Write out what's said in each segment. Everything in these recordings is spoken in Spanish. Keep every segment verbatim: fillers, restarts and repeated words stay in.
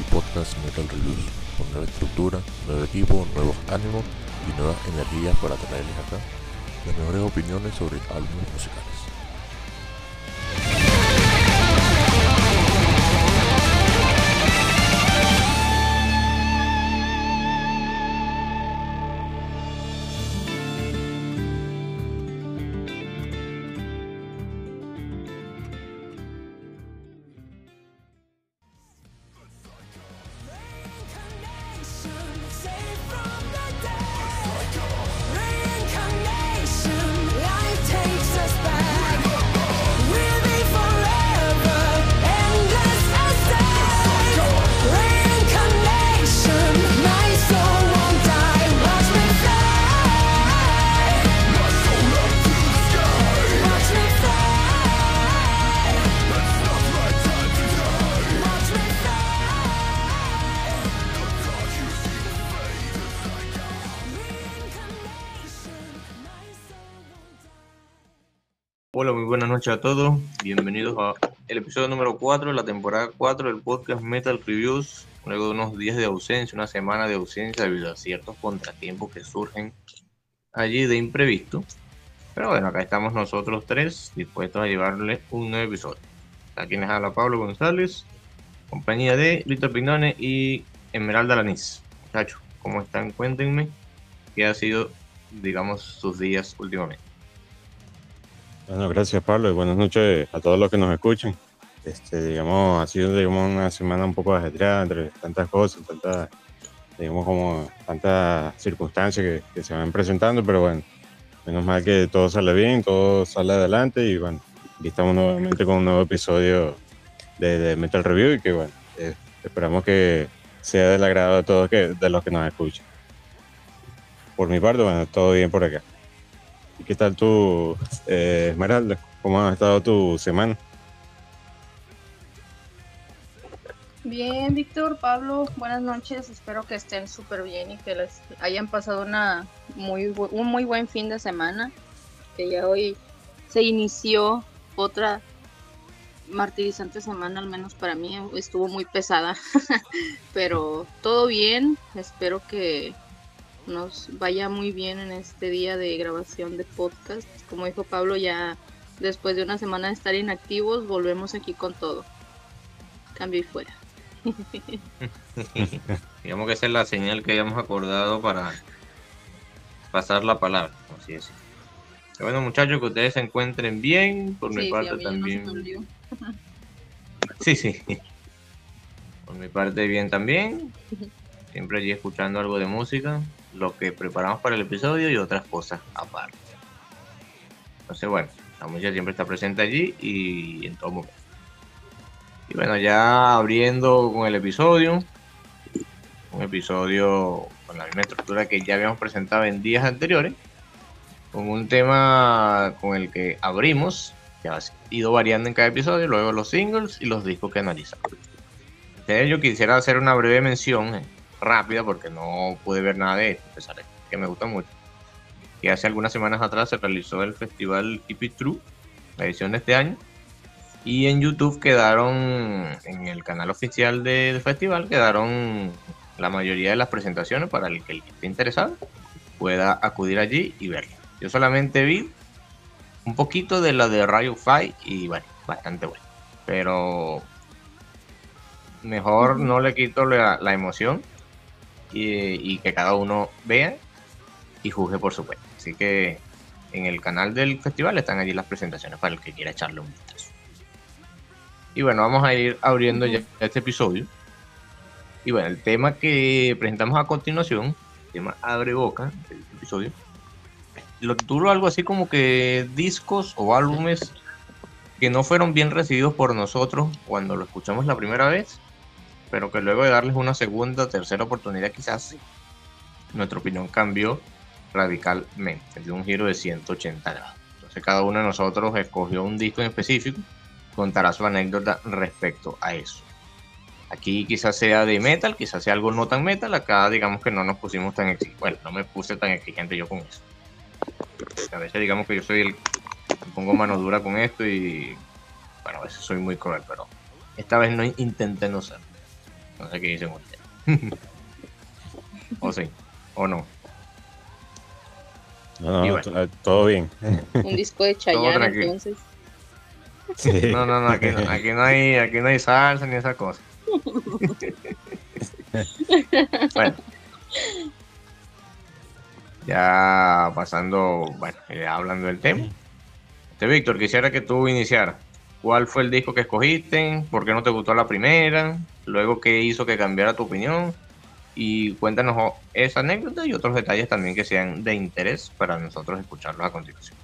el podcast Metal Reviews, con nueva estructura, nuevo equipo, nuevos ánimos y nuevas energías para traerles acá las mejores opiniones sobre álbumes musicales. Hola, muy buenas noches a todos. Bienvenidos a el episodio número cuatro de la temporada cuatro del podcast Metal Reviews. Luego de unos días de ausencia, una semana de ausencia debido a ciertos contratiempos que surgen allí de imprevisto. Pero bueno, acá estamos nosotros tres dispuestos a llevarles un nuevo episodio. Aquí les habla Pablo González, compañía de Víctor Pignone y Esmeralda Lanís. Muchachos, ¿cómo están? Cuéntenme qué ha sido, digamos, sus días últimamente. Bueno, gracias Pablo y buenas noches a todos los que nos escuchan. Este, digamos, ha sido digamos, una semana un poco ajetreada entre tantas cosas, tantas, digamos, como tantas circunstancias que, que se van presentando, pero bueno, menos mal que todo sale bien, todo sale adelante y bueno, aquí estamos nuevamente con un nuevo episodio de, de Metal Review y que bueno, eh, esperamos que sea del agrado de todos que, de los que nos escuchan. Por mi parte, bueno, todo bien por acá. ¿Y qué tal tú, eh, Esmeralda? ¿Cómo ha estado tu semana? Bien, Víctor, Pablo, buenas noches. Espero que estén súper bien y que les hayan pasado una muy, un muy buen fin de semana. Que ya hoy se inició otra martirizante semana, al menos para mí. Estuvo muy pesada, pero todo bien. Espero que nos vaya muy bien en este día de grabación de podcast. Como dijo Pablo, ya después de una semana de estar inactivos, volvemos aquí con todo. Cambio y fuera. Digamos que esa es la señal que habíamos acordado para pasar la palabra, así es. Bueno, muchachos, que ustedes se encuentren bien. Por sí, mi parte sí, también. No sí, sí. Por mi parte bien también. Siempre allí escuchando algo de música, lo que preparamos para el episodio y otras cosas aparte. Entonces, bueno, la música siempre está presente allí y en todo momento. Y bueno, ya abriendo con el episodio, un episodio con la misma estructura que ya habíamos presentado en días anteriores, con un tema con el que abrimos, que ha ido variando en cada episodio, luego los singles y los discos que analizamos. Entonces yo quisiera hacer una breve mención eh, rápida, porque no pude ver nada de esto, a pesar de que me gusta mucho, que hace algunas semanas atrás se realizó el festival Keep It True, la edición de este año, y en YouTube quedaron, en el canal oficial del festival, quedaron la mayoría de las presentaciones para el que, el que esté interesado pueda acudir allí y verla. Yo solamente vi un poquito de la de Riot Fight y bueno, bastante bueno, pero mejor no le quito la, la emoción y, y que cada uno vea y juzgue por su cuenta. Así que en el canal del festival están allí las presentaciones para el que quiera echarle un vistazo. Y bueno, vamos a ir abriendo ya este episodio. Y bueno, el tema que presentamos a continuación, el tema abre boca del episodio, lo titulo algo así como que discos o álbumes que no fueron bien recibidos por nosotros cuando lo escuchamos la primera vez, pero que luego de darles una segunda o tercera oportunidad quizás nuestra opinión cambió radicalmente, de un giro de ciento ochenta grados. Entonces cada uno de nosotros escogió un disco en específico, contará su anécdota respecto a eso. Aquí quizás sea de metal, quizás sea algo no tan metal, acá digamos que no nos pusimos tan exigentes, bueno, no me puse tan exigente yo con eso. A veces digamos que yo soy el que pongo mano dura con esto y bueno, a veces soy muy cruel, pero esta vez no intenté no ser. No sé qué dicen ustedes. O sí, o no. No, Y no, bueno. to- todo bien. Un disco de Chayanne, tranquilo. entonces. Sí. No, no, no, aquí no, aquí no hay, aquí no hay salsa ni esa cosa. Bueno. Ya pasando, bueno, ya hablando del tema. Este Víctor, quisiera que tú iniciaras. ¿Cuál fue el disco que escogiste? ¿Por qué no te gustó la primera? Luego, ¿qué hizo que cambiara tu opinión? Y cuéntanos o- esa anécdota y otros detalles también que sean de interés para nosotros escucharlos a continuación.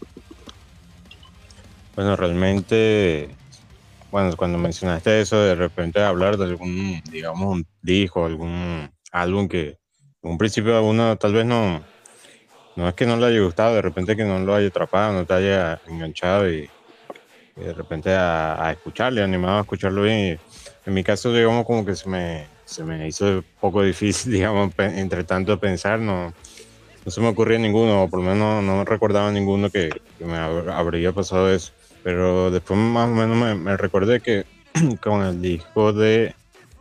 Bueno, realmente, bueno, cuando mencionaste eso, de repente hablar de algún, digamos, un disco, algún álbum que en un principio a uno tal vez no, no es que no le haya gustado, de repente que no lo haya atrapado, no te haya enganchado y, y de repente a, a escucharle, animado a escucharlo bien. Y en mi caso, digamos, como que se me, se me hizo un poco difícil, digamos, pe- entre tanto pensar, no, no se me ocurría ninguno, o por lo menos no recordaba ninguno que, que me hab- habría pasado eso. Pero después más o menos me, me recordé que con el disco de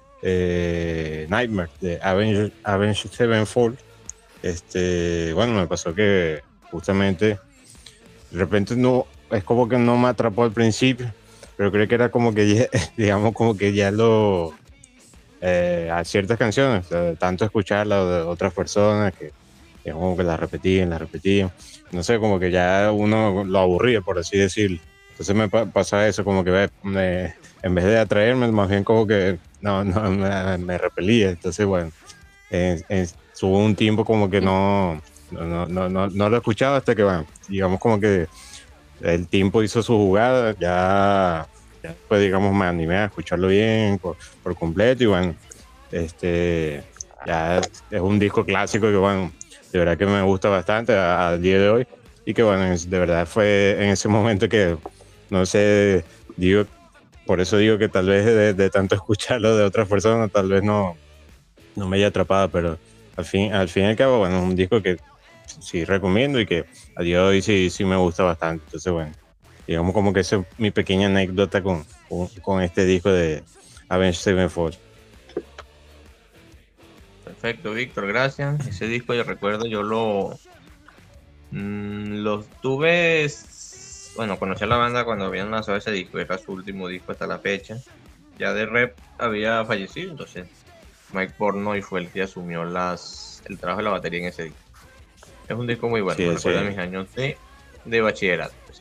eh, Nightmare, de Avenged, Avenged Sevenfold, este, bueno, me pasó que justamente de repente no, es como que no me atrapó al principio, pero creo que era como que ya, digamos, como que ya lo, eh, a ciertas canciones, o sea, de tanto escucharlas de otras personas que, que como que las repetían, las repetían, no sé, como que ya uno lo aburría, por así decirlo. Entonces me pa- pasa eso, como que ve, me- en vez de atraerme, más bien como que no, no me, me repelía. Entonces, bueno, eh, eh, tuvo un tiempo como que no, no, no, no, no, no lo escuchaba hasta que, bueno, digamos como que el tiempo hizo su jugada, ya, ya pues digamos me animé a escucharlo bien por, por completo y bueno, este, ya es un disco clásico que bueno, de verdad que me gusta bastante al día de hoy y que bueno, es- de verdad fue en ese momento que, no sé, digo, por eso digo que tal vez de, de tanto escucharlo de otras personas, tal vez no, no me haya atrapado, pero al fin, al fin y al cabo, bueno, es un disco que sí recomiendo y que a día de hoy sí, sí me gusta bastante. Entonces, bueno, digamos como que esa es mi pequeña anécdota con, con, con este disco de Avenged Sevenfold. Perfecto, Víctor, gracias. Ese disco yo recuerdo, yo lo, mm, lo tuve, s- bueno, conocí a la banda cuando habían lanzado ese disco, era su último disco hasta la fecha. Ya de Rep había fallecido, entonces Mike Portnoy fue el que asumió las, el trabajo de la batería en ese disco. Es un disco muy bueno, Sí, me recuerda a ese, mis años de, de bachillerato. Pues.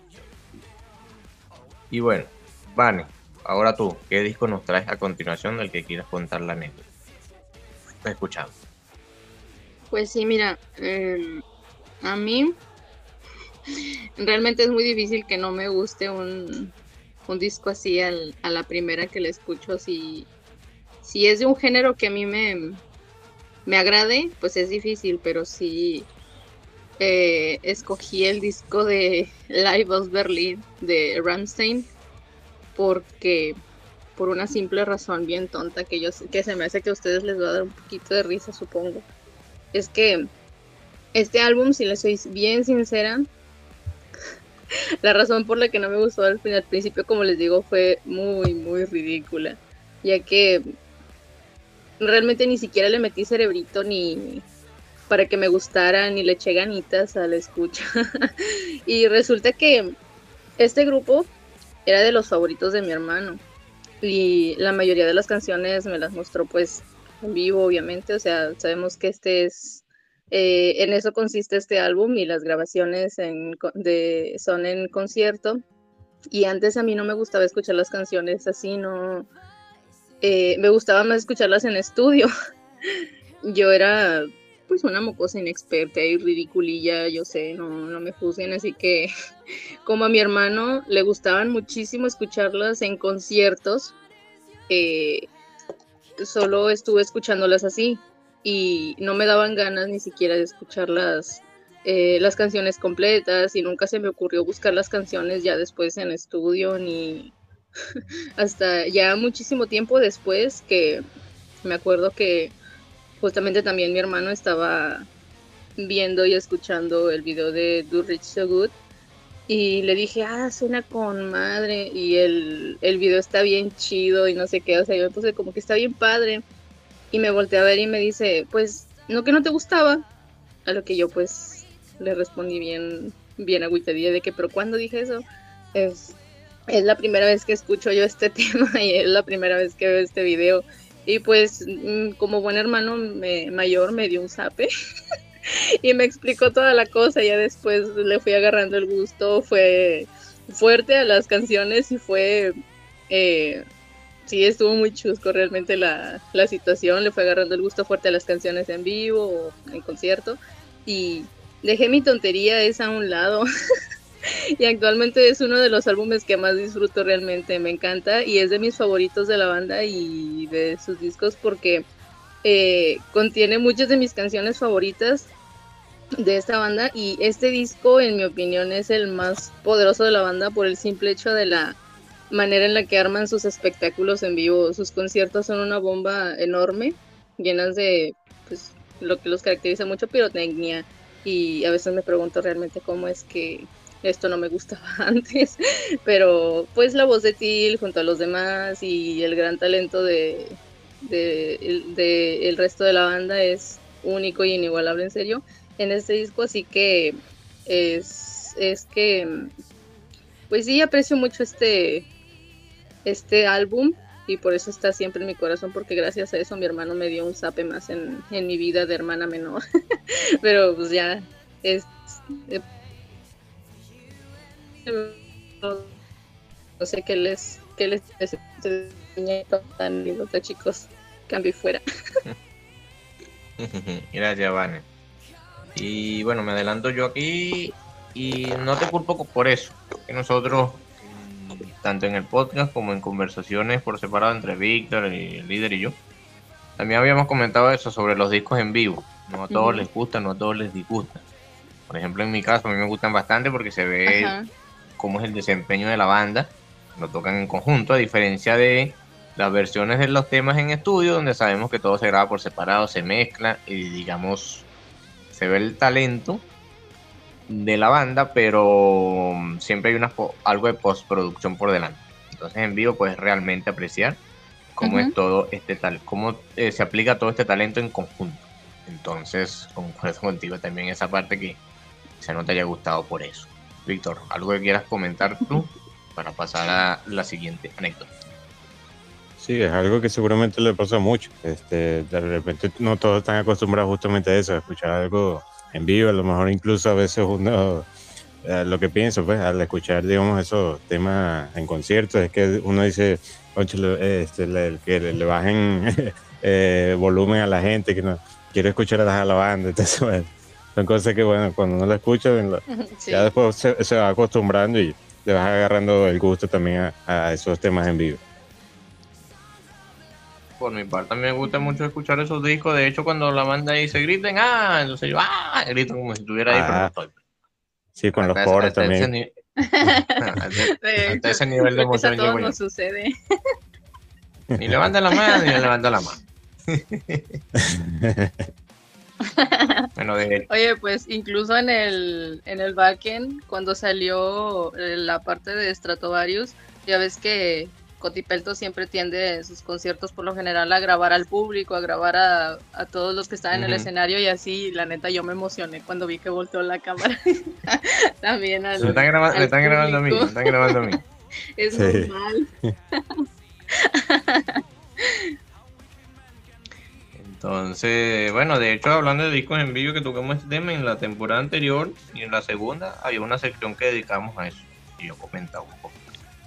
Y bueno, Vane, ahora tú, ¿qué disco nos traes a continuación del que quieras contar la anécdota? Te escuchamos. Pues sí, mira, em, a mí realmente es muy difícil que no me guste un, un disco así al- a la primera que le escucho. Si, si es de un género que a mí me, me agrade, pues es difícil, pero sí eh, escogí el disco de Live of Berlin de Rammstein porque por una simple razón bien tonta que yo sé- que se me hace que a ustedes les va a dar un poquito de risa, supongo. Es que este álbum, si les soy bien sincera, la razón por la que no me gustó al, fin- al principio, como les digo, fue muy, muy ridícula, ya que realmente ni siquiera le metí cerebrito ni para que me gustara, ni le eché ganitas a la escucha. Y resulta que este grupo era de los favoritos de mi hermano y la mayoría de las canciones me las mostró pues en vivo, obviamente. O sea, sabemos que este es, eh, en eso consiste este álbum y las grabaciones en, co- de, son en concierto. Y antes a mí no me gustaba escuchar las canciones así, no, eh, me gustaba más escucharlas en estudio. Yo era pues una mocosa inexperta y ridiculilla, yo sé, no, no me juzguen, así que como a mi hermano le gustaban muchísimo escucharlas en conciertos, eh, solo estuve escuchándolas así y no me daban ganas ni siquiera de escuchar las, eh, las canciones completas y nunca se me ocurrió buscar las canciones ya después en estudio ni hasta ya muchísimo tiempo después que me acuerdo que justamente también mi hermano estaba viendo y escuchando el video de Do Rich So Good y le dije, ah, suena con madre y el, el video está bien chido y no sé qué, o sea, yo me puse como que está bien padre y me volteé a ver y me dice, pues, ¿no que no te gustaba? A lo que yo pues le respondí bien, bien agüitadilla de que, pero ¿cuándo dije eso? Es, es la primera vez que escucho yo este tema y es la primera vez que veo este video. Y pues como buen hermano me, mayor me dio un zape y me explicó toda la cosa. Ya después le fui agarrando el gusto, fue fuerte a las canciones y fue... Eh, sí, estuvo muy chusco realmente la, la situación, le fue agarrando el gusto fuerte a las canciones en vivo o en concierto y dejé mi tontería esa a un lado y actualmente es uno de los álbumes que más disfruto realmente, me encanta y es de mis favoritos de la banda y de sus discos porque eh, contiene muchas de mis canciones favoritas de esta banda y este disco en mi opinión es el más poderoso de la banda por el simple hecho de la manera en la que arman sus espectáculos en vivo. Sus conciertos son una bomba enorme, llenas de pues lo que los caracteriza mucho, pirotecnia, y a veces me pregunto realmente cómo es que esto no me gustaba antes, pero pues la voz de Till junto a los demás y el gran talento de, de, de el resto de la banda es único y inigualable en serio en este disco, así que es, es que pues sí aprecio mucho este este álbum y por eso está siempre en mi corazón porque gracias a eso mi hermano me dio un zape más en, en mi vida de hermana menor pero pues ya es eh, no sé qué les qué les enseñé tan lindos de chicos, cambio y fuera. Gracias, Vane. Y bueno, me adelanto yo aquí y no te culpo por eso, que nosotros tanto en el podcast como en conversaciones por separado entre Víctor, y el líder y yo, también habíamos comentado eso sobre los discos en vivo. No a todos uh-huh. les gusta, no a todos les disgusta. Por ejemplo, en mi caso, a mí me gustan bastante porque se ve uh-huh. cómo es el desempeño de la banda, lo tocan en conjunto, a diferencia de las versiones de los temas en estudio, donde sabemos que todo se graba por separado, se mezcla y digamos, se ve el talento de la banda, pero siempre hay una algo de postproducción por delante. Entonces en vivo puedes realmente apreciar cómo uh-huh. es todo este tal, cómo eh, se aplica todo este talento en conjunto. Entonces concuerdo contigo también esa parte que se no te haya gustado por eso. Víctor, ¿algo que quieras comentar tú para pasar a la siguiente anécdota? Sí, es algo que seguramente le pasa mucho. Este, de repente no todos están acostumbrados justamente a eso, a escuchar algo en vivo. A lo mejor incluso a veces uno, eh, lo que pienso, pues, al escuchar, digamos, esos temas en conciertos, es que uno dice, oye, este, le, que le, le bajen eh, volumen a la gente, que no quiero escuchar a la banda. Entonces, bueno, son cosas que, bueno, cuando uno la escucha, sí. ya después se, se va acostumbrando y le vas agarrando el gusto también a, a esos temas en vivo. Por mi parte me gusta mucho escuchar esos discos. De hecho, cuando la banda ahí se griten, ah, entonces yo, ah, grito como si estuviera ahí, ah, pero no estoy. Sí, con hasta los coros también. Ese, hasta, hasta ese nivel de emoción. Eso a todos nos sucede. Ni levanta la mano, ni levanta la mano. Bueno, de... Oye, pues incluso en el, en el backend, cuando salió la parte de Stratovarius, ya ves que Cotipelto siempre tiende en sus conciertos por lo general a grabar al público, a grabar a, a todos los que están en uh-huh. el escenario y así, la neta yo me emocioné cuando vi que volteó la cámara. También al, me están, graba- me están grabando a mí, me están grabando a mí. Es sí. normal. Entonces, bueno, de hecho, hablando de discos en vivo que tocamos este tema, en la temporada anterior y en la segunda había una sección que dedicamos a eso y yo comentaba un poco.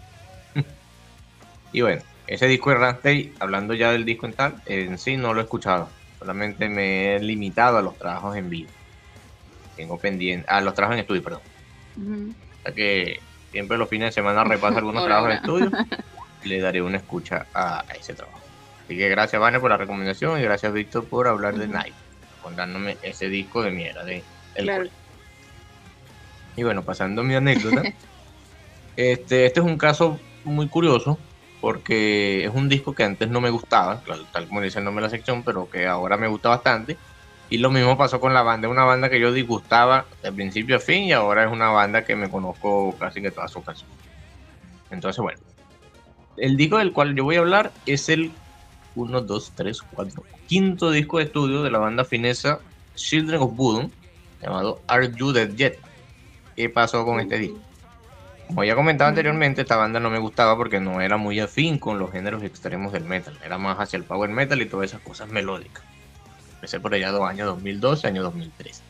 Y bueno, ese disco de Rammstein, hablando ya del disco en tal, en sí no lo he escuchado. Solamente me he limitado a los trabajos en vivo. Tengo pendiente, a los trabajos en estudio, perdón. Uh-huh. O sea que siempre los fines de semana repaso algunos trabajos en estudio y le daré una escucha a, a ese trabajo. Así que gracias, Vane, por la recomendación y gracias, Víctor, por hablar uh-huh. de Night, contándome ese disco de mierda de el claro. Y bueno, pasando a mi anécdota, este, este es un caso muy curioso, porque es un disco que antes no me gustaba, tal como dice el nombre de la sección, pero que ahora me gusta bastante. Y lo mismo pasó con la banda, es una banda que yo disgustaba de principio a fin y ahora es una banda que me conozco casi que todas sus canciones. Entonces, bueno, el disco del cual yo voy a hablar es el uno, dos, tres, cuatro, quinto disco de estudio de la banda finesa Children of Bodom, llamado Are You Dead Yet? ¿Qué pasó con este disco? Como ya comentaba anteriormente, esta banda no me gustaba porque no era muy afín con los géneros extremos del metal, era más hacia el power metal y todas esas cosas melódicas. Empecé por allá dos años dos mil doce, año dos mil trece.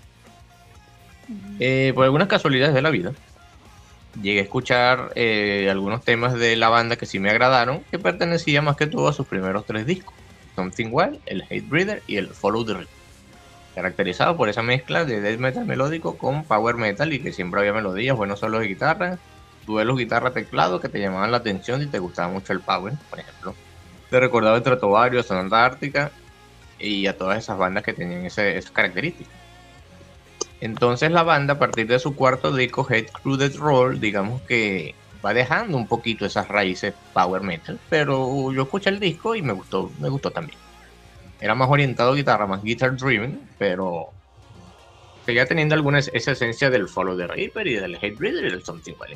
Eh, por algunas casualidades de la vida, llegué a escuchar eh, algunos temas de la banda que sí me agradaron, que pertenecían más que todo a sus primeros tres discos: Something Wild, el Hatebreeder y el Follow the Rhythm, caracterizado por esa mezcla de death metal melódico con power metal, y que siempre había melodías, buenos solos de guitarra, duelos guitarra-teclado que te llamaban la atención y te gustaba mucho el power. Por ejemplo, te recordaba el Stratovarius, Sonata Ártica y a todas esas bandas que tenían ese, esas características. Entonces la banda, a partir de su cuarto disco, Hate Crew Death Roll, digamos que va dejando un poquito esas raíces power metal, pero yo escuché el disco y me gustó, me gustó también. Era más orientado a guitarra, más guitar driven, pero seguía teniendo alguna esa esencia del Follow the Reaper y del Hatebreeder y del Something Wild.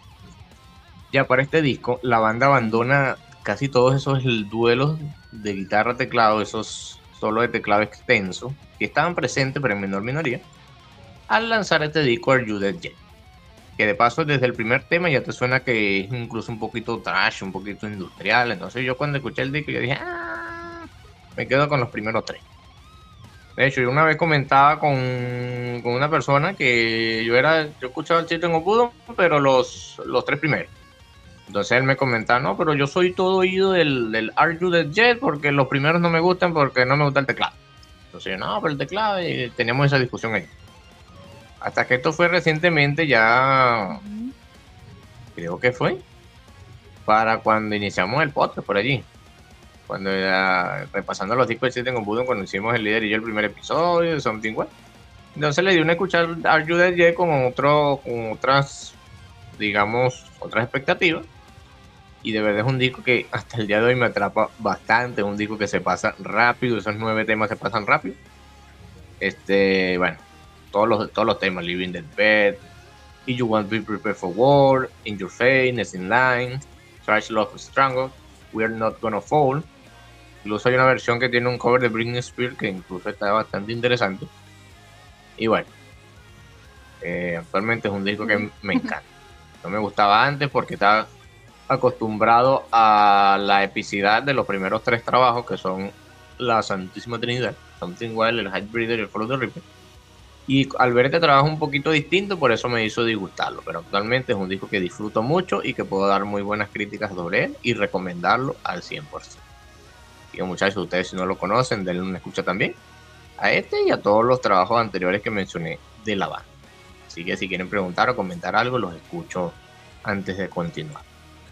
Ya para este disco, la banda abandona casi todos esos duelos de guitarra-teclado, esos solos de teclado extensos, que estaban presentes pero en menor minoría, al lanzar este disco Are You Dead Yet? Que de paso desde el primer tema ya te suena que es incluso un poquito trash, un poquito industrial. Entonces yo cuando escuché el disco yo dije, ah, me quedo con los primeros tres. De hecho, yo una vez comentaba con, con una persona que yo era, yo escuchaba el Children of Bodom, pero los, los tres primeros. Entonces él me comentaba, no, pero yo soy todo oído del, del Are You Dead Yet? Porque los primeros no me gustan porque no me gusta el teclado. Entonces yo, no, pero el teclado, y teníamos esa discusión ahí. Hasta que esto fue recientemente, ya creo que fue para cuando iniciamos el podcast por allí, cuando ya, repasando los discos de Children of Bodom, cuando hicimos el líder y yo el primer episodio de Something Wild. Entonces le di una escuchar Are You Dead Yet con, otro, con otras, digamos, otras expectativas, y de verdad es un disco que hasta el día de hoy me atrapa bastante. Es un disco que se pasa rápido, esos nueve temas se pasan rápido. Este, bueno, todos los, todos los temas, Living Dead Bed, If You Want to Be Prepared for War, In Your Face, Next in Line, Trash Love Strangle, We're Not Gonna Fall. Incluso hay una versión que tiene un cover de Britney Spears que incluso está bastante interesante. Y bueno, eh, actualmente es un disco que me encanta. No me gustaba antes porque estaba acostumbrado a la epicidad de los primeros tres trabajos, que son la Santísima Trinidad, Something Wild, el Hatebreeder y el Follow the Reaper. Y al ver este trabajo un poquito distinto, por eso me hizo disgustarlo. Pero actualmente es un disco que disfruto mucho y que puedo dar muy buenas críticas sobre él y recomendarlo al cien por ciento. Y muchachos, ustedes si no lo conocen, denle una escucha también a este y a todos los trabajos anteriores que mencioné de la banda. Así que si quieren preguntar o comentar algo, los escucho antes de continuar.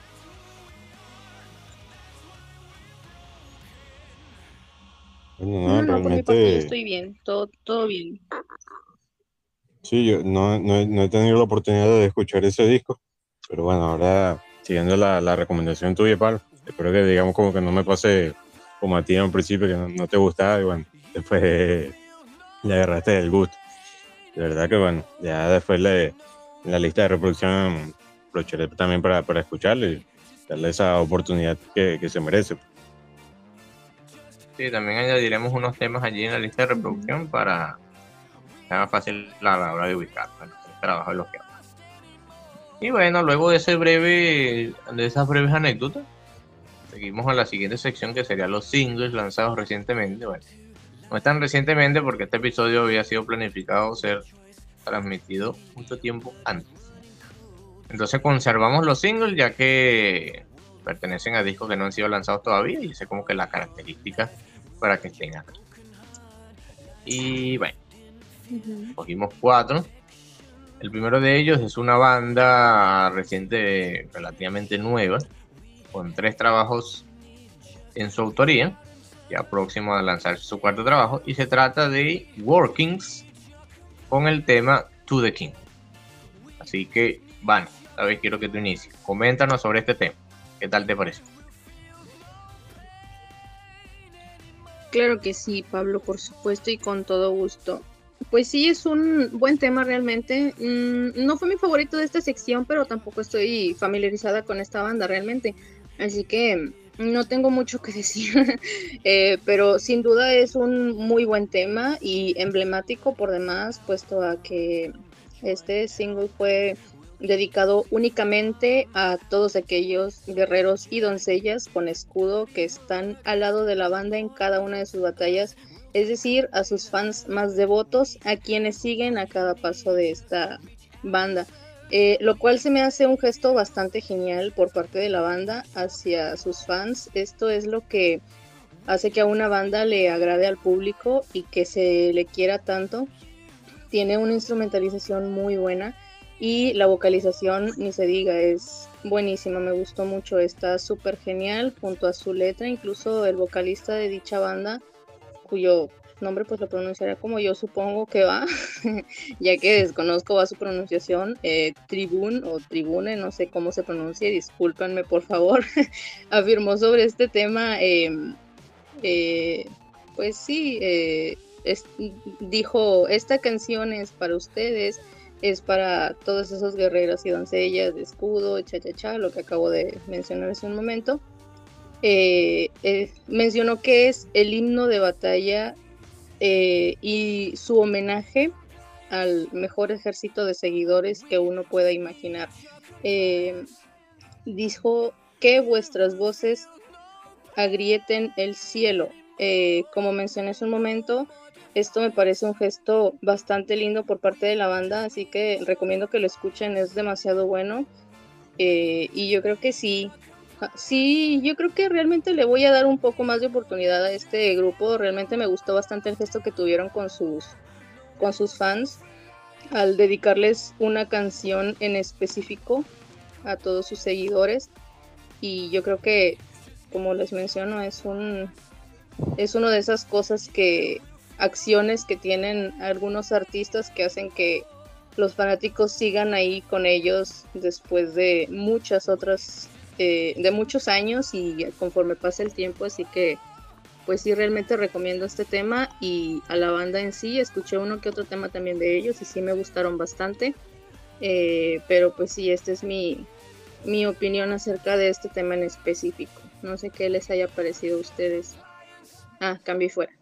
Bueno, no, No, no, por mi realmente, parte yo estoy bien, todo, todo bien. sí, yo no, no, he- no he tenido la oportunidad de escuchar ese disco, pero bueno, ahora siguiendo la, la recomendación tuya, Pablo, espero que digamos como que no me pase como a ti en principio, que no, no te gustaba y bueno, después le agarraste el gusto. De verdad que bueno, ya después le, en la lista de reproducción aprovecharé también para, para escucharlo y darle esa oportunidad que, que se merece. Sí, también añadiremos unos temas allí en la lista de reproducción para que sea más fácil a la hora de ubicar el trabajo de los que hago. Y bueno, luego de ese breve, de esas breves anécdotas, seguimos a la siguiente sección, que serían los singles lanzados recientemente. Bueno, no es tan recientemente porque este episodio había sido planificado ser transmitido mucho tiempo antes. Entonces conservamos los singles ya que pertenecen a discos que no han sido lanzados todavía y esa es como que la característica para que estén aquí. Y bueno, Uh-huh. cogimos cuatro. El primero de ellos es una banda reciente, relativamente nueva, con tres trabajos en su autoría, ya próximo a lanzar su cuarto trabajo, y se trata de Workings con el tema To The King. Así que, Van, esta vez quiero que tú inicies. Coméntanos sobre este tema. ¿Qué tal te parece? Claro que sí, Pablo, por supuesto, y con todo gusto. Pues sí, es un buen tema realmente. Mm, no fue mi favorito de esta sección, pero tampoco estoy familiarizada con esta banda realmente. Así que No tengo mucho que decir, eh, pero sin duda es un muy buen tema y emblemático por demás, puesto a que este single fue dedicado únicamente a todos aquellos guerreros y doncellas con escudo que están al lado de la banda en cada una de sus batallas, es decir, a sus fans más devotos, a quienes siguen a cada paso de esta banda. Eh, lo cual se me hace un gesto bastante genial por parte de la banda hacia sus fans. Esto es lo que hace que a una banda le agrade al público y que se le quiera tanto. Tiene una instrumentalización muy buena y la vocalización, ni se diga, es buenísima. Me gustó mucho, está súper genial junto a su letra. Incluso el vocalista de dicha banda, cuyo nombre pues lo pronunciaré como yo supongo que va, ya que desconozco va su pronunciación, eh, Tribune o Tribune, no sé cómo se pronuncia, discúlpenme por favor, afirmó sobre este tema, eh, eh, pues sí, eh, es, dijo, esta canción es para ustedes, es para todos esos guerreros y doncellas de escudo, cha cha cha, lo que acabo de mencionar hace un momento. Eh, eh, mencionó que es el himno de batalla eh, y su homenaje al mejor ejército de seguidores que uno pueda imaginar. Eh, dijo que vuestras voces agrieten el cielo. Eh, como mencioné hace un momento, esto me parece un gesto bastante lindo por parte de la banda, así que recomiendo que lo escuchen, es demasiado bueno. Eh, y yo creo que sí, Sí, yo creo que realmente le voy a dar un poco más de oportunidad a este grupo. Realmente me gustó bastante el gesto que tuvieron con sus, con sus fans al dedicarles una canción en específico a todos sus seguidores. Y yo creo que, como les menciono, es un es una de esas cosas que, acciones que tienen algunos artistas que hacen que los fanáticos sigan ahí con ellos después de muchas otras Eh, de muchos años y conforme pasa el tiempo, así que pues sí, realmente recomiendo este tema y a la banda en sí. Escuché uno que otro tema también de ellos y sí me gustaron bastante, eh, pero pues sí, esta es mi, mi opinión acerca de este tema en específico. No sé qué les haya parecido a ustedes. Ah, cambio y fuera.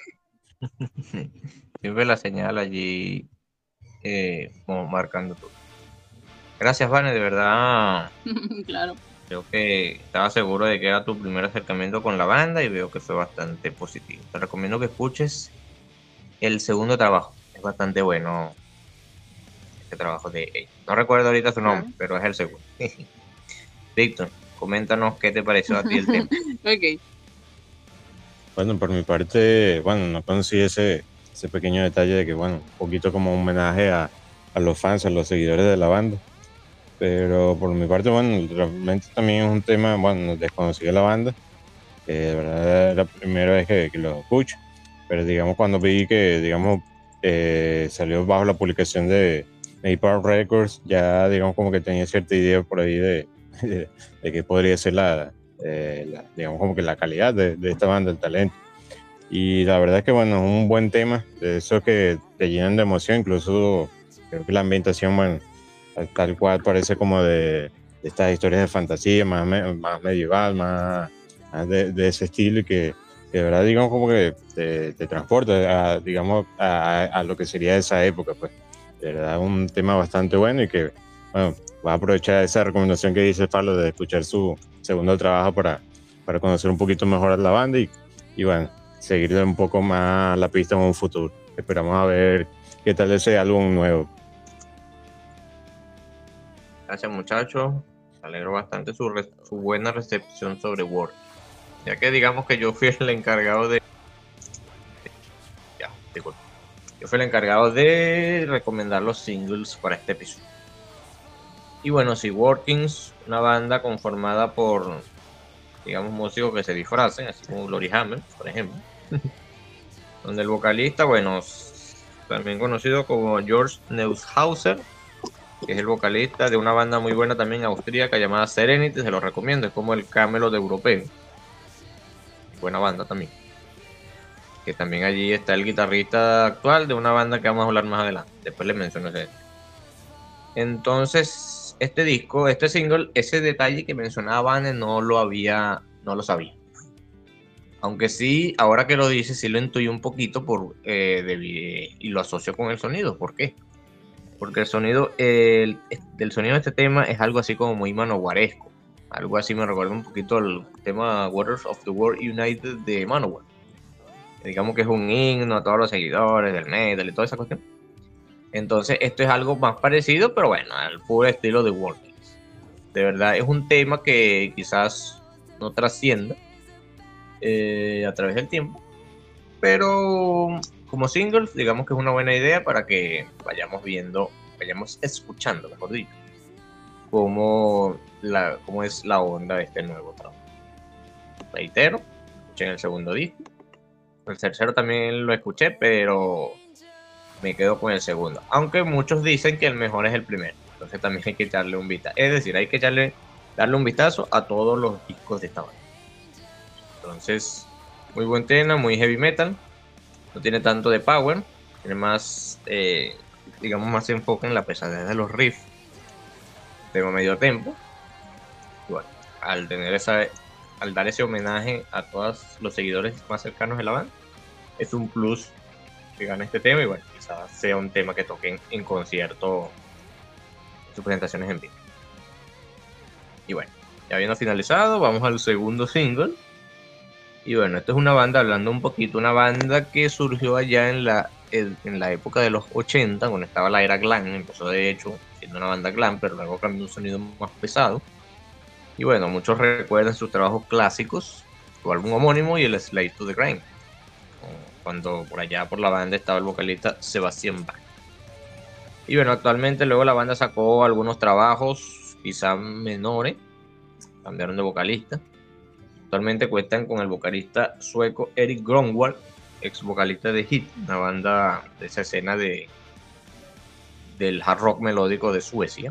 Siempre la señal allí eh, como marcando todo. Gracias, Vane, de verdad. Claro. Creo que estaba seguro de que era tu primer acercamiento con la banda y veo que fue bastante positivo. Te recomiendo que escuches el segundo trabajo. Es bastante bueno este trabajo de ella. No recuerdo ahorita su nombre, pero es el segundo. Víctor, coméntanos qué te pareció a ti el tema. Ok. Bueno, por mi parte, bueno, no conocí ese, ese pequeño detalle de que, bueno, un poquito como un homenaje a, a los fans, a los seguidores de la banda. Pero por mi parte, bueno, realmente también es un tema, bueno, desconocí la banda, que de verdad es la primera vez que, que lo escucho, pero digamos cuando vi que, digamos, eh, salió bajo la publicación de Napalm Records, ya digamos como que tenía cierta idea por ahí de, de, de que podría ser la, eh, la, digamos como que la calidad de, de esta banda, el talento. Y la verdad es que, bueno, es un buen tema, de esos que te llenan de emoción, incluso creo que la ambientación, bueno, tal cual parece como de, de estas historias de fantasía, más, me, más medieval, más, más de, de ese estilo, y que, que de verdad, digamos, como que te, te transporta a, digamos, a, a lo que sería esa época, pues. De verdad, un tema bastante bueno y que, bueno, va a aprovechar esa recomendación que dice Pablo de escuchar su segundo trabajo para, para conocer un poquito mejor a la banda y, y bueno, seguirle un poco más la pista en un futuro. Esperamos a ver qué tal ese álbum nuevo. Gracias, muchachos. Me alegro bastante su, re su buena recepción sobre Word. Ya que digamos que yo fui el encargado de... Ya, disculpa. Yo fui el encargado de recomendar los singles para este episodio. Y bueno, sí, Workings, una banda conformada por, digamos, músicos que se disfracen, así como Glory Hammer, por ejemplo. Donde el vocalista, bueno, también conocido como George Neushauser, que es el vocalista de una banda muy buena también austríaca llamada Serenity, se lo recomiendo, es como el Camelot europeo. Buena banda también. Que también allí está el guitarrista actual de una banda que vamos a hablar más adelante. Después les menciono ese. Entonces, este disco, este single, ese detalle que mencionaba Vane no lo había no lo sabía. Aunque sí, ahora que lo dices, sí lo intuyo un poquito por, eh, de, y lo asocio con el sonido. ¿Por qué? Porque el sonido el, del sonido de este tema es algo así como muy manowaresco. Algo así me recuerda un poquito al tema Waters of the World United de Manowar. Digamos que es un himno a todos los seguidores del metal y toda esa cuestión. Entonces esto es algo más parecido, pero bueno, al puro estilo de Workings. De verdad es un tema que quizás no trascienda eh, a través del tiempo, pero como singles digamos que es una buena idea para que vayamos viendo, vayamos escuchando, mejor dicho, cómo, la, cómo es la onda de este nuevo trabajo. Reitero, escuché en el segundo disco, el tercero también lo escuché, pero me quedo con el segundo, aunque muchos dicen que el mejor es el primero, entonces también hay que echarle un vistazo, es decir, hay que echarle, darle un vistazo a todos los discos de esta banda. Entonces, muy buen tema, muy heavy metal, no tiene tanto de power, tiene más, eh, digamos, más enfoque en la pesadez de los riffs, tema medio tempo, y bueno, al tener esa, al dar ese homenaje a todos los seguidores más cercanos de la banda, es un plus que gane este tema, y bueno, quizás sea un tema que toquen en concierto, en sus presentaciones en vivo. Y bueno, ya habiendo finalizado, vamos al segundo single. Y bueno, esto es una banda, hablando un poquito, una banda que surgió allá en la, en la época de los ochenta, cuando estaba la era glam. Empezó de hecho siendo una banda glam, pero luego cambió un sonido más pesado. Y bueno, muchos recuerdan sus trabajos clásicos, su álbum homónimo y el Slave to the Grind, cuando por allá por la banda estaba el vocalista Sebastian Bach. Y bueno, actualmente luego la banda sacó algunos trabajos quizás menores, cambiaron de vocalista. Actualmente cuentan con el vocalista sueco Erik Grönwall, ex vocalista de Hit, una banda de esa escena de, del hard rock melódico de Suecia.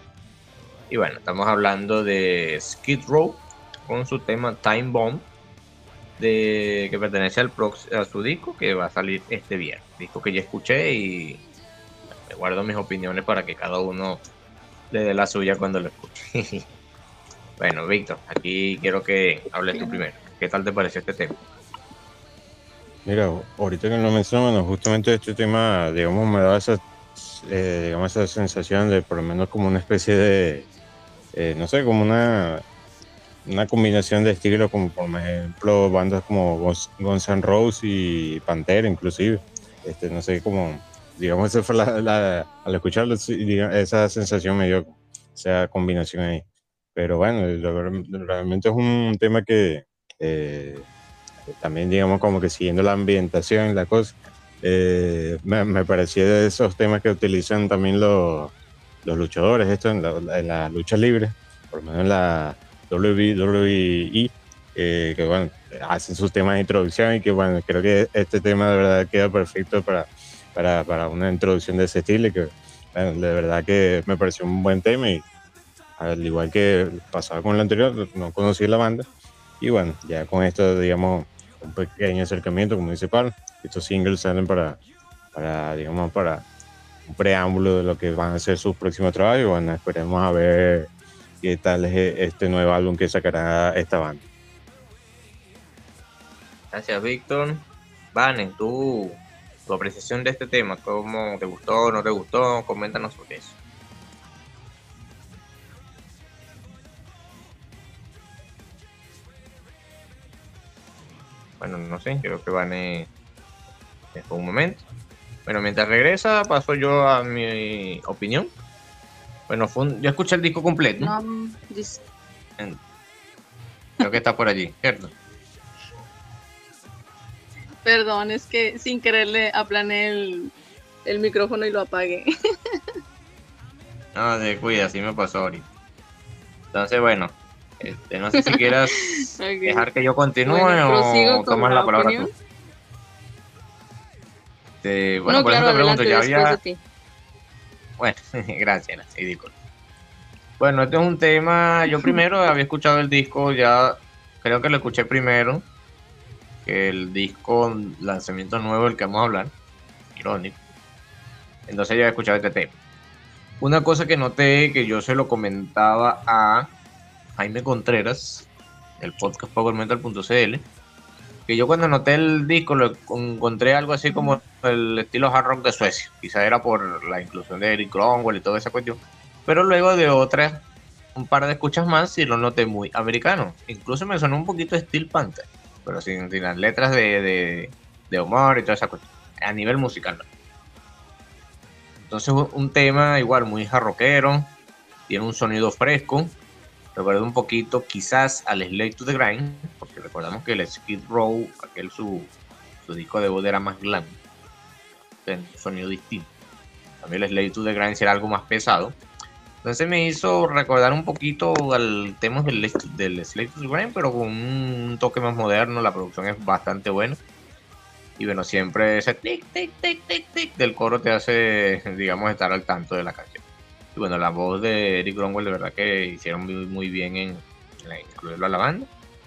Y bueno, estamos hablando de Skid Row con su tema Time Bomb, de, que pertenece al prox, a su disco que va a salir este viernes. Disco que ya escuché y me guardo mis opiniones para que cada uno le dé la suya cuando lo escuche. Bueno, Víctor, aquí quiero que hables tú primero. ¿Qué tal te pareció este tema? Mira, ahorita que lo mencionan, justamente este tema, digamos, me da esa, eh, digamos, esa sensación de por lo menos como una especie de, eh, no sé, como una, una combinación de estilos, como por ejemplo bandas como Guns, Guns N' Roses y Pantera inclusive. Este, no sé, como, digamos, esa fue la, la, al escucharlo, esa sensación me dio esa combinación ahí. Pero bueno, realmente es un tema que eh, también, digamos, como que siguiendo la ambientación y la cosa, eh, me, me parecía de esos temas que utilizan también los, los luchadores, esto en la, en la lucha libre, por lo menos en la W W E, eh, que bueno, hacen sus temas de introducción y que bueno, creo que este tema de verdad queda perfecto para, para, para una introducción de ese estilo y que bueno, de verdad que me pareció un buen tema y al igual que pasaba con el anterior, no conocí la banda. Y bueno, ya con esto, digamos, un pequeño acercamiento, como dice Pablo, estos singles salen para, para, digamos, para un preámbulo de lo que van a ser sus próximos trabajos. Y bueno, esperemos a ver qué tal es este nuevo álbum que sacará esta banda. Gracias, Víctor. Vanen, tú, tu apreciación de este tema, ¿cómo te gustó, no te gustó? Coméntanos sobre eso. Bueno, no sé, creo que Vane dejó un momento. Bueno, mientras regresa, paso yo a mi opinión. Bueno, fue un, yo escuché el disco completo. No, dis- En- Creo que está por allí, ¿cierto? perdón, es que sin querer le aplané el, el micrófono y lo apagué. No, se cuida, así me pasó ahorita. Entonces, bueno, este, no sé si quieras Ok. dejar que yo continúe Bueno, prosigo o con tomas la la palabra opinión. tú. Este, bueno, No, por claro, eso te pregunto, adelante ya después había... de ti. Bueno, gracias, gracias, ridículo. Bueno, este es un tema, yo primero había escuchado el disco, ya creo que lo escuché primero que el disco lanzamiento nuevo del que vamos a hablar, irónico. Entonces yo había escuchado este tema. Una cosa que noté, que yo se lo comentaba a Jaime Contreras, el podcast power metal punto c l, que yo cuando noté el disco lo encontré algo así como el estilo hard rock de Suecia. Quizá era por la inclusión de Eric Cromwell y toda esa cuestión, pero luego de otras, un par de escuchas más, sí lo noté muy americano. Incluso me sonó un poquito Steel Panther, pero sin, sin las letras de, de, de humor y toda esa cuestión, a nivel musical, ¿no? Entonces un tema igual muy jarroquero, tiene un sonido fresco, recuerda un poquito quizás al Slave to the Grind, porque recordamos que el Skid Row, aquel su, su disco de voz era más glam, un sonido distinto. También el Slave to the Grind era algo más pesado. Entonces me hizo recordar un poquito al tema del, del Slave to the Grind, pero con un toque más moderno. La producción es bastante buena. Y bueno, siempre ese tic, tic, tic, tic, tic del coro te hace, digamos, estar al tanto de la canción. Y bueno, la voz de Eric Cromwell, de verdad que hicieron muy, muy bien en, en incluirlo a la banda.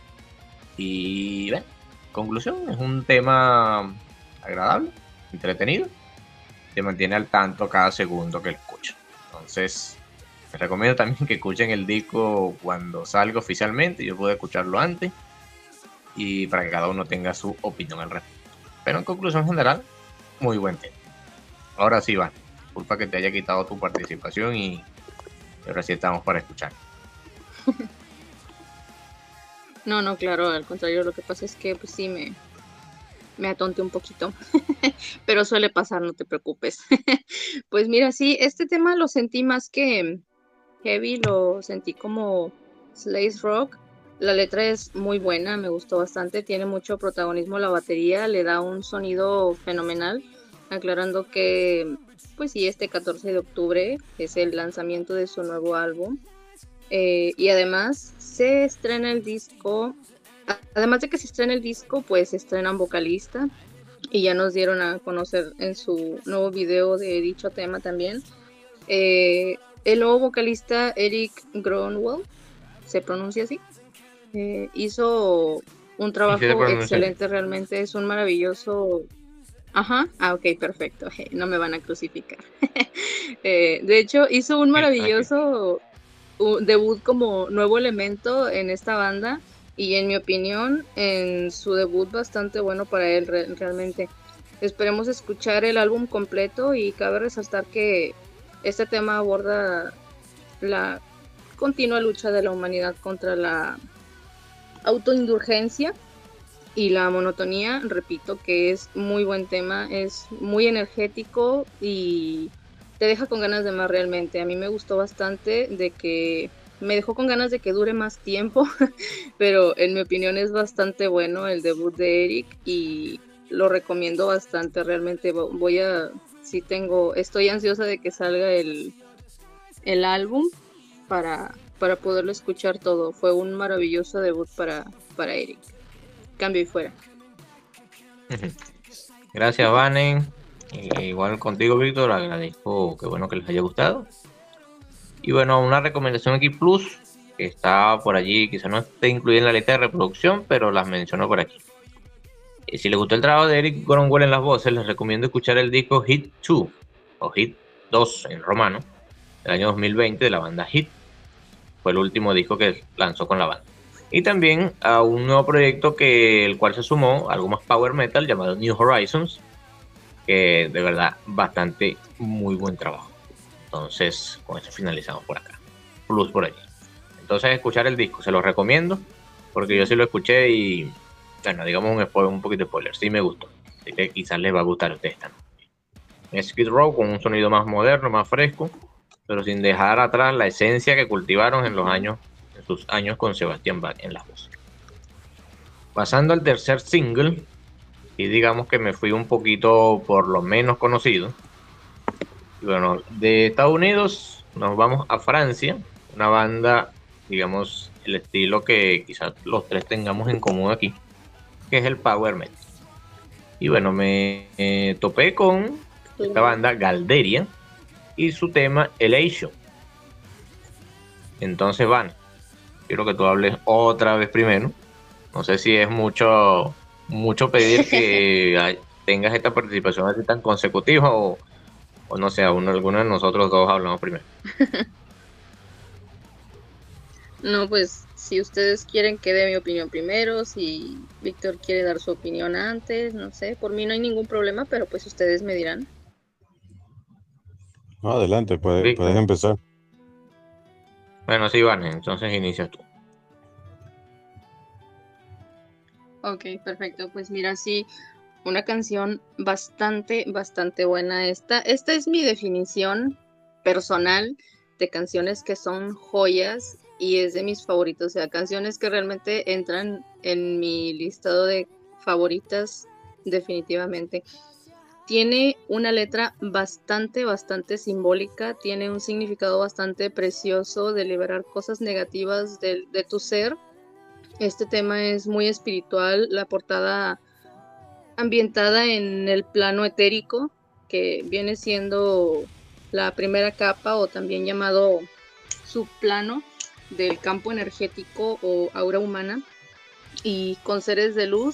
Y bueno, conclusión, es un tema agradable, entretenido. Te mantiene al tanto cada segundo que lo escuchas. Entonces, les recomiendo también que escuchen el disco cuando salga oficialmente. Yo pude escucharlo antes. Y para que cada uno tenga su opinión al respecto. Pero en conclusión general, muy buen tema. Ahora sí, va. Disculpa que te haya quitado tu participación y ahora sí estamos para escuchar. No, no, claro, al contrario, lo que pasa es que pues sí me, me atonté un poquito, pero suele pasar, no te preocupes. Pues mira, sí, este tema lo sentí más que heavy, lo sentí como Slash rock. La letra es muy buena, me gustó bastante, tiene mucho protagonismo la batería, le da un sonido fenomenal, aclarando que, pues sí, este catorce de octubre es el lanzamiento de su nuevo álbum, eh, y además se estrena el disco, además de que se estrena el disco, pues se estrena un vocalista, y ya nos dieron a conocer en su nuevo video de dicho tema también, eh, el nuevo vocalista Eric Cromwell, se pronuncia así. Eh, hizo un trabajo excelente, realmente es un maravilloso. Ajá, ah, ok, perfecto, no me van a crucificar. eh, de hecho, hizo un maravilloso uh, debut como nuevo elemento en esta banda y en mi opinión, en su debut bastante bueno para él re realmente. Esperemos escuchar el álbum completo y cabe resaltar que este tema aborda la continua lucha de la humanidad contra la autoindulgencia y la monotonía. Repito que es muy buen tema, es muy energético y te deja con ganas de más realmente. A mí me gustó bastante, de que me dejó con ganas de que dure más tiempo, pero en mi opinión es bastante bueno el debut de Eric y lo recomiendo bastante. Realmente voy a, si tengo, estoy ansiosa de que salga el, el álbum para para poderlo escuchar todo. Fue un maravilloso debut para, para Eric. Cambio y fuera. Gracias, Vanen. E igual contigo, Víctor, agradezco, que bueno que les haya gustado. Y bueno, una recomendación aquí plus, que está por allí, quizá no esté incluida en la lista de reproducción, pero las menciono por aquí. Y si les gustó el trabajo de Eric Cromwell en las voces, les recomiendo escuchar el disco Hit dos, o Hit dos en romano, del año dos mil veinte de la banda Hit. Fue el último disco que lanzó con la banda. Y también a un nuevo proyecto que el cual se sumó, algo más power metal, llamado New Horizons, que de verdad bastante muy buen trabajo. Entonces con eso finalizamos por acá. Plus por allí. Entonces escuchar el disco, se los recomiendo, porque yo sí lo escuché y, bueno, digamos un, spoiler, un poquito de spoiler, sí me gustó. Así que quizás les va a gustar a ustedes también. Skid Row con un sonido más moderno, más fresco, pero sin dejar atrás la esencia que cultivaron en los años, en sus años con Sebastián Bach en las voces. Pasando al tercer single, y digamos que me fui un poquito por lo menos conocido. Y bueno, de Estados Unidos nos vamos a Francia, una banda, digamos, el estilo que quizás los tres tengamos en común aquí, que es el power metal. Y bueno, me eh, topé con esta banda Galderia y su tema Elation. Entonces, Van, quiero que tú hables otra vez primero. No sé si es mucho mucho pedir que tengas esta participación así tan consecutiva o, o no sé, uno, alguno de nosotros dos hablamos primero. No, pues si ustedes quieren que dé mi opinión primero, si Víctor quiere dar su opinión antes, no sé, por mí no hay ningún problema, pero pues ustedes me dirán. No, adelante, puedes, Víctor. puedes empezar. Bueno, sí, Vane, entonces inicias tú. Ok, perfecto. Pues mira, sí, una canción bastante, bastante buena esta. Esta es mi definición personal de canciones que son joyas y es de mis favoritos. O sea, canciones que realmente entran en mi listado de favoritas definitivamente. Tiene una letra bastante, bastante simbólica, tiene un significado bastante precioso de liberar cosas negativas de, de tu ser. Este tema es muy espiritual, la portada ambientada en el plano etérico, que viene siendo la primera capa o también llamado subplano del campo energético o aura humana, y con seres de luz.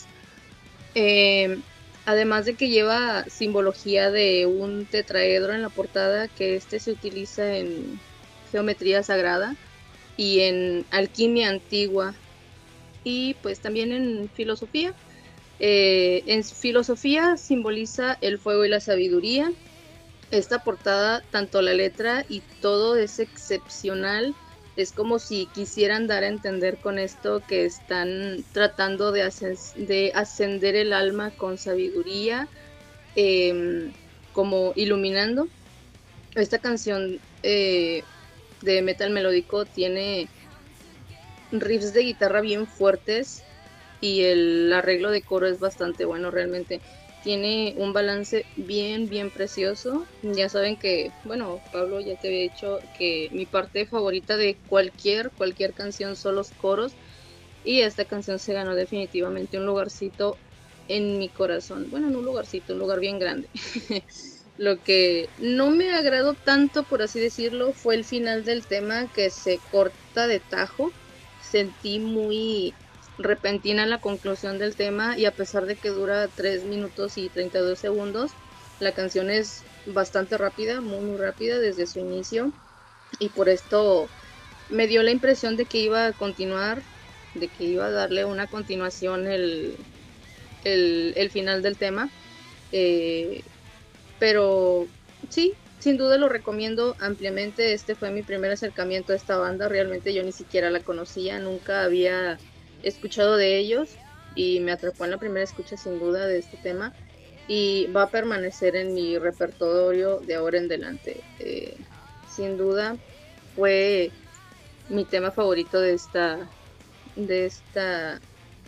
Eh, además de que lleva simbología de un tetraedro en la portada, que este se utiliza en geometría sagrada y en alquimia antigua, y pues también en filosofía. Eh, en filosofía simboliza el fuego y la sabiduría. Esta portada, tanto la letra y todo, es excepcional. Es como si quisieran dar a entender con esto que están tratando de, asc- de ascender el alma con sabiduría, eh, como iluminando. Esta canción eh, de metal melódico tiene riffs de guitarra bien fuertes y el arreglo de coro es bastante bueno realmente. Tiene un balance bien, bien precioso. Ya saben que, bueno, Pablo ya te había dicho que mi parte favorita de cualquier, cualquier canción son los coros. Y esta canción se ganó definitivamente un lugarcito en mi corazón. Bueno, en un lugarcito, un lugar bien grande. Lo que no me agradó tanto, por así decirlo, fue el final del tema, que se corta de tajo. Sentí muy repentina la conclusión del tema, y a pesar de que dura tres minutos y treinta y dos segundos, la canción es bastante rápida, muy muy rápida desde su inicio, y por esto me dio la impresión de que iba a continuar, de que iba a darle una continuación el, el, el final del tema. Eh, pero sí, sin duda lo recomiendo ampliamente. Este fue mi primer acercamiento a esta banda. Realmente yo ni siquiera la conocía, nunca había escuchado de ellos, y me atrapó en la primera escucha sin duda de este tema, y va a permanecer en mi repertorio de ahora en adelante. Eh, sin duda fue mi tema favorito de esta de esta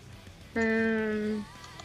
um,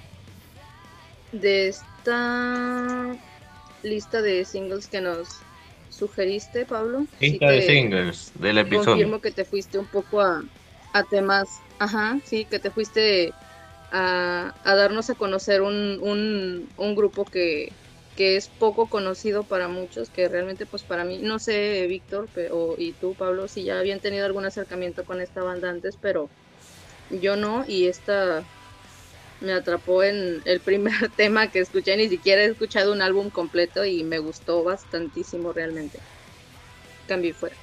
de esta lista de singles que nos sugeriste, Pablo. Lista Sí, de te singles del episodio. confirmo que te fuiste un poco a, a temas, ajá, sí, que te fuiste a, a darnos a conocer un, un, un grupo que, que es poco conocido para muchos, que realmente pues para mí, no sé, Víctor pero, y tú, Pablo, si ya habían tenido algún acercamiento con esta banda antes, pero yo no, y esta me atrapó en el primer tema que escuché. Ni siquiera he escuchado un álbum completo y me gustó bastantísimo realmente. Cambié fuera.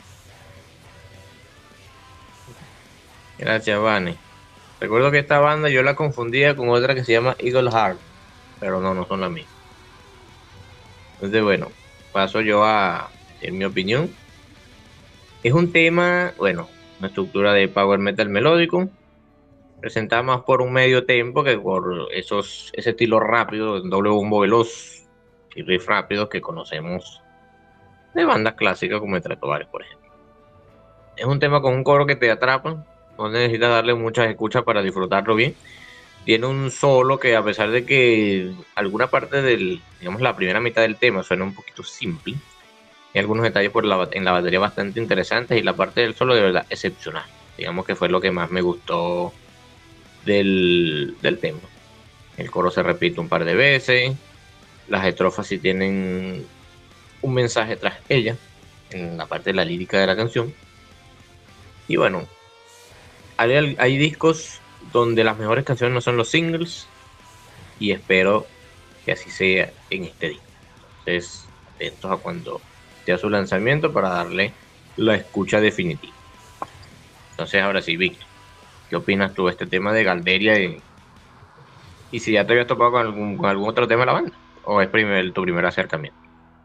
Gracias, Vane. Recuerdo que esta banda yo la confundía con otra que se llama Eagle Heart, pero no, no son las mismas. Entonces, bueno, paso yo a en mi opinión. Es un tema, bueno, una estructura de power metal melódico, presentada más por un medio tempo que por esos, ese estilo rápido, doble bombo veloz y riff rápidos que conocemos de bandas clásicas como Stratovarius, por ejemplo. Es un tema con un coro que te atrapa, no necesitas darle muchas escuchas para disfrutarlo bien. Tiene un solo que, a pesar de que alguna parte del, digamos, la primera mitad del tema suena un poquito simple, hay algunos detalles por la, en la batería bastante interesantes, y la parte del solo de verdad excepcional. Digamos que fue lo que más me gustó del, del tema. El coro se repite un par de veces, las estrofas sí tienen un mensaje tras ella, en la parte de la lírica de la canción. Y bueno, hay, hay discos donde las mejores canciones no son los singles, y espero que así sea en este disco. Entonces, atentos a cuando sea su lanzamiento para darle la escucha definitiva. Entonces, ahora sí, Víctor, ¿qué opinas tú de este tema de Galderia? Y, y si ya te habías topado con algún, con algún otro tema de la banda, o es primer, tu primer acercamiento.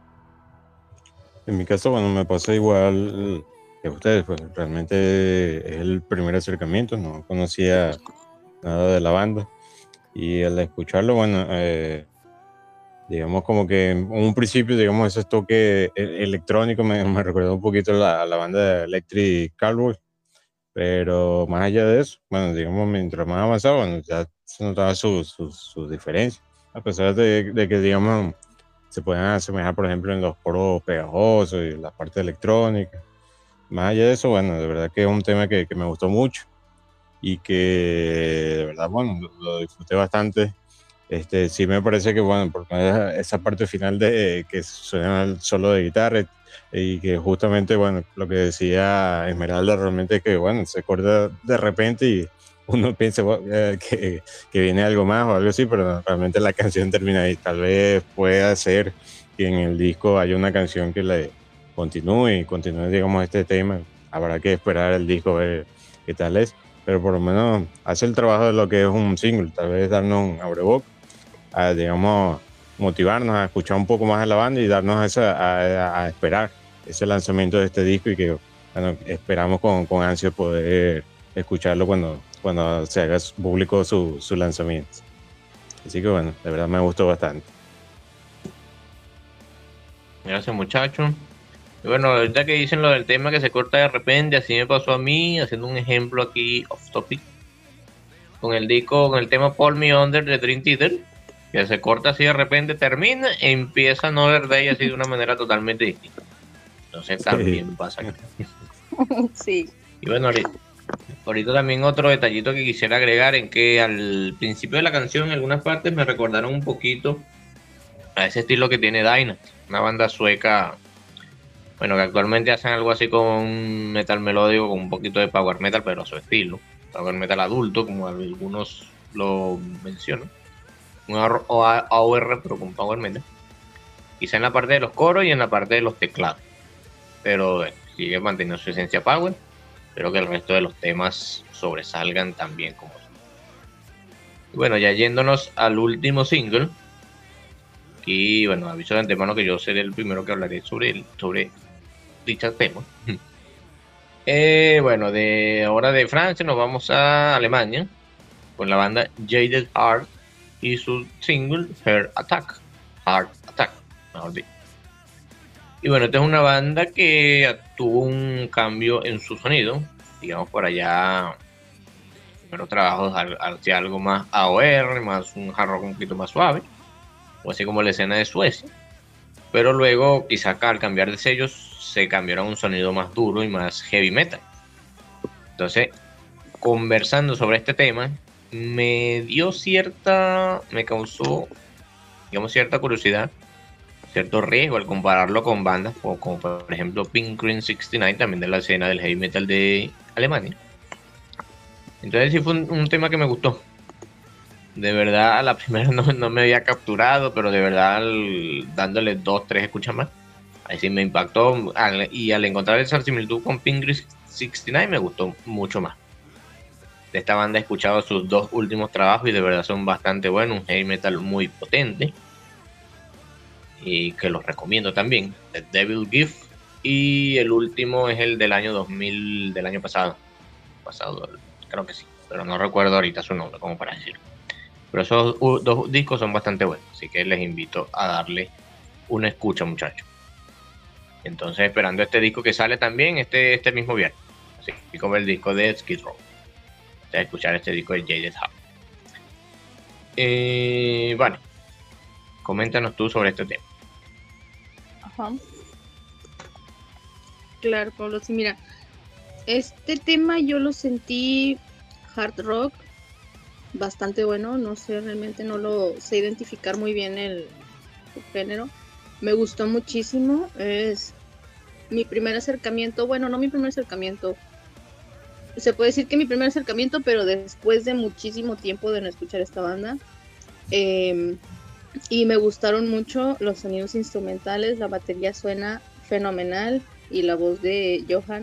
En mi caso, bueno, me pasa igual que ustedes, pues realmente es el primer acercamiento, no conocía nada de la banda y al escucharlo, bueno, eh, digamos como que en un principio, digamos, ese toque e- electrónico me, me recordó un poquito a la, a la banda de Electric Callboy, pero más allá de eso, bueno, digamos, mientras más avanzaba, bueno, ya se notaba sus su, su diferencias, a pesar de, de que, digamos, se pueden asemejar, por ejemplo, en los coros pegajosos y la parte electrónica. Más allá de eso, bueno, de verdad que es un tema que, que me gustó mucho y que de verdad, bueno, lo, lo disfruté bastante. Este, sí me parece que, bueno, por esa parte final de que suena el solo de guitarra y que justamente, bueno, lo que decía Esmeralda realmente es que, bueno, se corta de repente y uno piensa bueno, eh, que, que viene algo más o algo así, pero realmente la canción termina ahí. Tal vez pueda ser que en el disco haya una canción que le continúe y continúe, digamos, este tema. Habrá que esperar el disco a ver qué tal es, pero por lo menos hace el trabajo de lo que es un single, tal vez darnos un abreboca, a, digamos, motivarnos a escuchar un poco más a la banda y darnos esa, a, a esperar ese lanzamiento de este disco y que, bueno, esperamos con, con ansia poder escucharlo cuando, cuando se haga público su, su lanzamiento. Así que, bueno, de verdad me gustó bastante. Gracias, muchachos. Y bueno, ahorita que dicen lo del tema que se corta de repente, así me pasó a mí, haciendo un ejemplo aquí off topic, con el disco, con el tema Pull Me Under de Dream Theater, que se corta así de repente, termina e empieza Another Day así de una manera totalmente distinta. Entonces también Sí. pasa aquí. Sí. Y bueno, ahorita, ahorita también otro detallito que quisiera agregar, en que al principio de la canción en algunas partes me recordaron un poquito a ese estilo que tiene Dynasty, una banda sueca, bueno, que actualmente hacen algo así como un metal melódico con un poquito de power metal, pero a su estilo, power metal adulto, como algunos lo mencionan, un A O R pero con power metal, quizá en la parte de los coros y en la parte de los teclados, pero bueno, sigue manteniendo su esencia power. Espero que el resto de los temas sobresalgan también como son. Y bueno, ya yéndonos al último single, y bueno, aviso de antemano que yo seré el primero que hablaré sobre el, sobre dicho tema. eh, bueno, de ahora de Francia nos vamos a Alemania con la banda Jaded Heart y su single Heart Attack. Heart Attack, mejor dicho. Y bueno, esta es una banda que tuvo un cambio en su sonido, digamos por allá, primeros trabajos hacia algo más A O R, más un hard rock un poquito más suave, o así como la escena de Suecia. Pero luego, quizá al cambiar de sellos, se cambiaron a un sonido más duro y más heavy metal. Entonces, conversando sobre este tema, me dio cierta, me causó, digamos, cierta curiosidad, cierto riesgo al compararlo con bandas como, como por ejemplo Pink Green sesenta y nueve, también de la escena del heavy metal de Alemania. Entonces sí fue un, un tema que me gustó. De verdad, a la primera no, no me había capturado, pero de verdad al, dándole dos, tres escuchas más, ahí sí me impactó. Al, y al encontrar esa similitud con Pink Green sesenta y nueve me gustó mucho más. De esta banda he escuchado sus dos últimos trabajos y de verdad son bastante buenos, un heavy metal muy potente y que los recomiendo también, The Devil Gift, y el último es el del año dos mil, del año pasado, pasado creo que sí, pero no recuerdo ahorita su nombre como para decirlo, pero esos uh, dos discos son bastante buenos, así que les invito a darle una escucha, muchachos. Entonces esperando este disco que sale también este, este mismo viernes, así como el disco de Skid Row, a escuchar este disco de Jaded Heart. Eh, vale, coméntanos tú sobre este tema. Ajá. Claro, Pablo, sí, mira, este tema yo lo sentí hard rock, bastante bueno, no sé, realmente no lo sé identificar muy bien el, el género, me gustó muchísimo, es mi primer acercamiento, bueno, no mi primer acercamiento, se puede decir que mi primer acercamiento, pero después de muchísimo tiempo de no escuchar esta banda, eh, y me gustaron mucho los sonidos instrumentales, la batería suena fenomenal y la voz de Johan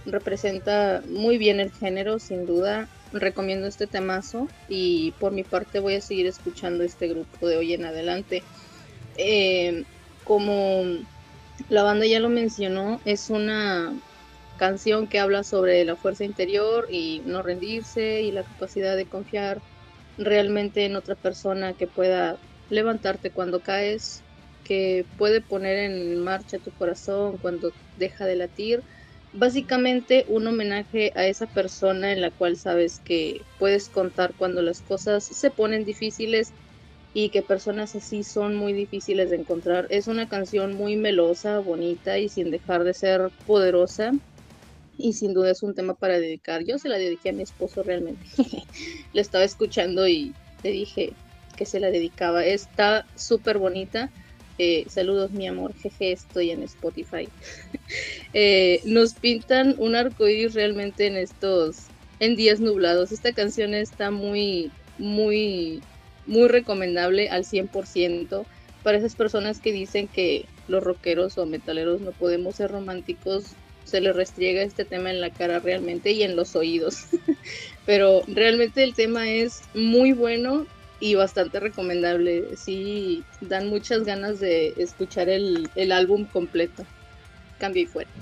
representa muy bien el género, sin duda. Recomiendo este temazo y por mi parte voy a seguir escuchando este grupo de hoy en adelante. Eh, como la banda ya lo mencionó, es una canción que habla sobre la fuerza interior y no rendirse y la capacidad de confiar realmente en otra persona que pueda levantarte cuando caes, que puede poner en marcha tu corazón cuando deja de latir. Básicamente un homenaje a esa persona en la cual sabes que puedes contar cuando las cosas se ponen difíciles y que personas así son muy difíciles de encontrar. Es una canción muy melosa, bonita y sin dejar de ser poderosa, y sin duda es un tema para dedicar. Yo se la dediqué a mi esposo realmente. La estaba escuchando y le dije que se la dedicaba. Está súper bonita. Eh, saludos mi amor, jeje, estoy en Spotify. eh, nos pintan un arcoíris realmente en estos, en días nublados. Esta canción está muy, muy, muy recomendable al cien por ciento para esas personas que dicen que los rockeros o metaleros no podemos ser románticos. Se les restriega este tema en la cara realmente y en los oídos. Pero realmente el tema es muy bueno y bastante recomendable. Sí, dan muchas ganas de escuchar el, el álbum completo. Cambio y fuera.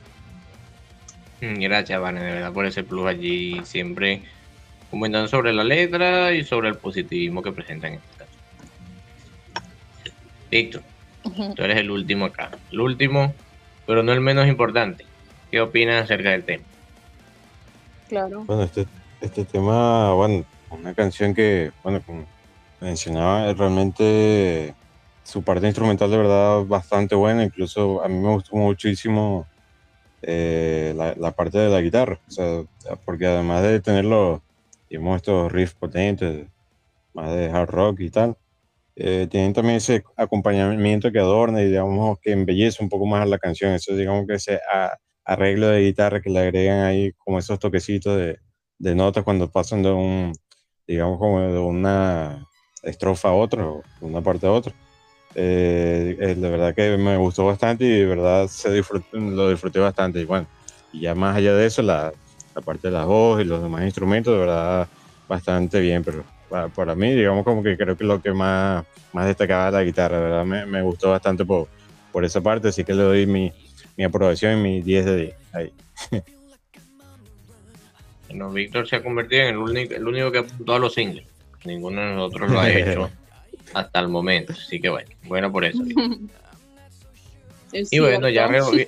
Gracias, Vane, de verdad, por ese plus allí. Siempre comentando sobre la letra y sobre el positivismo que presentan en este caso. Víctor, uh-huh. Tú eres el último acá. El último, pero no el menos importante. ¿Qué opinas acerca del tema? Claro. Bueno, este, este tema, bueno, una canción que, bueno, como mencionaba, realmente su parte instrumental de verdad bastante buena. Incluso a mí me gustó muchísimo eh, la, la parte de la guitarra. O sea, porque además de tenerlo, digamos, estos riffs potentes, más de hard rock y tal, eh, tienen también ese acompañamiento que adorna y, digamos, que embellece un poco más a la canción. Eso, digamos, que ese a, arreglo de guitarra que le agregan ahí como esos toquecitos de, de notas cuando pasan de un, digamos, como de una estrofa a otra o de una parte a otra. Eh, eh, de verdad que me gustó bastante y de verdad se disfrutó, lo disfruté bastante. Y bueno, y ya más allá de eso, la, la parte de la voz y los demás instrumentos, de verdad, bastante bien. Pero para, para mí, digamos, como que creo que lo que más, más destacaba la guitarra, de verdad, me, me gustó bastante por, por esa parte. Así que le doy mi, mi aprobación y mi diez de diez ahí. Bueno, Víctor se ha convertido en el único, el único que apuntó a los singles. Ninguno de nosotros lo ha hecho hasta el momento. Así que bueno, bueno por eso. Y bueno, ya re...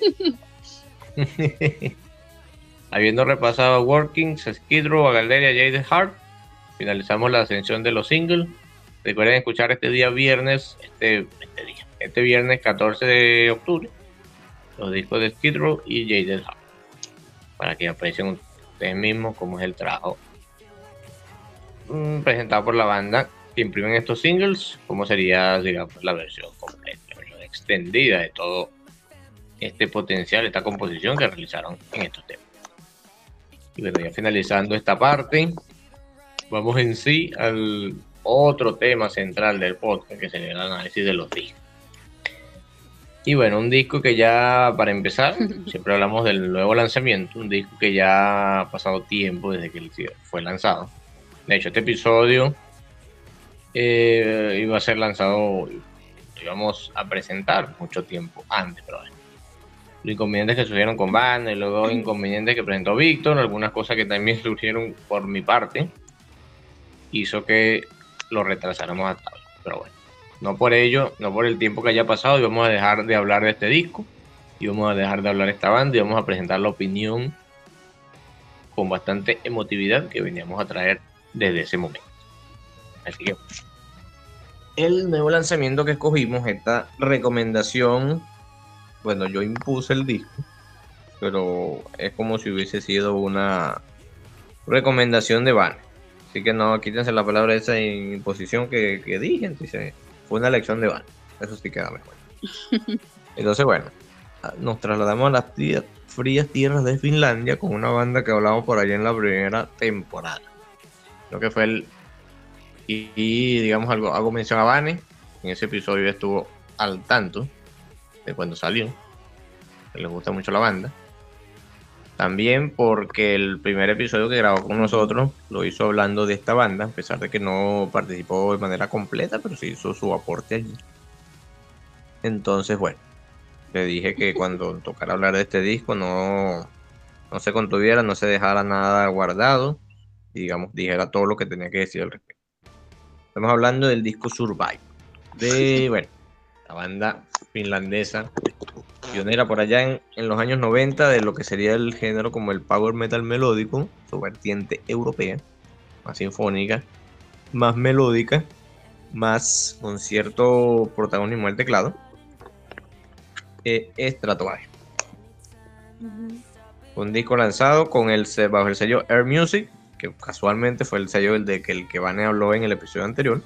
habiendo repasado Workings, Skid Row, Galleria, Jaded Heart, finalizamos la ascensión de los singles. Recuerden escuchar este día viernes, este, este día, este viernes catorce de octubre, los discos de Skid Row y Jaded Heart, para que aprecien ustedes mismos cómo es el trabajo mmm, presentado por la banda que imprimen estos singles, cómo sería, digamos, la versión completa, la versión extendida de todo este potencial, esta composición que realizaron en estos temas. Y bueno, ya finalizando esta parte, vamos en sí al otro tema central del podcast, que sería el análisis de los discos. Y bueno, un disco que ya, para empezar, siempre hablamos del nuevo lanzamiento, un disco que ya ha pasado tiempo desde que fue lanzado. De hecho, este episodio eh, iba a ser lanzado, íbamos a presentar mucho tiempo antes, pero bueno. Los inconvenientes que surgieron con Van, y luego inconvenientes que presentó Víctor, algunas cosas que también surgieron por mi parte, hizo que lo retrasáramos hasta hoy. Pero bueno, no por ello, no por el tiempo que haya pasado, íbamos a dejar de hablar de este disco, íbamos a dejar de hablar de esta banda y vamos a presentar la opinión con bastante emotividad que veníamos a traer desde ese momento. Así que el nuevo lanzamiento que escogimos, esta recomendación, bueno, yo impuse el disco, pero es como si hubiese sido una recomendación de Van. Así que no, quítense la palabra esa imposición que, que dije, entonces fue una elección de Van. Eso sí queda mejor. Entonces, bueno, nos trasladamos a las frías, frías tierras de Finlandia con una banda que hablamos por allá en la primera temporada. Lo que fue el... Y, y digamos, algo, hago mención a Vane. En ese episodio estuvo al tanto de cuando salió, que les gusta mucho la banda. También porque el primer episodio que grabó con nosotros lo hizo hablando de esta banda, a pesar de que no participó de manera completa, pero sí hizo su aporte allí. Entonces, bueno, le dije que cuando tocara hablar de este disco no, no se contuviera, no se dejara nada guardado, y digamos, dijera todo lo que tenía que decir al respecto. Estamos hablando del disco Survive, de, bueno, la banda finlandesa, pionera por allá en, en los años noventa de lo que sería el género como el power metal melódico, su vertiente europea, más sinfónica, más melódica, más con cierto protagonismo al teclado, eh, Stratovarius. Uh-huh. Un disco lanzado con el, bajo el sello Air Music, que casualmente fue el sello del de que el que Vane habló en el episodio anterior.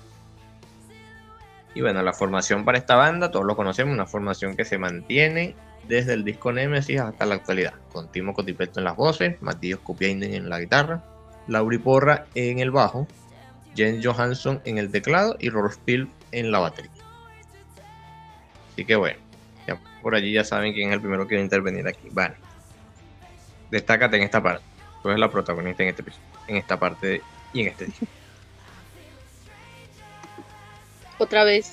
Y bueno, la formación para esta banda, todos lo conocemos, una formación que se mantiene desde el disco Nemesis hasta la actualidad, con Timo Kotipelto en las voces, Mattias Kopiainen en la guitarra, Lauri Porra en el bajo, Jens Johansson en el teclado y Rolf Pilf en la batería. Así que bueno, ya por allí ya saben quién es el primero que va a intervenir aquí. Vale, destácate en esta parte, tú eres la protagonista en este episodio, en esta parte y en este disco. Otra vez.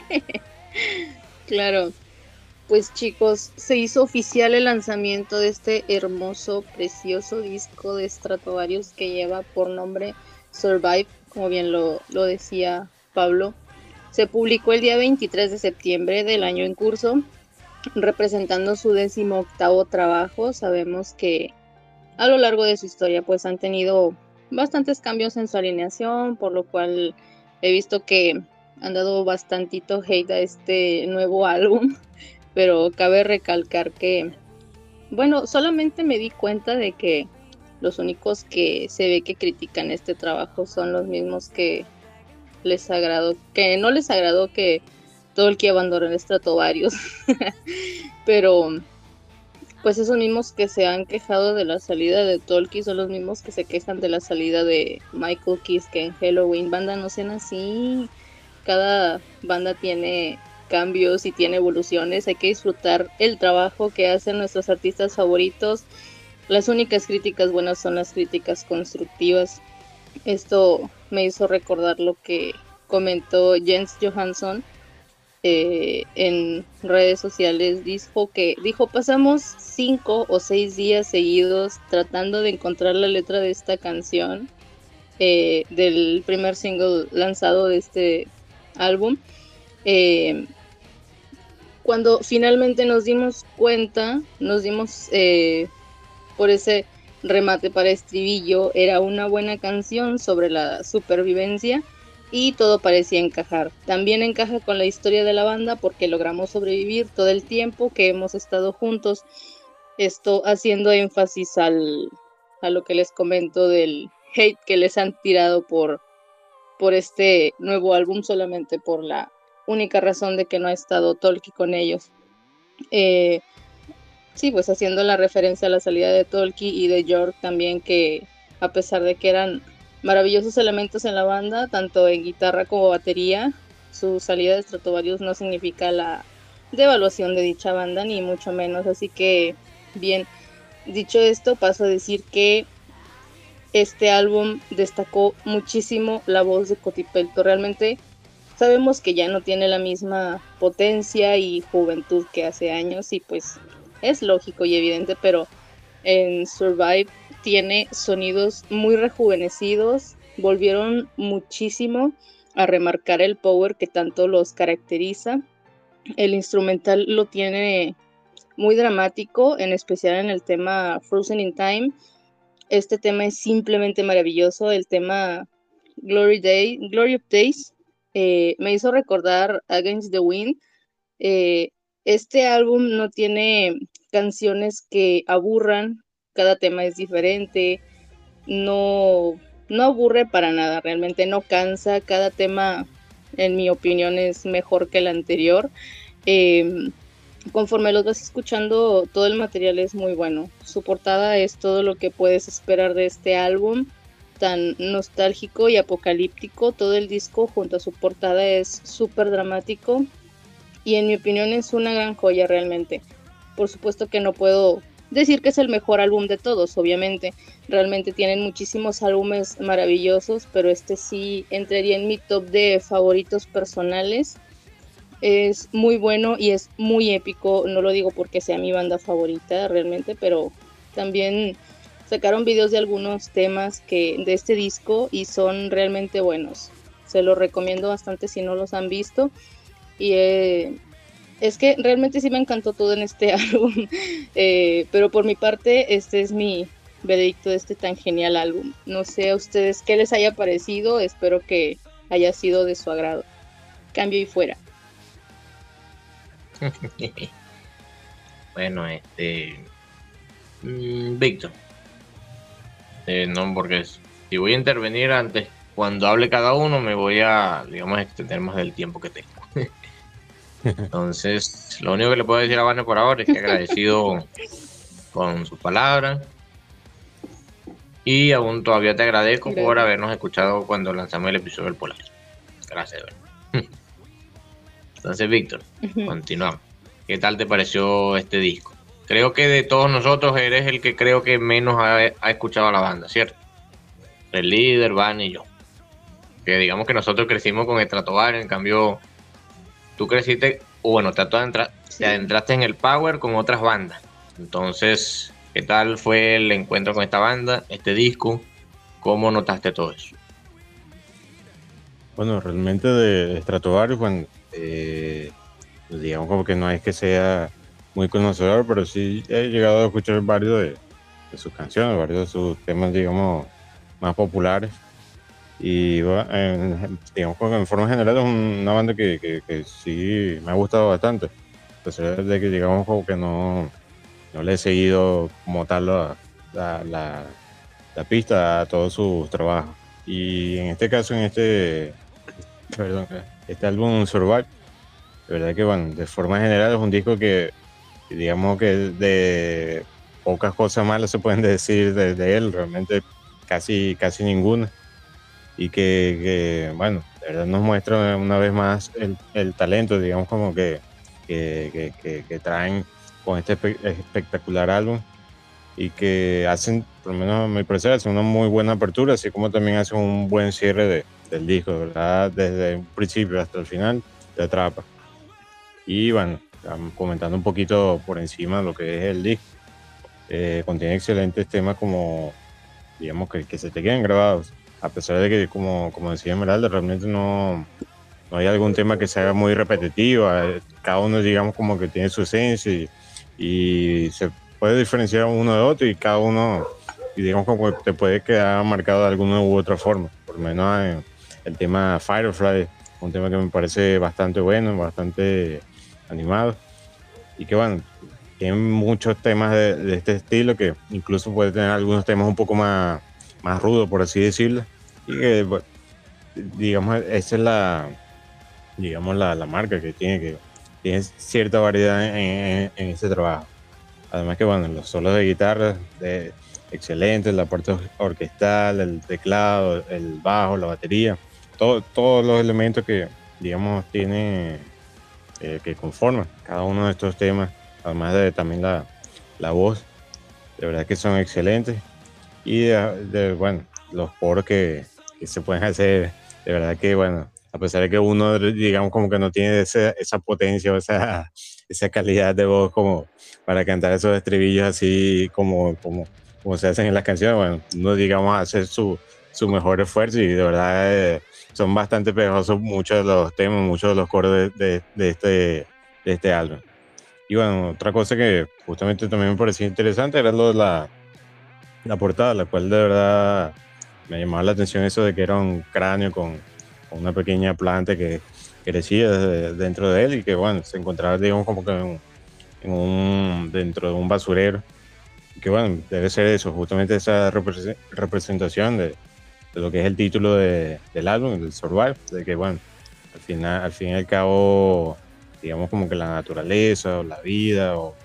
Claro. Pues chicos, se hizo oficial el lanzamiento de este hermoso, precioso disco de Stratovarius que lleva por nombre Survive, como bien lo, lo decía Pablo. Se publicó el día veintitrés de septiembre del año en curso, representando su décimo octavo trabajo. Sabemos que a lo largo de su historia pues han tenido bastantes cambios en su alineación, por lo cual he visto que han dado bastantito hate a este nuevo álbum, pero cabe recalcar que, bueno, solamente me di cuenta de que los únicos que se ve que critican este trabajo son los mismos que les agradó, que no les agradó que Tolkki abandonó el Stratovarius, pero pues esos mismos que se han quejado de la salida de Tolkki son los mismos que se quejan de la salida de Michael Kiske en Helloween. Banda, no sean así. Cada banda tiene cambios y tiene evoluciones. Hay que disfrutar el trabajo que hacen nuestros artistas favoritos. Las únicas críticas buenas son las críticas constructivas. Esto me hizo recordar lo que comentó Jens Johansson eh, en redes sociales. Dijo que dijo pasamos cinco o seis días seguidos tratando de encontrar la letra de esta canción, eh, del primer single lanzado de este álbum. Eh, cuando finalmente nos dimos cuenta, nos dimos eh, por ese remate para estribillo, era una buena canción sobre la supervivencia y todo parecía encajar. También encaja con la historia de la banda porque logramos sobrevivir todo el tiempo que hemos estado juntos. Esto haciendo énfasis al, a lo que les comento del hate que les han tirado por por este nuevo álbum, solamente por la única razón de que no ha estado Tolkki con ellos. Eh, sí, pues haciendo la referencia a la salida de Tolkki y de York también, que a pesar de que eran maravillosos elementos en la banda, tanto en guitarra como batería, su salida de Stratovarius no significa la devaluación de dicha banda, ni mucho menos. Así que, bien, dicho esto, paso a decir que este álbum destacó muchísimo la voz de Kotipelto. Realmente sabemos que ya no tiene la misma potencia y juventud que hace años, y pues es lógico y evidente, pero en Survive tiene sonidos muy rejuvenecidos. Volvieron muchísimo a remarcar el power que tanto los caracteriza. El instrumental lo tiene muy dramático, en especial en el tema Frozen in Time. Este tema es simplemente maravilloso. El tema Glory, Day, Glory of Days eh, me hizo recordar Against the Wind. Eh, este álbum no tiene canciones que aburran, cada tema es diferente, no, no aburre para nada, realmente no cansa, cada tema en mi opinión es mejor que el anterior. Eh, Conforme los vas escuchando, todo el material es muy bueno. Su portada es todo lo que puedes esperar de este álbum, tan nostálgico y apocalíptico. Todo el disco junto a su portada es súper dramático y en mi opinión es una gran joya realmente. Por supuesto que no puedo decir que es el mejor álbum de todos, obviamente. Realmente tienen muchísimos álbumes maravillosos, pero este sí entraría en mi top de favoritos personales. Es muy bueno y es muy épico, no lo digo porque sea mi banda favorita realmente, pero también sacaron videos de algunos temas que de este disco y son realmente buenos. Se los recomiendo bastante si no los han visto. Y eh, es que realmente sí me encantó todo en este álbum, eh, pero por mi parte este es mi veredicto de este tan genial álbum. No sé a ustedes qué les haya parecido, espero que haya sido de su agrado. Cambio y fuera. Bueno, este... Mm, Víctor. Eh, no, porque si voy a intervenir antes, cuando hable cada uno, me voy a, digamos, extender más del tiempo que tengo. Entonces, lo único que le puedo decir a Vane por ahora es que agradecido con sus palabras. Y aún todavía te agradezco Gracias. por habernos escuchado cuando lanzamos el episodio del Polaris. Gracias, de verdad. Entonces, Víctor, Ujú. continuamos. ¿Qué tal te pareció este disco? Creo que de todos nosotros eres el que creo que menos ha, ha escuchado a la banda, ¿cierto? El líder, Van y yo. Que digamos que nosotros crecimos con Stratovarius, en cambio tú creciste, o bueno, te, adentra, Sí. te adentraste en el Power con otras bandas. Entonces, ¿qué tal fue el encuentro con esta banda, este disco? ¿Cómo notaste todo eso? Bueno, realmente de Stratovarius, bueno, eh, pues digamos como que no es que sea muy conocedor, pero sí he llegado a escuchar varios de, de sus canciones, varios de sus temas, digamos, más populares. Y bueno, en- digamos que en forma general es una banda que, que, que sí me ha gustado bastante, a pesar de que digamos como que no, no le he seguido como tal la, la, la, la pista a todos sus trabajos. Y en este caso, en este, perdón, este álbum Survive, de verdad que bueno, de forma general es un disco que digamos que de pocas cosas malas se pueden decir de, de él, realmente casi, casi ninguna. Y que, que, bueno, de verdad nos muestra una vez más el, el talento, digamos, como que, que, que, que, que traen con este espe- espectacular álbum y que hacen, por lo menos a mi parecer, hacen una muy buena apertura, así como también hacen un buen cierre de, del disco, de verdad, desde un principio hasta el final, te atrapa. Y bueno, am- comentando un poquito por encima de lo que es el disco, eh, contiene excelentes temas como, digamos, que, que se te queden grabados, a pesar de que, como, como decía Esmeralda, realmente no, no hay algún tema que se haga muy repetitivo, eh, cada uno, digamos, como que tiene su esencia y, y se puede diferenciar uno de otro y cada uno, y digamos, como que te puede quedar marcado de alguna u otra forma, por lo menos en el tema Firefly, un tema que me parece bastante bueno, bastante animado y que bueno, tiene muchos temas de, de este estilo que incluso puede tener algunos temas un poco más, más rudos, por así decirlo, y que bueno, digamos, esa es la, digamos, la, la marca que tiene, que tiene cierta variedad en, en, en ese trabajo. Además que bueno, los solos de guitarra, de, excelentes, la parte orquestal, el teclado, el bajo, la batería, todo, todos los elementos que, digamos, tiene, eh, que conforman cada uno de estos temas, además de también la, la voz, de verdad que son excelentes. Y de, de, bueno, los coros que, que se pueden hacer, de verdad que bueno, a pesar de que uno, digamos, como que no tiene esa, esa potencia o esa, esa calidad de voz como para cantar esos estribillos así como, como, como se hacen en las canciones, bueno, uno, digamos, hace su, su mejor esfuerzo y de verdad eh, son bastante pegajosos muchos de los temas, muchos de los coros de, de, de este, de este álbum. Y bueno, otra cosa que justamente también me parecía interesante era lo de la, la portada, la cual de verdad me llamaba la atención eso de que era un cráneo con, con una pequeña planta que crecía de- dentro de él y que bueno, se encontraba digamos como que en, en un, dentro de un basurero. Y que bueno, debe ser eso, justamente esa repre- representación de, de lo que es el título de, del álbum, del Survive, de que bueno, al final, al fin y al cabo, digamos como que la naturaleza o la vida o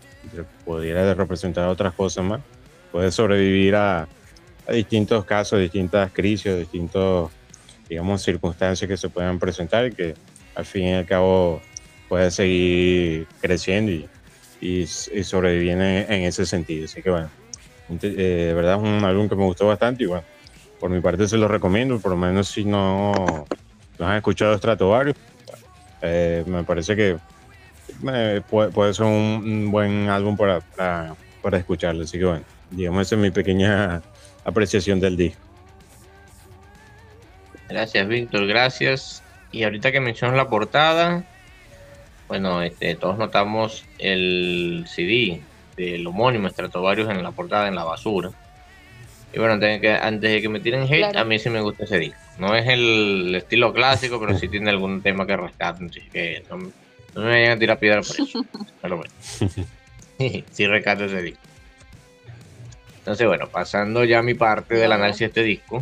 pudiera representar otras cosas más, puede sobrevivir a, a distintos casos, distintas crisis, distintos, digamos, circunstancias que se puedan presentar y que al fin y al cabo puede seguir creciendo y, y, y sobreviví en, en ese sentido. Así que bueno, eh, de verdad es un álbum que me gustó bastante y bueno, por mi parte se lo recomiendo, por lo menos si no los han escuchado Stratovarius, eh, me parece que eh, puede, puede ser un, un buen álbum para, para, para escucharlo. Así que bueno, digamos esa es mi pequeña apreciación del disco. Gracias, Víctor, gracias. Y ahorita que mencionas la portada, bueno, este, todos notamos el C D del homónimo Stratovarius en la portada, en la basura. Y bueno, antes de que, antes de que me tiren hate, Claro. a mí sí me gusta ese disco. No es el estilo clásico, pero sí tiene algún tema que rescaten. Así que no, no me vayan a tirar piedra por eso. Pero bueno, sí rescato ese disco. Entonces, bueno, pasando ya a mi parte del No. análisis de este disco.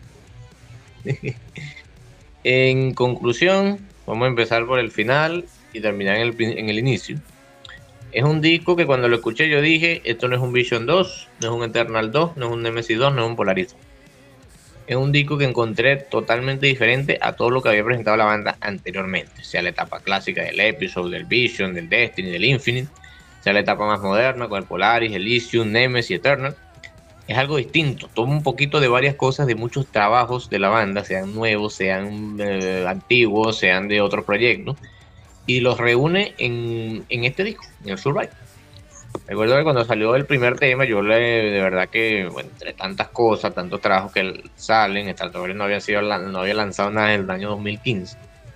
En conclusión, vamos a empezar por el final y terminar en el, en el inicio. Es un disco que cuando lo escuché yo dije, esto no es un Vision dos, no es un Eternal dos, no es un Nemesis dos, no es un Polaris. Es un disco que encontré totalmente diferente a todo lo que había presentado la banda anteriormente, sea la etapa clásica del Episode, del Vision, del Destiny, del Infinite, sea la etapa más moderna con el Polaris, Elysium, Nemesis, Eternal. Es algo distinto, toma un poquito de varias cosas de muchos trabajos de la banda, sean nuevos, sean eh, antiguos, sean de otros proyectos, y los reúne en, en este disco, en el Survive. Recuerdo que cuando salió el primer tema, yo le, de verdad que, bueno, entre tantas cosas, tantos trabajos que salen, Stratovarius no había, sido, no había lanzado nada en el año dos mil quince.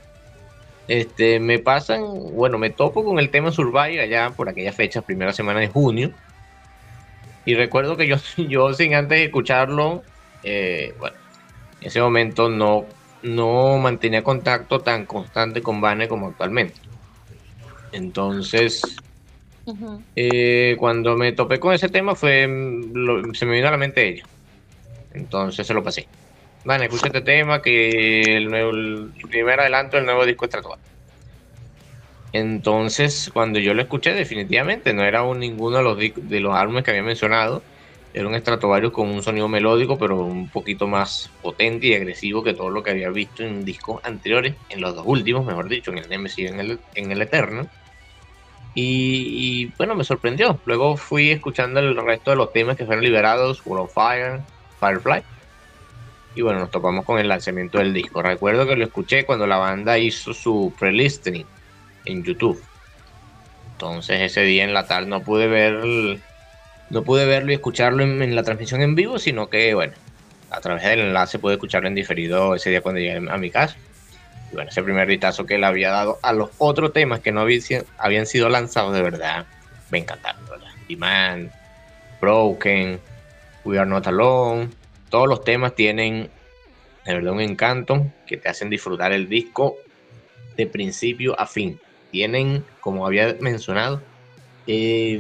Este, me pasan, bueno, me topo con el tema Survive allá por aquella fecha, primera semana de junio. Y recuerdo que yo, yo sin antes escucharlo, eh, bueno, en ese momento no, no mantenía contacto tan constante con Vane como actualmente. Entonces, uh-huh. eh, cuando me topé con ese tema, fue lo, se me vino a la mente ella. Entonces se lo pasé. Vane, escucha este tema, que el, nuevo, el primer adelanto del nuevo disco de Stratovarius. Entonces, cuando yo lo escuché, definitivamente no era un, ninguno de los, de los álbumes que había mencionado. Era un Stratovarius con un sonido melódico, pero un poquito más potente y agresivo que todo lo que había visto en discos anteriores, en los dos últimos, mejor dicho, en el Nemesis y en el, en el Eternal. Y, y bueno, me sorprendió. Luego fui escuchando el resto de los temas que fueron liberados, World of Fire, Firefly. Y bueno, nos topamos con el lanzamiento del disco. Recuerdo que lo escuché cuando la banda hizo su pre-listening en YouTube. Entonces ese día en la tarde no pude ver no pude verlo y escucharlo en, en la transmisión en vivo, sino que bueno, a través del enlace pude escucharlo en diferido ese día cuando llegué a mi casa. Y bueno, ese primer vistazo que le había dado a los otros temas que no habían, habían sido lanzados, de verdad me encantaron, ¿verdad? Demand, Broken, We Are Not Alone, todos los temas tienen de verdad un encanto que te hacen disfrutar el disco de principio a fin. Tienen, como había mencionado, eh,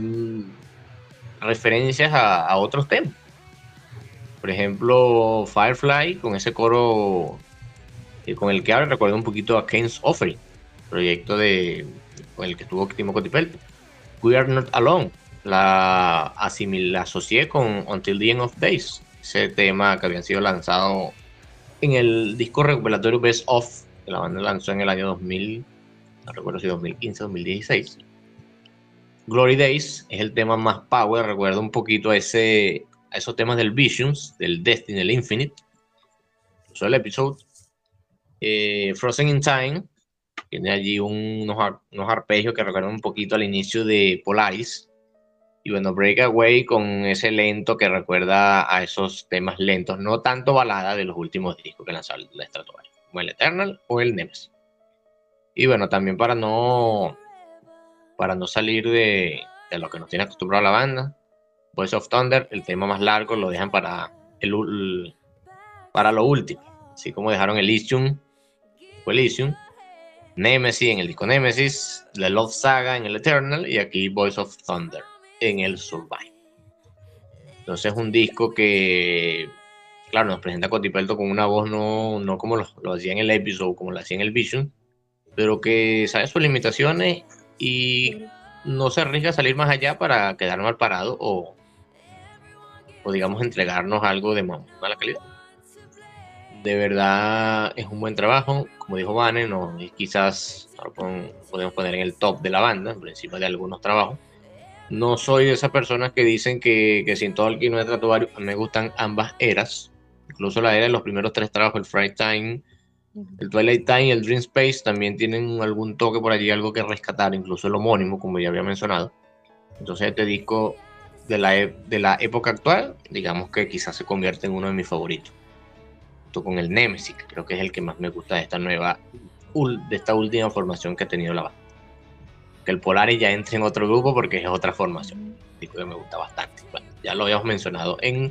referencias a, a otros temas. Por ejemplo, Firefly, con ese coro eh, con el que ahora recuerdo un poquito a Kane's Offering, proyecto de, con el que estuvo Timo Cotipelto. We Are Not Alone, la, asimil, la asocié con Until the End of Days, ese tema que habían sido lanzado en el disco recopilatorio Best Of, que la banda lanzó en el año dos mil, no recuerdo si dos mil quince o dos mil dieciséis. Glory Days es el tema más power, recuerda un poquito a, ese, a esos temas del Visions, del Destiny, del Infinite, incluso el Episode. Eh, Frozen in Time tiene allí un, unos, ar, unos arpegios que recuerdan un poquito al inicio de Polaris. Y bueno, Breakaway con ese lento que recuerda a esos temas lentos, no tanto balada de los últimos discos que lanzó la Stratovarius, como el Eternal o el Nemesis. Y bueno, también para no para no salir de, de lo que nos tiene acostumbrado la banda, Voice of Thunder, el tema más largo, lo dejan para, el, el, para lo último, así como dejaron Elysium, o Elysium, Nemesis en el disco Nemesis, The Love Saga en el Eternal, y aquí Voice of Thunder en el Survive. Entonces es un disco que, claro, nos presenta a Cotipelto con una voz no, no como lo, lo hacía en el Episode, como lo hacía en el Vision, pero que sabe sus limitaciones y no se arriesga a salir más allá para quedar mal parado o, o digamos entregarnos algo de mala calidad. De verdad es un buen trabajo, como dijo Vane, no, quizás podemos poner en el top de la banda, por encima de algunos trabajos, No soy de esas personas que dicen que, que sin Tolkien no es Stratovarius. Me gustan ambas eras, incluso la era de los primeros tres trabajos, el Fright Time, el Twilight Time y el Dream Space, también tienen algún toque por allí, algo que rescatar, incluso el homónimo, como ya había mencionado. Entonces este disco de la, e- de la época actual, digamos que quizás se convierte en uno de mis favoritos, junto con el Nemesis, que creo que es el que más me gusta de esta nueva, ul- de esta última formación que ha tenido la banda. Que el Polaris ya entra en otro grupo porque es otra formación, un disco que me gusta bastante. Bueno, ya lo habíamos mencionado en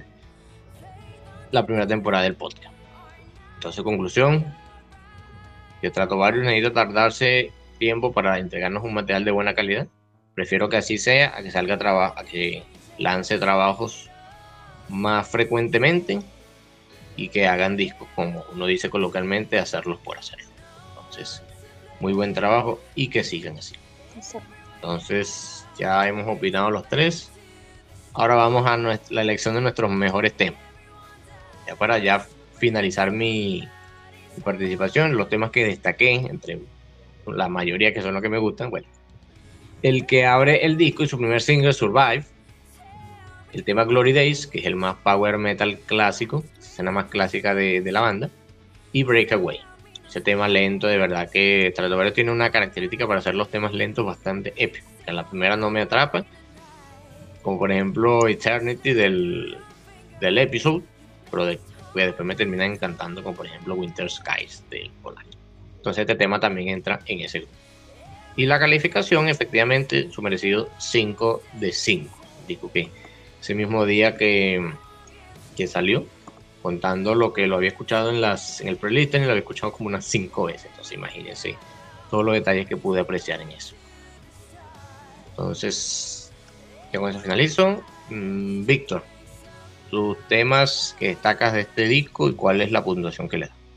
la primera temporada del podcast. Entonces, conclusión, que Stratovarius necesita tardarse tiempo para entregarnos un material de buena calidad. Prefiero que así sea, a que salga trabajo, a que lance trabajos más frecuentemente y que hagan discos, como uno dice coloquialmente, hacerlos por hacerlo. Entonces, muy buen trabajo y que sigan así. Exacto. Entonces, ya hemos opinado los tres. Ahora vamos a nuestra, la elección de nuestros mejores temas. Ya para ya finalizar mi, mi participación, los temas que destaqué, entre la mayoría que son los que me gustan, bueno, el que abre el disco y su primer single, Survive, el tema Glory Days, que es el más power metal clásico, escena más clásica de, de la banda, y Breakaway, ese tema lento, de verdad que Stratovarius tiene una característica para hacer los temas lentos bastante épicos. En la primera no me atrapa, como por ejemplo Eternity del, del episodio, pero de, pues después me termina encantando, como por ejemplo Winter Skies del Polar. Entonces este tema también entra en ese grupo. Y la calificación, efectivamente, su merecido cinco de cinco. Digo que ese mismo día que, que salió, contando lo que lo había escuchado en, las, en el pre-listing, lo había escuchado como unas cinco veces. Entonces imagínense todos los detalles que pude apreciar en eso. Entonces, ya con eso finalizo. Mm, Víctor, tus temas que destacas de este disco y cuál es la puntuación que le das.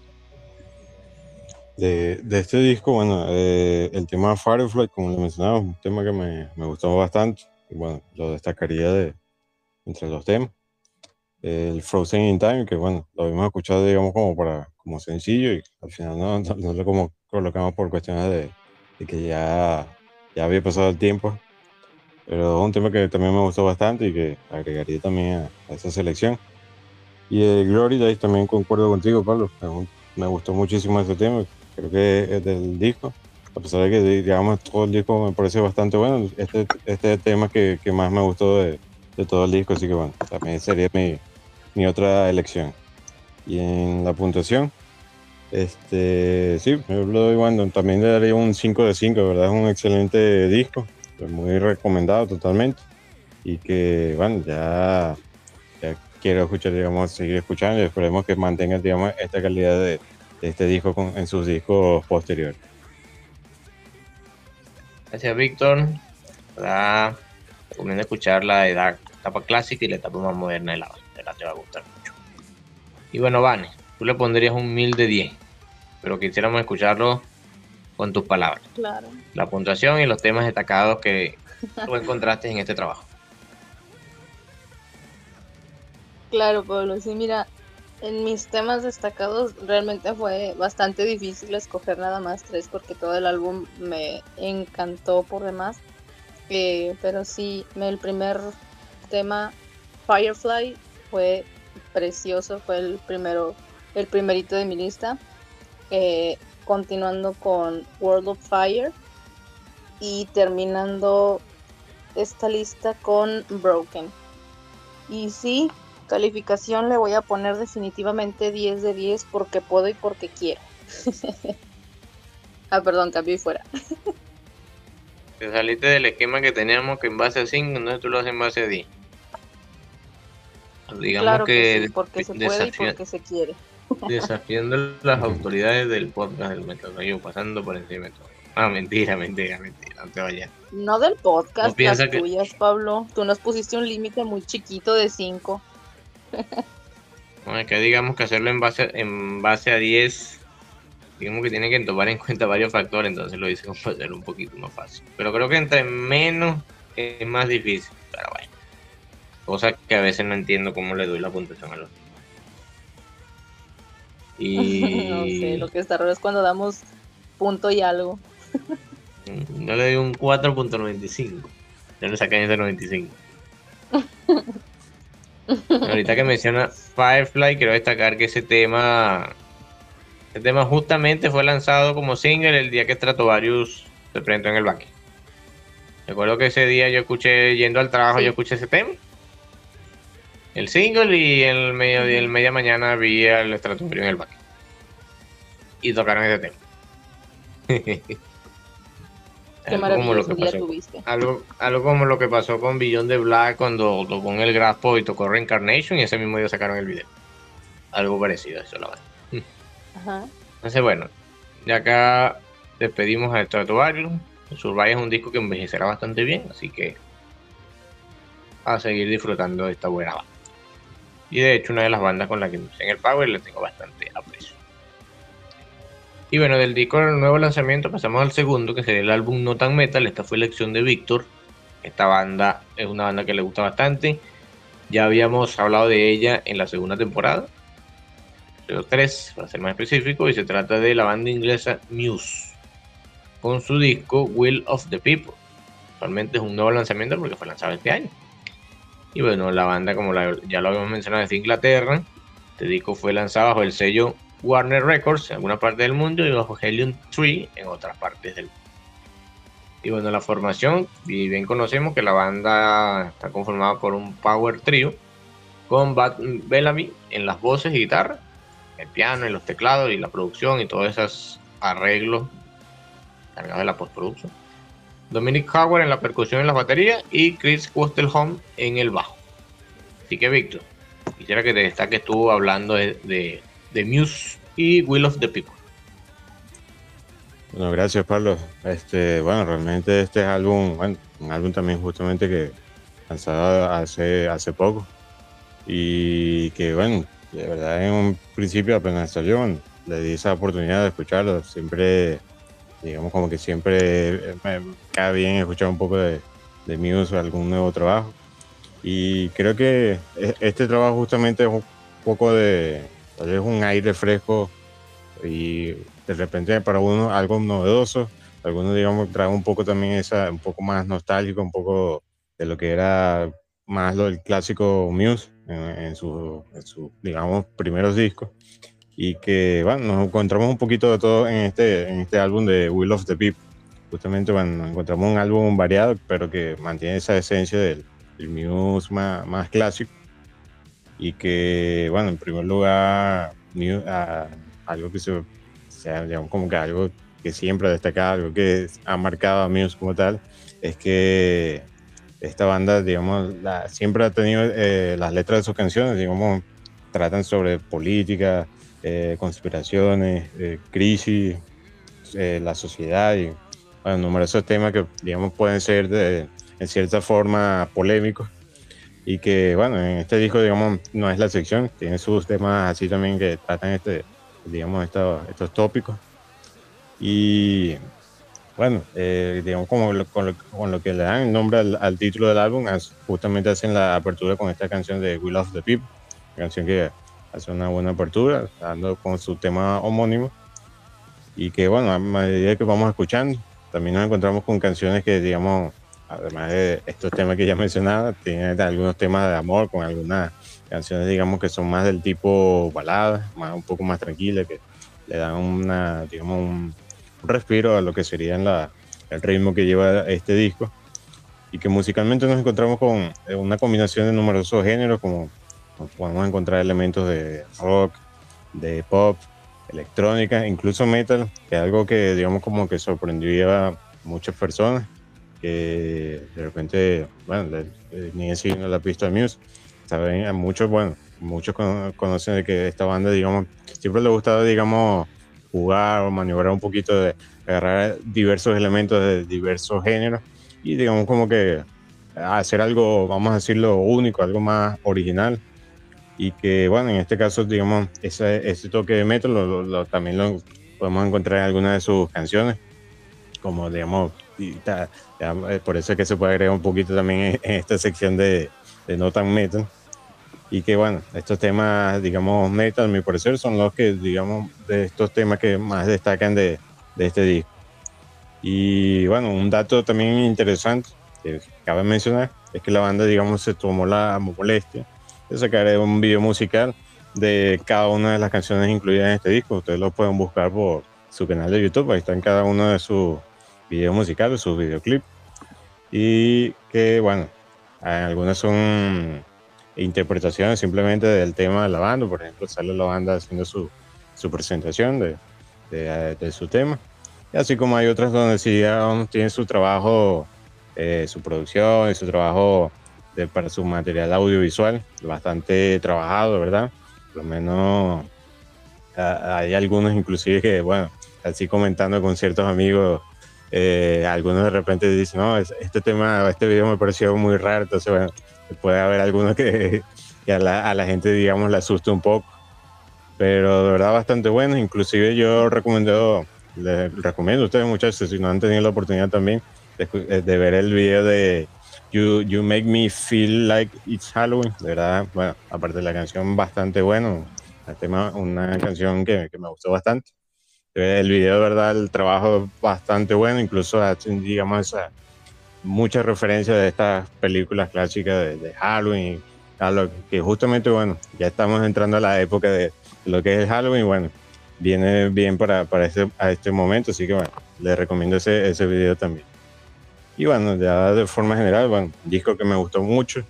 De, de este disco, bueno, eh, el tema Firefly, como le mencionaba, es un tema que me, me gustó bastante. Y bueno, lo destacaría de, entre los temas. El Frozen in Time, que bueno, lo habíamos escuchado, digamos, como para como sencillo y al final no, no, no lo como colocamos por cuestiones de, de que ya, ya había pasado el tiempo. Pero es un tema que también me gustó bastante y que agregaría también a, a esa selección. Y el Glory Days también concuerdo contigo, Pablo. Me, me gustó muchísimo ese tema. Creo que es del disco. A pesar de que, digamos, todo el disco me parece bastante bueno. Este, este tema que, que más me gustó de, de todo el disco. Así que bueno, también sería mi, mi otra elección. Y en la puntuación, este, sí, yo lo doy, bueno, también le daría un cinco de cinco. De verdad es un excelente disco. Muy recomendado totalmente. Y que, bueno, ya, ya quiero escuchar, digamos, seguir escuchando y esperemos que mantenga, digamos, esta calidad de, de este disco con, en sus discos posteriores. Gracias, Víctor. La recomiendo escuchar la de la etapa clásica y la etapa más moderna de la banda. De la te va a gustar mucho. Y bueno, Vane, tú le pondrías un mil de diez, pero quisiéramos escucharlo con tus palabras. Claro. La puntuación y los temas destacados que tú encontraste en este trabajo. Claro, Pablo, sí, mira, en mis temas destacados realmente fue bastante difícil escoger nada más tres porque todo el álbum me encantó por demás. Eh, pero sí, me- el primer tema, Firefly, fue precioso, fue el primero, el primerito de mi lista. Eh, continuando con World of Fire y terminando esta lista con Broken. Y sí, calificación le voy a poner definitivamente diez de diez porque puedo y porque quiero. Ah, perdón, cambio y fuera. Te saliste del esquema que teníamos que en base a cinco, entonces tú lo haces en base a diez. Digamos Claro que, que sí, porque se puede y desafía- porque se quiere. desafiando las Ujú. autoridades del podcast del Metal Gallo, pasando por encima de todo. Ah, mentira, mentira, mentira, no te vayas. No del podcast, No piensa las que- tuyas, Pablo. Tú nos pusiste un límite muy chiquito de cinco. No, es que digamos que hacerlo en base, en base a diez, digamos que tiene que tomar en cuenta varios factores, entonces lo hice como para hacerlo un poquito más fácil. Pero creo que entre menos es más difícil, pero bueno. Cosa que a veces no entiendo cómo le doy la puntuación a los. Y No sé, lo que está raro es cuando damos punto y algo. yo le doy un cuatro punto noventa y cinco. Yo lo saqué en ese noventa y cinco. Ahorita que menciona Firefly, quiero destacar que ese tema, ese tema justamente fue lanzado como single el día que Stratovarius se presentó en el baque. Recuerdo que ese día yo escuché, yendo al trabajo, Sí. yo escuché ese tema, el single, y el medio, Ujú. el media mañana vi al Stratovarius en el baque. Y tocaron ese tema. Qué Algo como lo maravilloso que día pasó. tuviste. Algo, algo como lo que pasó con Beyond the Black cuando tocó en el Graspo y tocó Reincarnation, y ese mismo día sacaron el video. Algo parecido a eso, la verdad. Ajá. Entonces, bueno, de acá despedimos a Stratovarius. Survive es un disco que envejecerá bastante bien, así que a seguir disfrutando de esta buena banda. Y de hecho, una de las bandas con las que empecé en el Power le tengo bastante aprecio. Y bueno, del disco del nuevo lanzamiento pasamos al segundo, que sería el álbum No Tan Metal. Esta fue elección de Víctor. Esta banda es una banda que le gusta bastante. Ya habíamos hablado de ella en la segunda temporada, episodio tres, para ser más específico, y se trata de la banda inglesa Muse, con su disco Will of the People. Actualmente es un nuevo lanzamiento porque fue lanzado este año. Y bueno, la banda, como la, ya lo habíamos mencionado, es de Inglaterra. Este disco fue lanzado bajo el sello Warner Records en alguna parte del mundo y bajo Helium tres en otras partes del mundo. Y bueno, la formación, y bien conocemos que la banda está conformada por un power trio con Bat Bellamy en las voces y guitarra, el piano y los teclados y la producción y todos esos arreglos cargados de la postproducción. Dominic Howard en la percusión y las baterías y Chris Wastelholm en el bajo. Así que, Víctor, quisiera que te destaques tú hablando de, de, de Muse y Will of the People. Bueno, gracias, Pablo. Este, bueno, realmente este álbum, bueno, un álbum también justamente que lanzado hace, hace poco y que, bueno, de verdad en un principio apenas salió, bueno, le di esa oportunidad de escucharlo. Siempre, digamos, como que siempre me cae bien escuchar un poco de, de Muse o algún nuevo trabajo. Y creo que este trabajo justamente es un poco de, tal vez un aire fresco y de repente para uno algo novedoso, algunos digamos trae un poco también esa, un poco más nostálgico, un poco de lo que era más lo del clásico Muse en, en sus su, digamos primeros discos, y que bueno, nos encontramos un poquito de todo en este, en este álbum de Will of the People. Justamente bueno, nos encontramos un álbum variado pero que mantiene esa esencia del, del Muse más, más clásico, y que bueno, en primer lugar Muse, uh, algo que se, sea, digamos, como que algo que siempre ha destacado, algo que ha marcado a Muse como tal, es que esta banda, digamos, la, siempre ha tenido eh, las letras de sus canciones, digamos, tratan sobre política, eh, conspiraciones, eh, crisis, eh, la sociedad y bueno, numerosos temas que, digamos, pueden ser de, en cierta forma polémicos. Y que, bueno, en este disco, digamos, no es la excepción, tiene sus temas así también que tratan este, digamos, estos, estos tópicos. Y bueno, eh, digamos, como lo, con, lo, con lo que le dan el nombre al, al título del álbum, justamente hacen la apertura con esta canción de Will of the People, una canción que hace una buena apertura, dando con su tema homónimo. Y que, bueno, a medida que vamos escuchando, también nos encontramos con canciones que, digamos, además de estos temas que ya mencionaba, tienen algunos temas de amor, con algunas canciones, digamos, que son más del tipo baladas, más, un poco más tranquilas, que le dan una, digamos, un, un respiro a lo que sería la, el ritmo que lleva este disco. Y que musicalmente nos encontramos con una combinación de numerosos géneros, como podemos encontrar elementos de rock, de pop, electrónica, incluso metal, que es algo que, digamos, como que sorprendió a muchas personas, que de repente, bueno, ni siquiera la pista de Muse, saben, a muchos, bueno, muchos conocen de que esta banda, digamos, siempre le gustaba, digamos, jugar o maniobrar un poquito, de agarrar diversos elementos de diversos géneros y, digamos, como que hacer algo, vamos a decirlo, único, algo más original. Y que, bueno, en este caso, digamos, ese, ese toque de metal lo, lo, lo, también lo podemos encontrar en algunas de sus canciones, como, digamos, y ta, ya, por eso es que se puede agregar un poquito también en, en esta sección de, de No Tan Metal. Y que, bueno, estos temas, digamos, metal, a mi parecer, son los que, digamos, de estos temas que más destacan de, de este disco. Y, bueno, un dato también interesante que cabe mencionar es que la banda, digamos, se tomó la molestia de sacar un video musical de cada una de las canciones incluidas en este disco. Ustedes lo pueden buscar por su canal de YouTube, ahí están cada uno de sus videos musicales, sus videoclips, y que bueno, algunas son interpretaciones simplemente del tema de la banda. Por ejemplo, sale la banda haciendo su, su presentación de, de, de su tema, y así como hay otras donde sí digamos, tienen su trabajo, eh, su producción y su trabajo de, para su material audiovisual bastante trabajado, ¿verdad? Por lo menos a, hay algunos inclusive que, bueno, así comentando con ciertos amigos, eh, algunos de repente dicen, no, este tema, este video me pareció muy raro, entonces bueno, puede haber algunos que, que a, la, a la gente, digamos, le asuste un poco, pero de verdad bastante bueno. Inclusive yo recomiendo, les recomiendo a ustedes, muchachos, si no han tenido la oportunidad también de, de ver el video de You, you Make Me Feel Like It's Halloween. De verdad, bueno, aparte de la canción, bastante bueno, el tema, una canción que, que me gustó bastante. El video, de verdad, el trabajo es bastante bueno, incluso hacen, digamos, esa, muchas referencias de estas películas clásicas de, de Halloween, a lo que justamente, bueno, ya estamos entrando a la época de lo que es el Halloween, bueno, viene bien para, para este, a este momento, así que bueno, les recomiendo ese, ese video también. Y bueno, ya de forma general, bueno, un disco que me gustó mucho,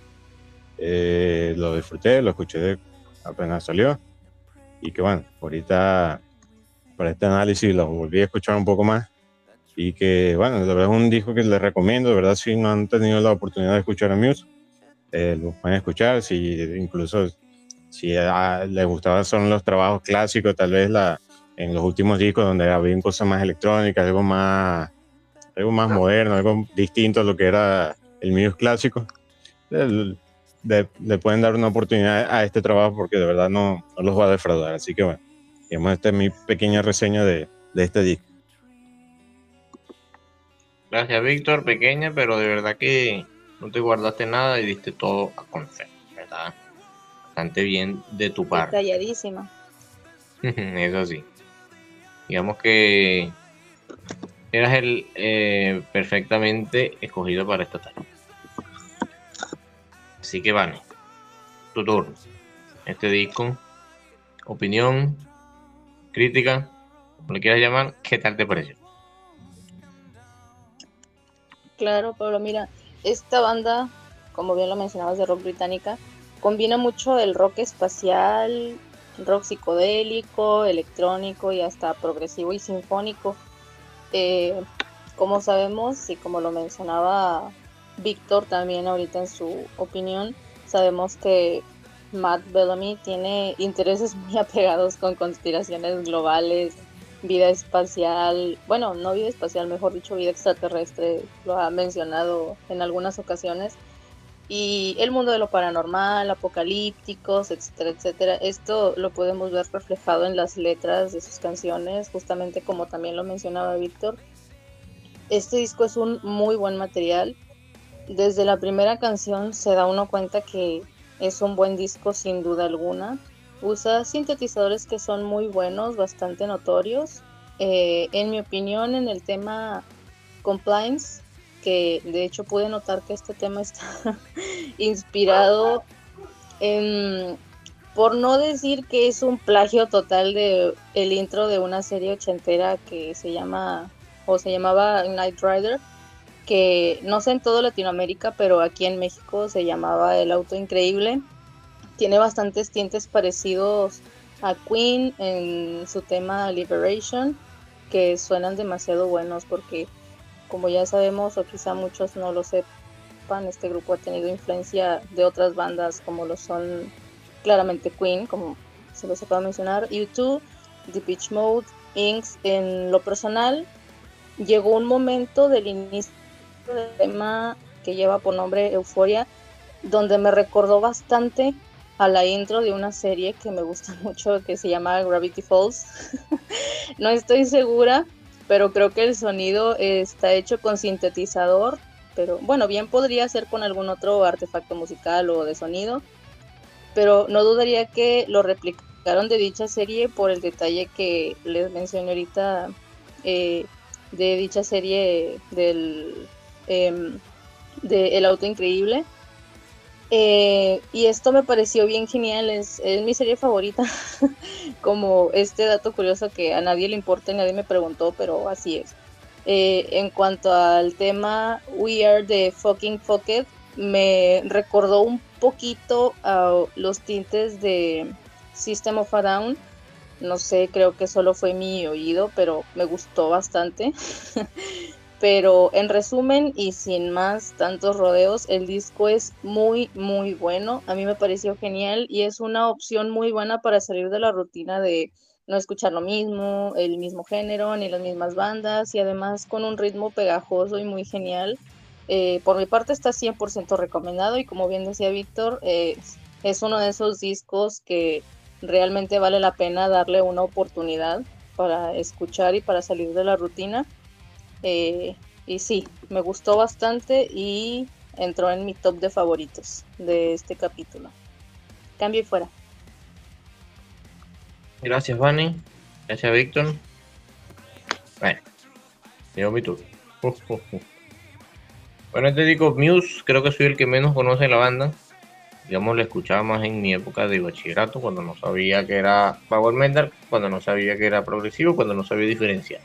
eh, lo disfruté, lo escuché apenas salió, y que bueno, ahorita para este análisis lo volví a escuchar un poco más, y que bueno, la verdad es un disco que les recomiendo, de verdad, si no han tenido la oportunidad de escuchar a Muse, eh, lo pueden escuchar, si incluso si a, les gustaban son los trabajos clásicos, tal vez la, en los últimos discos donde había cosas más electrónicas, algo más, algo más moderno, algo distinto a lo que era el Muse clásico, le, le, le pueden dar una oportunidad a este trabajo porque de verdad no, no los va a defraudar. Así que bueno, digamos, esta es mi pequeña reseña de, de este disco. Gracias, Víctor, pequeña, pero de verdad que no te guardaste nada y diste todo a conocer, ¿verdad? Bastante bien de tu parte. Detalladísima. Eso sí. Digamos que eras el eh, perfectamente escogido para esta tarde. Así que, Vane, tu turno. Este disco, opinión, crítica, como le quieras llamar, ¿qué tal te pareció? Claro, Pablo, mira, esta banda, como bien lo mencionabas, de rock británica, combina mucho el rock espacial, rock psicodélico, electrónico y hasta progresivo y sinfónico. Eh, como sabemos, y como lo mencionaba Víctor también ahorita en su opinión, sabemos que Matt Bellamy tiene intereses muy apegados con conspiraciones globales, vida espacial, bueno, no vida espacial, mejor dicho, vida extraterrestre, lo ha mencionado en algunas ocasiones, y el mundo de lo paranormal, apocalípticos, etcétera, etcétera. Esto lo podemos ver reflejado en las letras de sus canciones, justamente como también lo mencionaba Víctor. Este disco es un muy buen material. Desde la primera canción se da uno cuenta que es un buen disco sin duda alguna. Usa sintetizadores que son muy buenos, bastante notorios. Eh, en mi opinión, en el tema Compliance, que de hecho pude notar que este tema está inspirado en, por no decir que es un plagio total de el intro de una serie ochentera que se llama, o se llamaba Knight Rider, que no sé en todo Latinoamérica, pero aquí en México se llamaba El Auto Increíble. Tiene bastantes tintes parecidos a Queen en su tema Liberation, que suenan demasiado buenos porque, como ya sabemos, o quizá muchos no lo sepan, este grupo ha tenido influencia de otras bandas como lo son claramente Queen, como se los acabo de mencionar, U dos, Depeche Mode, Inks. En lo personal, llegó un momento del inicio del tema que lleva por nombre Euphoria, donde me recordó bastante a la intro de una serie que me gusta mucho, que se llama Gravity Falls. No estoy segura, pero creo que el sonido está hecho con sintetizador, pero bueno, bien podría ser con algún otro artefacto musical o de sonido, pero no dudaría que lo replicaron de dicha serie por el detalle que les mencioné ahorita, eh, de dicha serie del eh, de El Auto Increíble. Eh, y esto me pareció bien genial, es, es mi serie favorita. Como este dato curioso que a nadie le importa y nadie me preguntó, pero así es. Eh, en cuanto al tema We Are the Fucking Fucked, me recordó un poquito a los tintes de System of a Down. No sé, creo que solo fue mi oído, pero me gustó bastante. Pero en resumen y sin más tantos rodeos, el disco es muy muy bueno, a mí me pareció genial y es una opción muy buena para salir de la rutina de no escuchar lo mismo, el mismo género, ni las mismas bandas, y además con un ritmo pegajoso y muy genial. Eh, por mi parte está cien por ciento recomendado, y como bien decía Víctor, eh, es uno de esos discos que realmente vale la pena darle una oportunidad para escuchar y para salir de la rutina. Eh, y sí, me gustó bastante y entró en mi top de favoritos de este capítulo. Cambio y fuera. Gracias, Vani. Gracias, Víctor. Bueno, llegó mi turno. Uh, uh, uh. Bueno, este disco Muse, creo que soy el que menos conoce la banda. Digamos, lo escuchaba más en mi época de bachillerato, cuando no sabía que era power metal, cuando no sabía que era progresivo, cuando no sabía diferenciar.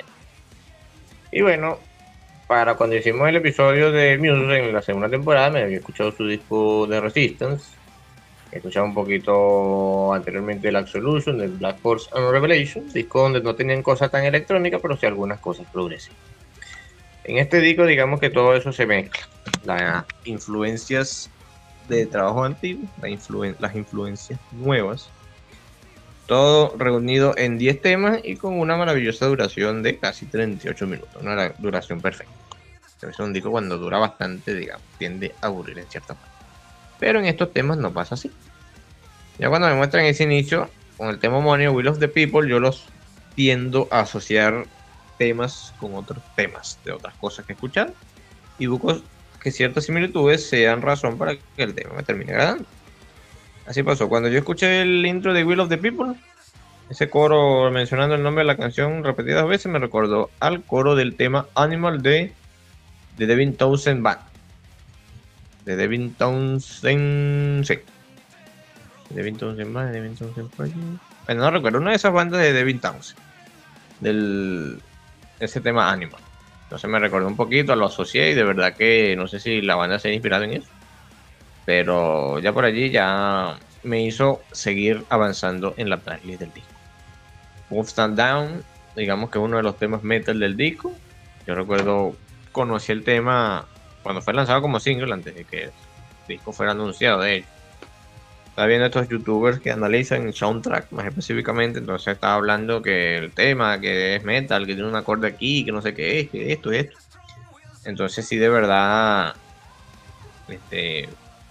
Y bueno, para cuando hicimos el episodio de Muse en la segunda temporada, me había escuchado su disco de Resistance. He escuchado un poquito anteriormente el Absolution, el Black Force and Revelation, disco donde no tenían cosas tan electrónicas, pero sí algunas cosas progresivas. En este disco, digamos que todo eso se mezcla. Las influencias de trabajo antiguo, la influen- las influencias nuevas. Todo reunido en diez temas y con una maravillosa duración de casi treinta y ocho minutos. Una duración perfecta. Es un disco cuando dura bastante, digamos, tiende a aburrir en cierta parte. Pero en estos temas no pasa así. Ya cuando me muestran ese inicio, con el tema homónimo, Will of the People, yo los tiendo a asociar temas con otros temas de otras cosas que he escuchado. Y busco que ciertas similitudes sean razón para que el tema me termine agradando. Así pasó. Cuando yo escuché el intro de Will of the People, ese coro mencionando el nombre de la canción repetidas veces me recordó al coro del tema Animal de, de Devin Townsend Band. De Devin Townsend... Sí. Devin Townsend Band, Devin Townsend Project. Bueno, no recuerdo. Una de esas bandas de Devin Townsend. Del... Ese tema Animal. Entonces me recordó un poquito, lo asocié y de verdad que no sé si la banda se ha inspirado en eso. Pero ya por allí ya me hizo seguir avanzando en la tracklist del disco. Wolf Stand Down, digamos que es uno de los temas metal del disco. Yo recuerdo, conocí el tema cuando fue lanzado como single, antes de que el disco fuera anunciado, de hecho. Estaba viendo estos youtubers que analizan soundtrack más específicamente, entonces estaba hablando que el tema, que es metal, que tiene un acorde aquí, que no sé qué es, que esto y esto. Entonces sí, de verdad, este...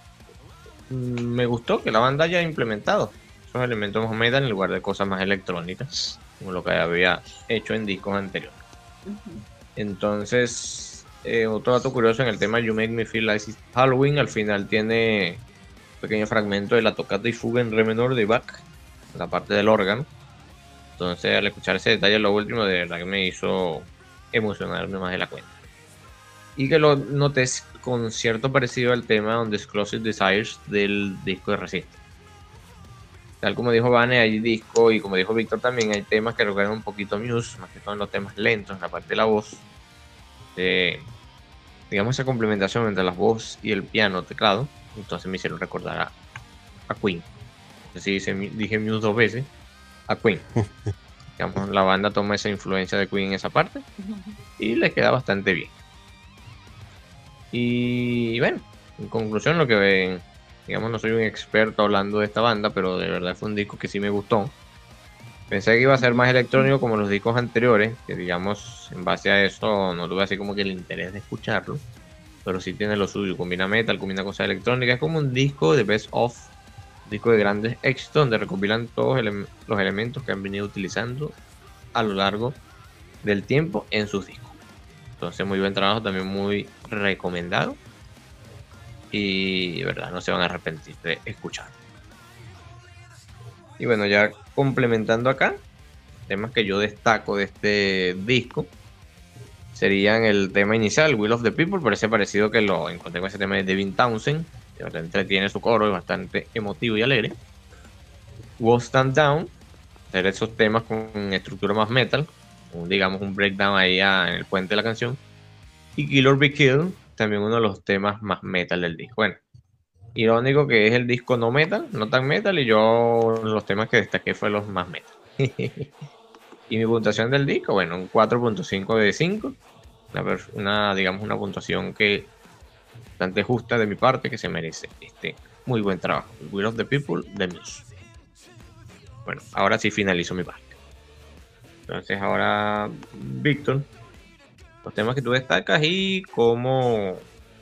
me gustó que la banda haya implementado esos elementos más metal en lugar de cosas más electrónicas, como lo que había hecho en discos anteriores. Uh-huh. Entonces, eh, otro dato curioso en el tema You Make Me Feel Like It's Halloween, al final tiene un pequeño fragmento de la tocata y fuga en re menor de Bach, la parte del órgano. Entonces, al escuchar ese detalle, lo último, de verdad que me hizo emocionarme más de la cuenta. Y que lo noté con cierto parecido al tema Undisclosed Desires del disco de Resistance. Tal como dijo Vane, hay disco, y como dijo Víctor también, hay temas que recuerdan un poquito a Muse, más que todo en los temas lentos, en la parte de la voz. Eh, digamos esa complementación entre la voz y el piano teclado, entonces me hicieron recordar a, a Queen. Entonces sí, dije Muse dos veces, a Queen. Digamos, la banda toma esa influencia de Queen en esa parte y le queda bastante bien. Y bueno, en conclusión, lo que ven, digamos, no soy un experto hablando de esta banda, pero de verdad fue un disco que sí me gustó. Pensé que iba a ser más electrónico como los discos anteriores, que digamos, en base a eso no tuve así como que el interés de escucharlo, pero sí tiene lo suyo, combina metal, combina cosas electrónicas, es como un disco de best of, un disco de grandes éxitos donde recopilan todos ele- los elementos que han venido utilizando a lo largo del tiempo en sus discos. Entonces, muy buen trabajo, también muy recomendado. Y de verdad, no se van a arrepentir de escuchar. Y bueno, ya complementando acá, temas que yo destaco de este disco. serían el tema inicial, Will of the People, parece parecido que lo encontré con ese tema de Devin Townsend, que bastante tiene su coro, es bastante emotivo y alegre. Won't Stand Down, hacer esos temas con estructura más metal, un, digamos un breakdown ahí a, en el puente de la canción. Y Kill or Be Killed, también uno de los temas más metal del disco. Bueno, irónico que es el disco no metal, no tan metal, y yo los temas que destaqué fue los más metal. Y mi puntuación del disco, bueno, un cuatro punto cinco de cinco, una, una, digamos, una puntuación que bastante justa de mi parte, que se merece este muy buen trabajo. Will of the People de Muse. Bueno, ahora sí finalizo mi parte. Entonces ahora, Víctor, los temas que tú destacas y cómo,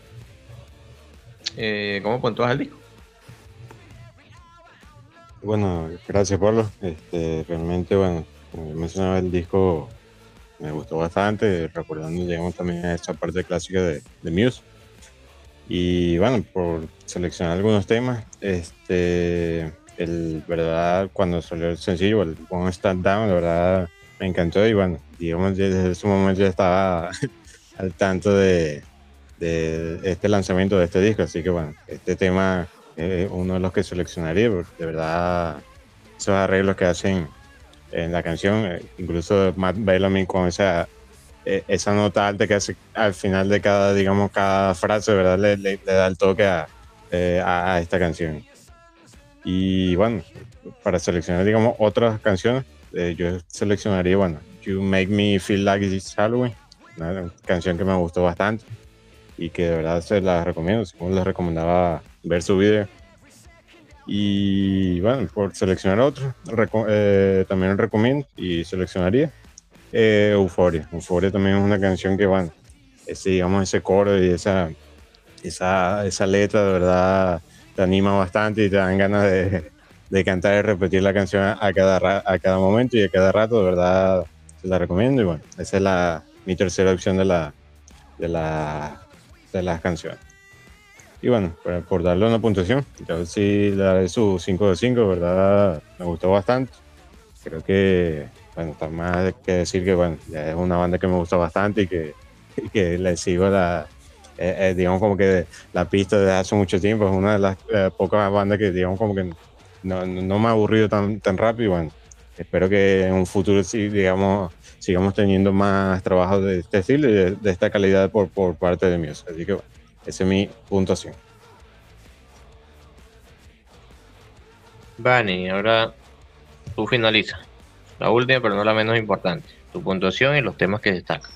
eh, cómo puntúas el disco. Bueno, gracias Pablo. Este, realmente, bueno, como yo mencionaba, el disco me gustó bastante, recordando, llegamos también a esa parte clásica de, de Muse. Y bueno, por seleccionar algunos temas, este, el verdad, cuando salió el sencillo, el Won't Stand Down, la verdad me encantó. Y bueno, digamos, desde ese momento ya estaba al tanto de, de este lanzamiento de este disco. Así que bueno, este tema es uno de los que seleccionaría, porque de verdad esos arreglos que hacen en la canción, incluso Matt Bellamy con esa, esa nota alta que hace al final de cada, digamos, cada frase, de verdad le, le, le da el toque a, eh, a, a esta canción. Y bueno, para seleccionar, digamos, otras canciones, eh, yo seleccionaría, bueno, You Make Me Feel Like It's Halloween, una canción que me gustó bastante y que de verdad se la recomiendo, como les recomendaba ver su video. Y bueno, por seleccionar otro, reco eh, también recomiendo y seleccionaría eh, Euphoria. Euphoria también es una canción que, bueno, ese, digamos, ese coro y esa, esa, esa letra de verdad te anima bastante y te dan ganas de, de cantar y repetir la canción a cada, a cada momento y a cada rato. De verdad se la recomiendo. Y bueno, esa es la, mi tercera opción de, la, de, la, de las canciones. Y bueno, por, por darle una puntuación, yo sí le daré su cinco de cinco, ¿verdad? Me gustó bastante. Creo que, bueno, está más que decir que, bueno, ya es una banda que me gusta bastante y que, y que le sigo la, eh, eh, digamos, como que la pista desde hace mucho tiempo. Es una de las eh, pocas bandas que, digamos, como que no, no me ha aburrido tan, tan rápido. Y bueno, espero que en un futuro sí, digamos, sigamos teniendo más trabajos de este estilo y de, de esta calidad por, por parte de Muse. Así que, bueno, esa es mi puntuación. Vani, ahora tú finalizas. La última, pero no la menos importante. Tu puntuación y los temas que destacan.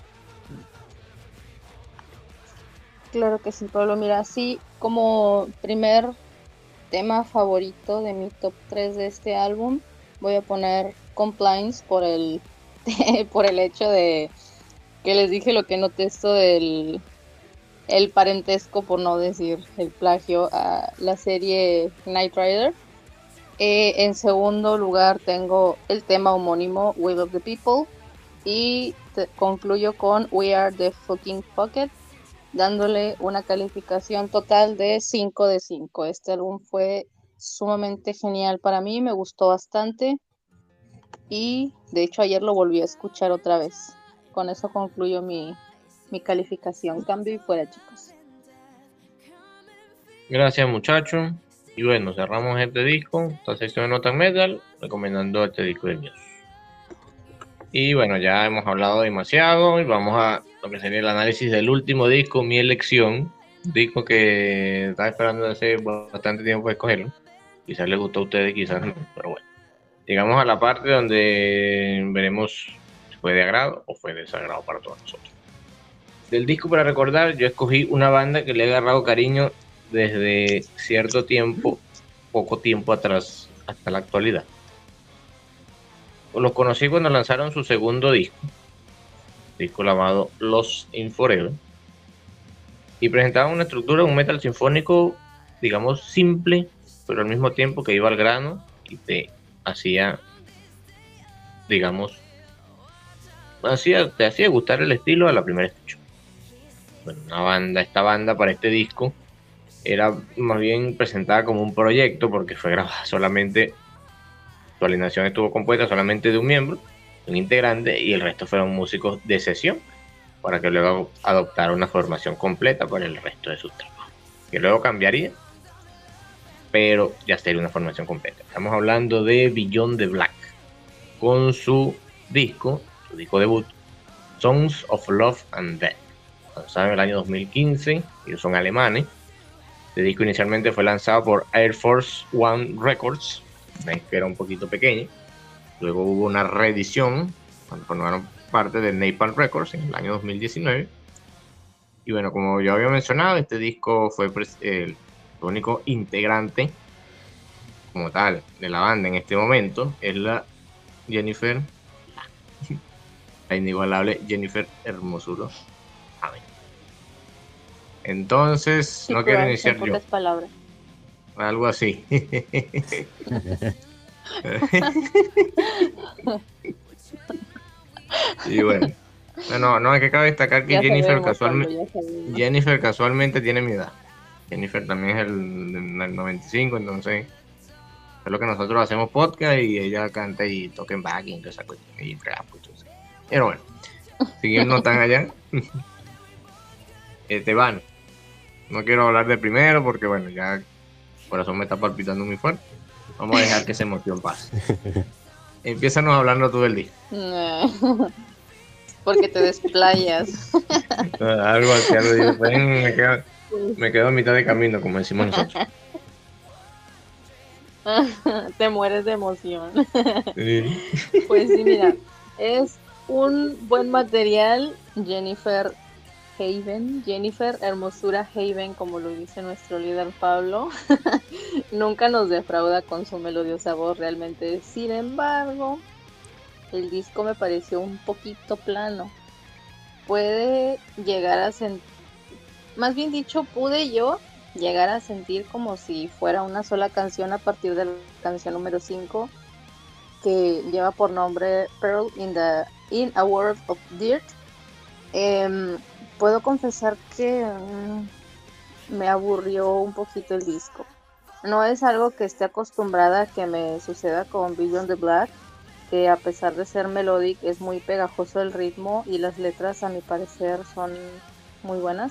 Claro que sí, Pablo. Mira, sí, como primer tema favorito de mi top tres de este álbum, voy a poner Compliance por el, por el hecho de que les dije lo que noté esto del el parentesco, por no decir el plagio, a la serie Knight Rider. Eh, en segundo lugar tengo el tema homónimo Will of the People y te, concluyo con We Are the Fucking Pocket, dándole una calificación total de cinco de cinco. Este álbum fue sumamente genial para mí, me gustó bastante y de hecho ayer lo volví a escuchar otra vez. Con eso concluyo mi, mi calificación. Cambio y fuera, chicos. Gracias, muchachos. Y bueno, cerramos este disco, esta sección de Nota Metal, recomendando este disco de Muse. Y bueno, ya hemos hablado demasiado y vamos a lo que sería el análisis del último disco, Mi Elección. Un disco que estaba esperando hace bastante tiempo para escogerlo. Quizás les gustó a ustedes, quizás no, pero bueno. Llegamos a la parte donde veremos si fue de agrado o fue de desagrado para todos nosotros. Del disco para recordar, yo escogí una banda que le he agarrado cariño desde cierto tiempo, poco tiempo atrás, hasta la actualidad. Los conocí cuando lanzaron su segundo disco, disco llamado Lost in Forever, y presentaban una estructura, un metal sinfónico, digamos, simple, pero al mismo tiempo que iba al grano y te hacía, digamos, hacía, te hacía gustar el estilo a la primera escucha. Bueno, una banda, esta banda para este disco era más bien presentada como un proyecto porque fue grabada solamente, su alineación estuvo compuesta solamente de un miembro, un integrante, y el resto fueron músicos de sesión. para que luego adoptara una formación completa para el resto de sus trabajos. Que luego cambiaría, pero ya sería una formación completa. Estamos hablando de Beyond the Black, con su disco, su disco debut, Songs of Love and Death, lanzado en el año dos mil quince. Ellos son alemanes. Este disco inicialmente fue lanzado por Air Force One Records, que era un poquito pequeño. Luego hubo una reedición cuando formaron parte de Napalm Records en el año dos mil diecinueve. Y bueno, como yo había mencionado, este disco fue el único integrante como tal de la banda en este momento, es la Jennifer, la inigualable Jennifer Hermosulo. A ver. Entonces, Sí, no pero quiero en iniciar yo. pocas palabras. Algo así. Y bueno, no, no, no, es que cabe destacar que Ya Jennifer, sabemos, casualmente, Pablo, ya sabemos. Jennifer casualmente tiene mi edad. Jennifer también es el, del noventa y cinco, entonces es lo que nosotros hacemos podcast y ella canta y toca en backing y toda esa cuestión, y rap y todo eso. Pero bueno, siguiendo no tan allá, este van. No quiero hablar de primero porque bueno, ya el corazón me está palpitando muy fuerte. Vamos a dejar que esa emoción pase. Empiézanos hablando tú del día. No, porque te desplayas. Algo así, algo así. Después me quedo, me quedo a mitad de camino, como decimos nosotros. Te mueres de emoción. Sí. Pues sí, mira, es un buen material. Jennifer Haven, Jennifer Hermosura Haven, como lo dice nuestro líder Pablo, nunca nos defrauda con su melodiosa voz realmente. Sin embargo, el disco me pareció un poquito plano. Puede llegar a sentir, más bien dicho, pude yo llegar a sentir como si fuera una sola canción a partir de la canción número cinco, que lleva por nombre Pearl in, the, in a World of Dirt. Eh, puedo confesar que mm, me aburrió un poquito el disco. No es algo que esté acostumbrada a que me suceda con Beyond the Black, que a pesar de ser melodic es muy pegajoso el ritmo y las letras a mi parecer son muy buenas.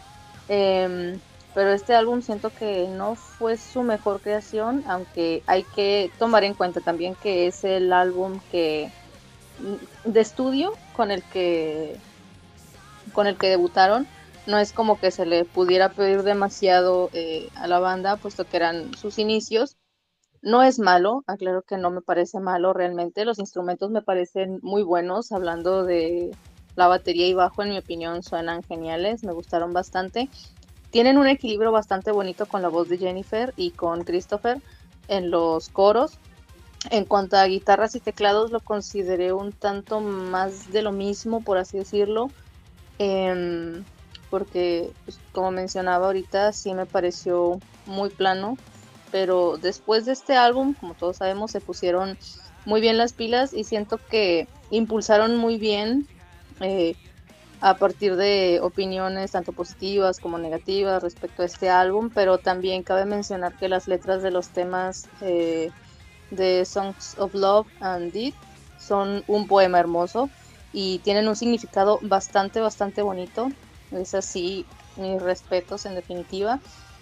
Eh, pero este álbum siento que no fue su mejor creación, aunque hay que tomar en cuenta también que es el álbum que de estudio con el que con el que debutaron. No es como que se le pudiera pedir demasiado eh, a la banda, puesto que eran sus inicios. No es malo, aclaro que no me parece malo realmente. Los instrumentos me parecen muy buenos. Hablando de la batería y bajo, en mi opinión, suenan geniales, me gustaron bastante. Tienen un equilibrio bastante bonito con la voz de Jennifer y con Christopher en los coros. En cuanto a guitarras y teclados, lo consideré un tanto más de lo mismo, por así decirlo. Eh, porque, pues, como mencionaba ahorita, sí me pareció muy plano. Pero después de este álbum, como todos sabemos, se pusieron muy bien las pilas y siento que impulsaron muy bien eh, a partir de opiniones tanto positivas como negativas respecto a este álbum, pero también cabe mencionar que las letras de los temas eh, de Songs of Love and Death son un poema hermoso y tienen un significado bastante, bastante bonito. Es así, mis respetos en definitiva.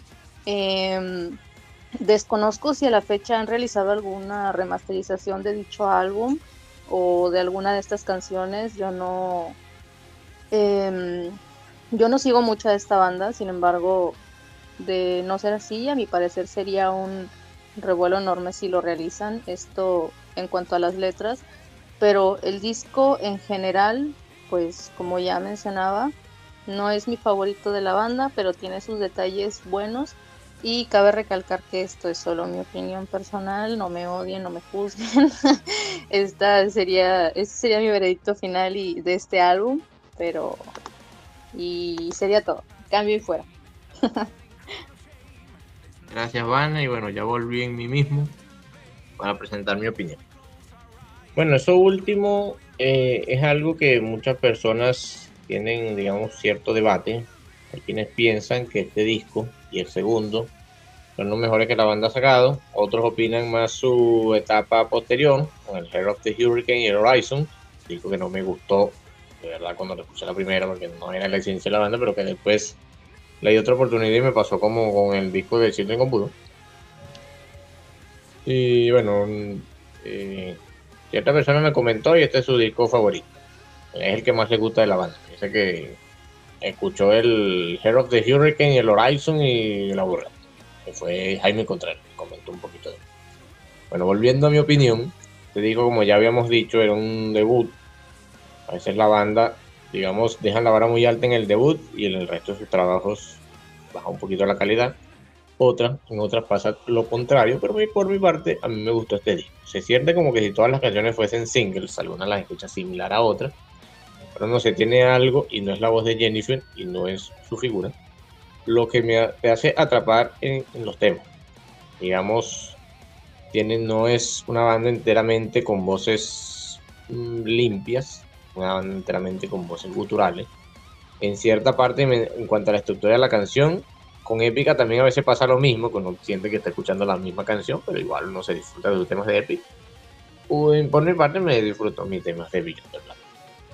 Eh, desconozco si a la fecha han realizado alguna remasterización de dicho álbum o de alguna de estas canciones. Yo no... Eh, yo no sigo mucho a esta banda, sin embargo, de no ser así, a mi parecer sería un revuelo enorme si lo realizan, esto en cuanto a las letras, pero el disco en general, pues como ya mencionaba, no es mi favorito de la banda, pero tiene sus detalles buenos y cabe recalcar que esto es solo mi opinión personal, no me odien, no me juzguen. Esta sería, este sería mi veredicto final y de este álbum, pero y sería todo, cambio y fuera. Gracias, Vana, y bueno, ya volví en mí mismo para presentar mi opinión. Bueno, eso último eh, es algo que muchas personas tienen, digamos, cierto debate. Hay quienes piensan que este disco y el segundo son los mejores que la banda ha sacado. Otros opinan más su etapa posterior, con el Heart of the Hurricane y el Horizon, disco que no me gustó de verdad, cuando lo escuché la primera, porque no era la esencia de la banda, pero que después le di otra oportunidad y me pasó como con el disco de Children of Bodom. Y bueno, eh, cierta persona me comentó y este es su disco favorito. Es el que más le gusta de la banda. Dice que escuchó el Heart of the Hurricane, el Horizon y la burra. Que fue Jaime Contreras, comentó un poquito de él. Bueno, volviendo a mi opinión, te digo, como ya habíamos dicho, era un debut. A veces la banda, digamos, dejan la vara muy alta en el debut y en el resto de sus trabajos baja un poquito la calidad. Otra, en otras pasa lo contrario, pero por mi parte, a mí me gustó este disco. Se siente como que si todas las canciones fuesen singles, algunas las escuchas similar a otras, pero no se tiene algo y no es la voz de Jennifer y no es su figura, lo que me te hace atrapar en, en los temas. Digamos, tiene, no es una banda enteramente con voces mmm, limpias, una banda enteramente con voces guturales. En cierta parte, en cuanto a la estructura de la canción, con Épica también a veces pasa lo mismo, que uno siente que está escuchando la misma canción, pero igual uno se disfruta de los temas de Epic. Por mi parte me disfruto mis temas de Beyond the Black.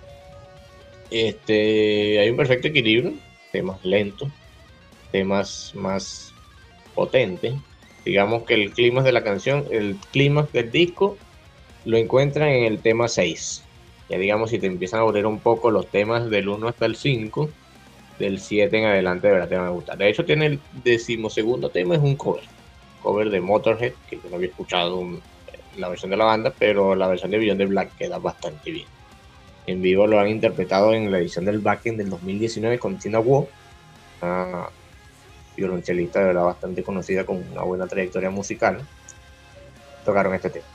Este, hay un perfecto equilibrio, temas lentos, temas más potentes. Digamos que el clímax de la canción, el clímax del disco, lo encuentran en el tema seis. Ya digamos, si te empiezan a aburrir un poco los temas del uno hasta el cinco, del siete en adelante de verdad te van a gustar. De hecho, tiene el decimosegundo tema, es un cover. Cover de Motorhead, que yo no había escuchado la versión de la banda, pero la versión de Beyond the Black queda bastante bien. En vivo lo han interpretado en la edición del Backend del dos mil diecinueve con Tina Wu, una violonchelista de verdad bastante conocida con una buena trayectoria musical. Tocaron este tema.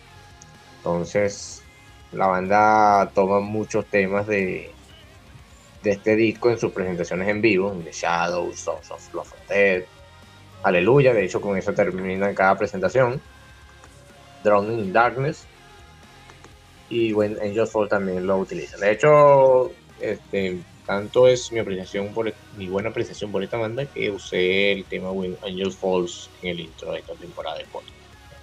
Entonces, la banda toma muchos temas de de este disco en sus presentaciones en vivo, The Shadows, Songs of Love and Death, Aleluya, de hecho con eso termina cada presentación, Drowning in Darkness, y When Angels Fall también lo utilizan. De hecho, este, tanto es mi apreciación por mi buena apreciación por esta banda que usé el tema When Angels Falls en el intro de esta temporada de podcast.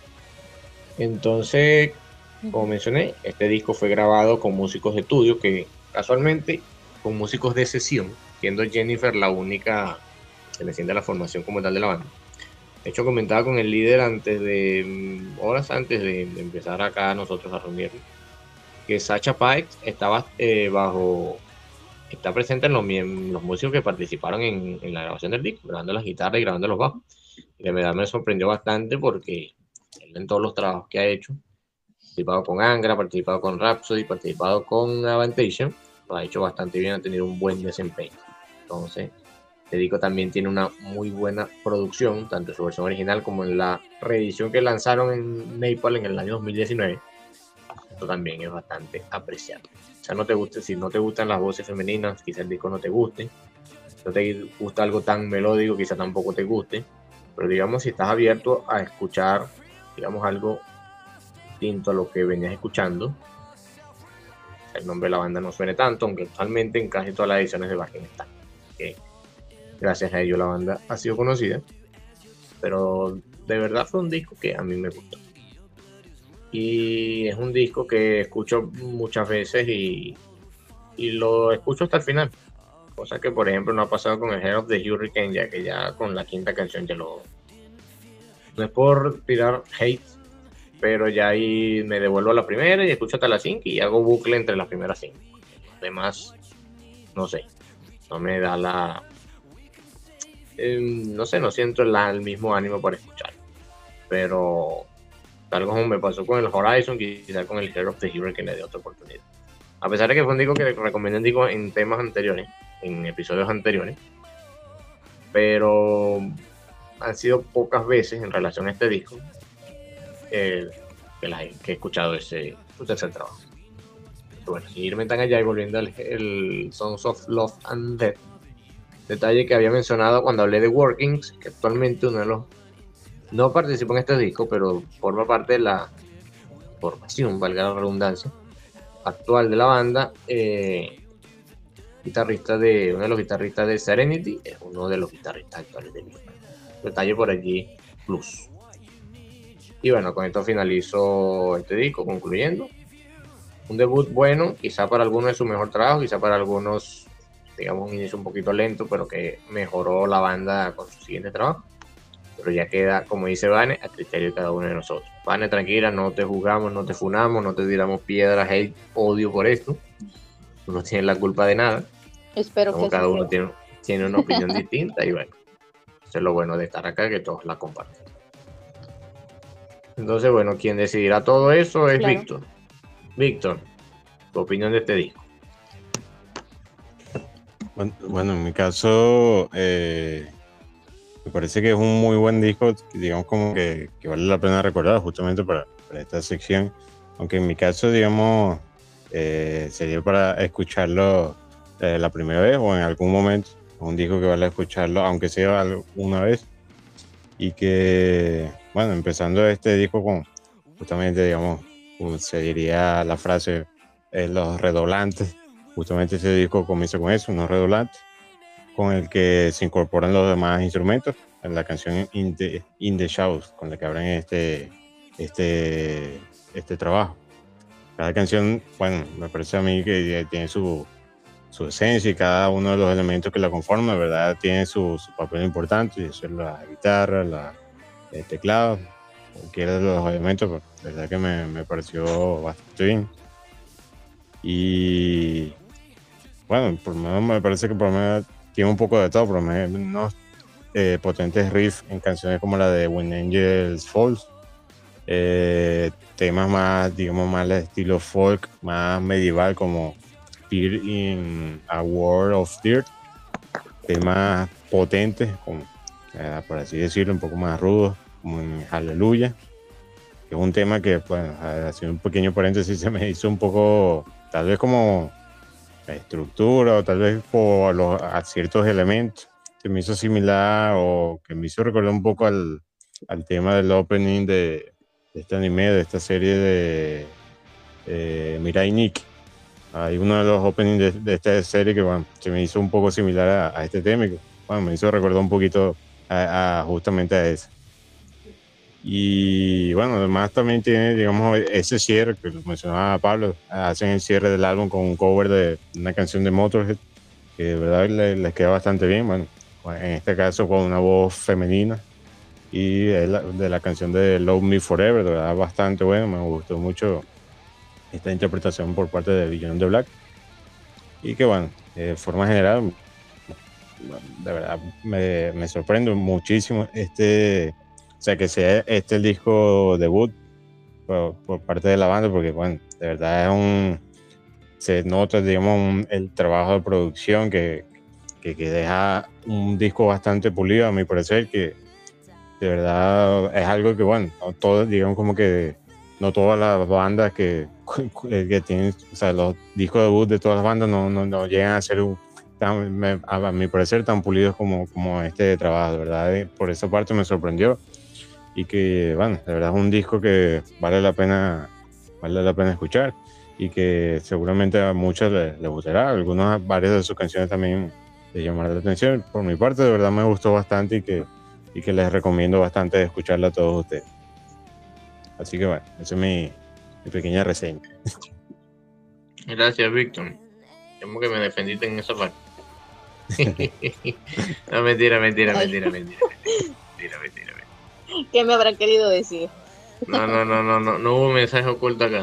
Entonces, como mencioné, este disco fue grabado con músicos de estudio que casualmente con músicos de sesión, siendo Jennifer la única que le siente la formación como tal de la banda. De hecho, comentaba con el líder antes de, horas antes de, de empezar acá nosotros a reunirnos, que Sacha Pike estaba eh, bajo, está presente en los, en los músicos que participaron en, en la grabación del disco, grabando las guitarras y grabando los bajos. Y de verdad me sorprendió bastante porque él en todos los trabajos que ha hecho, participado con Angra, participado con Rhapsody, participado con Avantation, lo ha hecho bastante bien, ha tenido un buen desempeño. Entonces, este disco también tiene una muy buena producción, tanto en su versión original como en la reedición que lanzaron en Napalm en el año dos mil diecinueve. Esto también es bastante apreciado. O sea, no te guste, si no te gustan las voces femeninas, quizá el disco no te guste. Si no te gusta algo tan melódico, quizá tampoco te guste. Pero digamos, si estás abierto a escuchar, digamos, algo distinto a lo que venías escuchando, el nombre de la banda no suene tanto, aunque actualmente en casi todas las ediciones de Backend está. Que gracias a ello la banda ha sido conocida, pero de verdad fue un disco que a mí me gustó. Y es un disco que escucho muchas veces y, y lo escucho hasta el final. Cosa que, por ejemplo, no ha pasado con el Heart of the Hurricane, ya que ya con la quinta canción ya lo... No es por tirar hate, pero ya ahí me devuelvo a la primera y escucho hasta la cinco y hago bucle entre las primeras cinco. Además, no sé, no me da la... Eh, no sé, no siento la, el mismo ánimo para escuchar. Pero tal como me pasó con el Horizon, quizás con el Heart of the Hurricane le dé otra oportunidad. A pesar de que fue un disco que recomendé digo, en temas anteriores, en episodios anteriores, pero han sido pocas veces en relación a este disco eh, que, la, que he escuchado ese su tercer trabajo. Bueno, sin irme tan allá y volviendo al el Songs of Love and Death, detalle que había mencionado cuando hablé de Workings, que actualmente uno de los no participó en este disco, pero forma parte de la formación, valga la redundancia, actual de la banda. Eh, guitarrista de uno de los guitarristas de Serenity es uno de los guitarristas actuales de Nirvana. Detalle por allí plus. Y bueno, con esto finalizo este disco concluyendo. un debut bueno, quizá para algunos es su mejor trabajo, quizá para algunos, digamos, un inicio un poquito lento, pero que mejoró la banda con su siguiente trabajo. Pero ya queda, como dice Vane, a criterio de cada uno de nosotros. Vane, tranquila, no te juzgamos, no te funamos, no te tiramos piedras, hate, odio por esto. Tú no tienes la culpa de nada. Espero Como que cada así uno sea. tiene, tiene una opinión distinta y bueno, eso es lo bueno de estar acá, que todos la comparten. Entonces, bueno, quien decidirá todo eso es Claro. Víctor. Víctor, tu opinión de este disco. Bueno, bueno, en mi caso, eh, me parece que es un muy buen disco, digamos como que, que vale la pena recordar justamente para, para esta sección. Aunque en mi caso, digamos, eh, sería para escucharlo eh, la primera vez o en algún momento. Un disco que vale escucharlo, aunque sea una vez. Y que, bueno, empezando este disco con justamente, digamos, como se diría la frase, eh, los redoblantes. Justamente este disco comienza con eso, unos redoblantes, con el que se incorporan los demás instrumentos en la canción In the, In the Shadows, con la que abren este, este, este trabajo. Cada canción, bueno, me parece a mí que tiene su, su esencia y cada uno de los elementos que la conforman, ¿verdad? Tiene su, su papel importante, y eso es la guitarra, la, el teclado, cualquiera de los elementos, verdad que me, me pareció bastante bien. Y bueno, por lo menos me parece que por lo menos tiene un poco de todo, por lo menos unos eh, potentes riffs en canciones como la de When Angels Falls, eh, temas más, digamos, más de estilo folk, más medieval como Fear in a World of Dirt, temas potentes, como, eh, por así decirlo, un poco más rudos, como en Hallelujah, que es un tema que, bueno, haciendo un pequeño paréntesis, se me hizo un poco, tal vez como la estructura o tal vez por los, a ciertos elementos, se me hizo similar o que me hizo recordar un poco al, al tema del opening de, de este anime, de esta serie de eh, Mirai Nikki. Hay uno de los openings de, de esta serie que, bueno, se me hizo un poco similar a, a este tema, que, bueno, me hizo recordar un poquito a, a justamente a eso. Y bueno, además también tiene, digamos, ese cierre que lo mencionaba Pablo, hacen el cierre del álbum con un cover de una canción de Motorhead que de verdad les, les queda bastante bien, bueno, en este caso con una voz femenina, y es la, de la canción de Love Me Forever, de verdad bastante bueno, me gustó mucho esta interpretación por parte de Beyond the Black, y que bueno, de forma general, de verdad me, me sorprende muchísimo este, o sea, que sea este el disco debut por, por parte de la banda, porque bueno, de verdad es un, se nota, digamos, un, el trabajo de producción que, que, que deja un disco bastante pulido, a mi parecer, que de verdad es algo que, bueno, no todos, digamos, como que no todas las bandas que, que tienen, o sea, los discos debut de todas las bandas no, no, no llegan a ser un, tan, me, a mi parecer tan pulidos como, como este trabajo, de verdad, por esa parte me sorprendió, y que, bueno, de verdad es un disco que vale la pena, vale la pena escuchar, y que seguramente a muchos les, les gustará. Algunas, varias de sus canciones también les llamarán la atención. Por mi parte, de verdad me gustó bastante, y que, y que les recomiendo bastante escucharla a todos ustedes. Así que bueno, esa es mi, mi pequeña reseña. Gracias, Víctor. Como que me defendiste en esa parte. No, mentira, mentira, mentira, mentira, mentira, mentira, mentira, mentira. ¿Qué me habrá querido decir? No, no, no, no, no, no hubo mensaje oculto acá.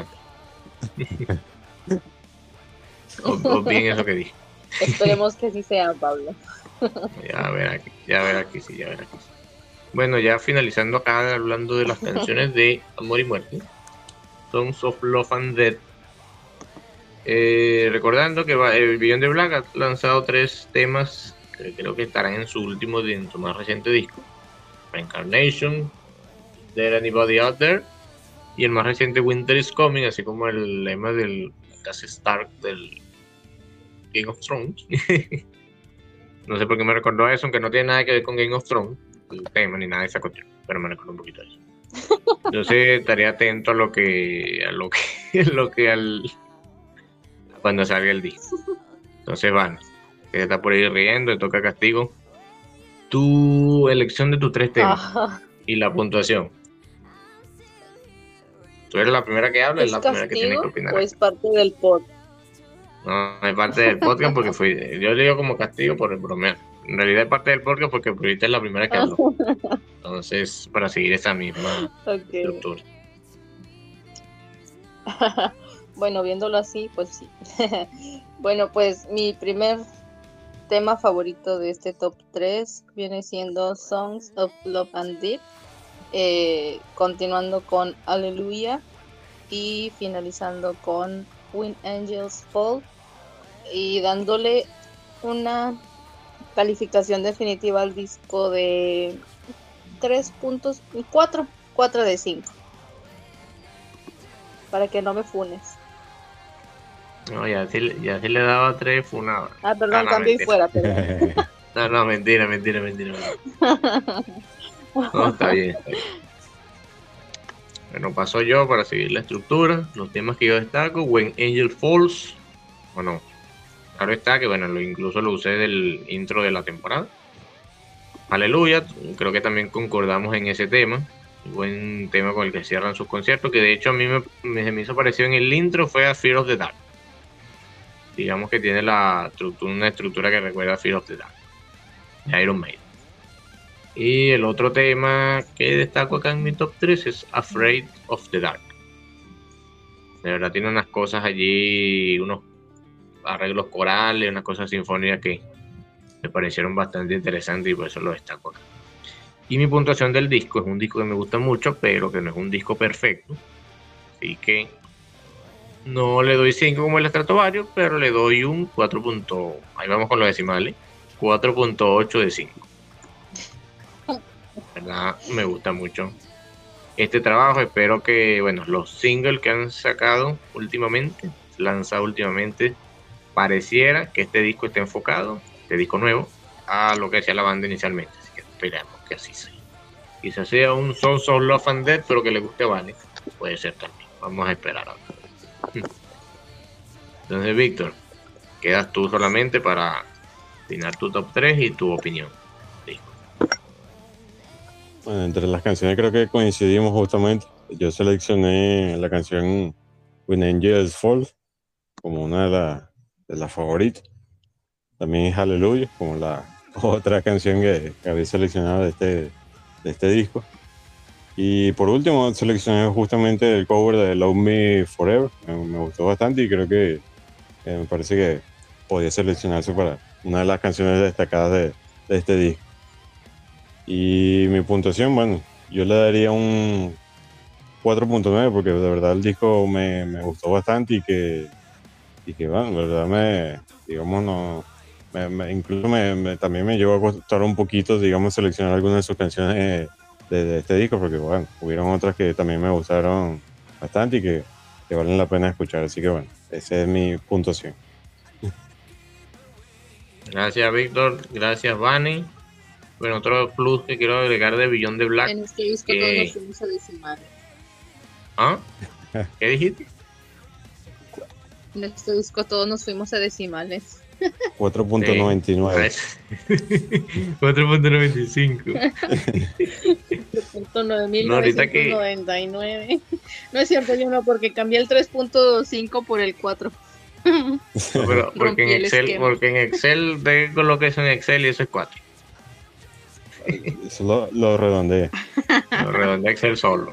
O, o bien eso que dije. Esperemos que sí sea, Pablo. Ya ver aquí, ya ver aquí, sí, ya ver aquí. Bueno, ya finalizando acá hablando de las canciones de Amor y Muerte, Songs of Love and Death. Eh, recordando que va, el Beyond the Black ha lanzado tres temas que creo que estarán en su último, en su más reciente disco, Reincarnation, Is There Anybody Out There, y el más reciente Winter is Coming, así como el lema del Cass Stark del Game of Thrones. No sé por qué me recordó a eso, aunque no tiene nada que ver con Game of Thrones, el tema ni nada de esa cuestión, pero me recordó un poquito a eso. Entonces estaría atento a lo que a lo que, a lo que al cuando salga el disco. Entonces van, que se está por ahí riendo, te toca castigo. Tu elección de tus tres temas Ah, y la puntuación. Tú eres la primera que habla, es ¿Es la primera que tiene que castigo opinar. o es parte del pod? No, es parte del podcast porque fui, yo le digo como castigo por el bromear. En realidad es parte del podcast porque ahorita es la primera que habló. Entonces, para seguir esa misma Ok. estructura. Bueno, viéndolo así, pues sí. Bueno, pues mi primer tema favorito de este top tres viene siendo Songs of Love and Deep, eh, continuando con Hallelujah y finalizando con When Angels Fall, y dándole una calificación definitiva al disco de tres puntos, cuatro, cuatro de cinco, para que no me funes. No, ya sí, ya sí le daba tres funadas. Ah, perdón, Ah, no, cambio y mentira. fuera, perdón. No, no, mentira, mentira, mentira. mentira. No, está bien, está bien. Bueno, paso yo para seguir la estructura. Los temas que yo destaco: When Angel Falls. Bueno, claro está que, bueno, lo, incluso lo usé del intro de la temporada. Aleluya, creo que también concordamos en ese tema. Buen tema con el que cierran sus conciertos, que de hecho a mí me, me, me hizo parecido en el intro, fue a Fear of the Dark. Digamos que tiene la estructura, una estructura que recuerda a Fear of the Dark, de Iron Maiden. Y el otro tema que destaco acá en mi top tres es Afraid of the Dark. De verdad tiene unas cosas allí, unos arreglos corales, unas cosas sinfónicas que me parecieron bastante interesantes y por eso lo destaco acá. Y mi puntuación del disco es un disco que me gusta mucho, pero que no es un disco perfecto. Así que no le doy cinco como el Stratovarius, pero le doy un cuatro. Ahí vamos con los decimales. cuatro punto ocho de cinco. ¿Verdad? Me gusta mucho este trabajo. Espero que, bueno, los singles que han sacado últimamente, lanzado últimamente, pareciera que este disco esté enfocado, este disco nuevo, a lo que hacía la banda inicialmente. Así que esperamos que así sea. Quizás sea un Songs of Love and Death, pero que le guste a Vale. Puede ser también. Vamos a esperar ahora. Entonces, Víctor, quedas tú solamente para opinar tu top tres y tu opinión. Listo. Bueno, entre las canciones creo que coincidimos justamente. Yo seleccioné la canción When Angels Fall como una de, la, de las favoritas. También es Hallelujah, como la otra canción que, que había seleccionado de este, de este disco. Y por último seleccioné justamente el cover de Love Me Forever. Me, me gustó bastante y creo que eh, me parece que podía seleccionarse para una de las canciones destacadas de, de este disco. Y mi puntuación, bueno, yo le daría un cuatro punto nueve porque de verdad el disco me, me gustó bastante y que, y que bueno, de verdad me, digamos, no, me, me, incluso me, me, también me llevó a costar un poquito, digamos, seleccionar algunas de sus canciones eh, de, de este disco, porque bueno, hubieron otras que también me gustaron bastante y que, que valen la pena escuchar, así que bueno, esa es mi puntuación. Gracias, Víctor, gracias, Vani. Bueno, otro plus que quiero agregar de Beyond the Black. En este disco que... todos nos fuimos a decimales. ¿Ah? ¿Qué dijiste? En este disco todos nos fuimos a decimales. cuatro punto noventa y nueve. cuatro punto noventa y cinco. nueve mil novecientos noventa y nueve. No es cierto, yo no, porque cambié el tres punto cinco por el cuatro. No, pero porque en Excel, porque en Excel tengo lo que es en Excel y eso es cuatro. Eso lo, lo redondeé. Lo redondeé Excel solo.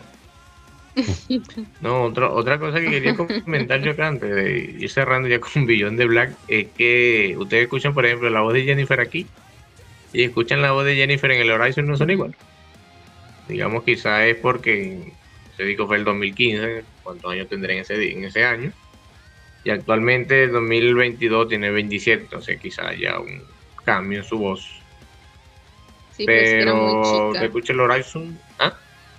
No, otra, otra cosa que quería comentar yo acá antes de ir cerrando ya con Beyond the Black es que ustedes escuchan, por ejemplo, la voz de Jennifer aquí y escuchan la voz de Jennifer en el Horizon, no son igual. Digamos, quizás es porque ese disco fue el dos mil quince, cuántos años tendré en ese, en ese año, y actualmente el dos mil veintidós tiene veintisiete, entonces quizás haya un cambio en su voz. Sí, pero te escucha el Horizon. ¿Ah?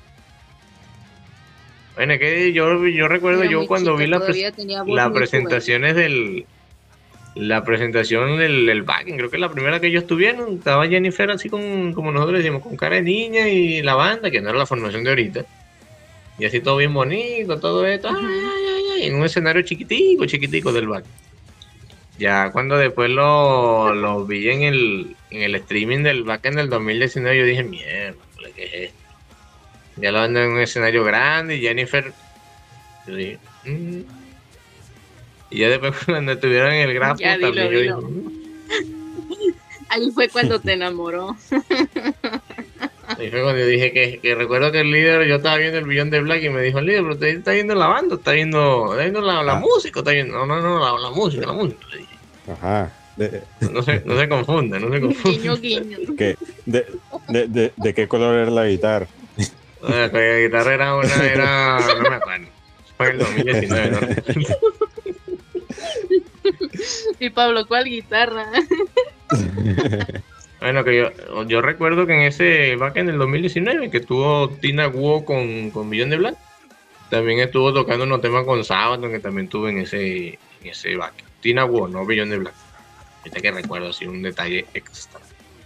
Bueno, es que yo, yo recuerdo era yo cuando chica, vi las la presentaciones del la presentación del, del backing, creo que la primera que ellos tuvieron, estaba Jennifer así con, como nosotros decimos, con cara de niña, y la banda, que no era la formación de ahorita, y así todo bien bonito, todo esto, ay, ay, ay, en un escenario chiquitico, chiquitico del backing. Ya cuando después lo, lo vi en el, en el streaming del backend del dos mil diecinueve, yo dije, mierda, ¿qué es esto? Ya lo ando en un escenario grande y Jennifer Yo dije, mm. Y ya después cuando estuvieron en el grafo, Ya, dilo, también yo dilo. dije, mm. Ahí fue cuando te enamoró. Ahí fue cuando yo dije que, que recuerdo que el líder, yo estaba viendo el Beyond the Black y me dijo, el líder, pero usted está viendo la banda, está viendo, está viendo la, la Ah. música, está viendo, no, no, no, la, la música, la música. Le dije, Ajá. De, no se, no se confunda, no se confunda. Guiño, guiño. que, de, de, de, ¿de qué color era la guitarra? La, la guitarra era una, era, no me acuerdo, fue en el dos mil diecinueve, ¿no? Y Pablo, ¿cuál guitarra? Bueno, que yo, yo recuerdo que en ese back en el dos mil diecinueve que tuvo Tina Wu con, con Beyond the Black, también estuvo tocando unos temas con Sabaton que también tuvo en ese, en ese back. Tina Wu, no Beyond the Black. Ahorita que recuerdo así un detalle extra.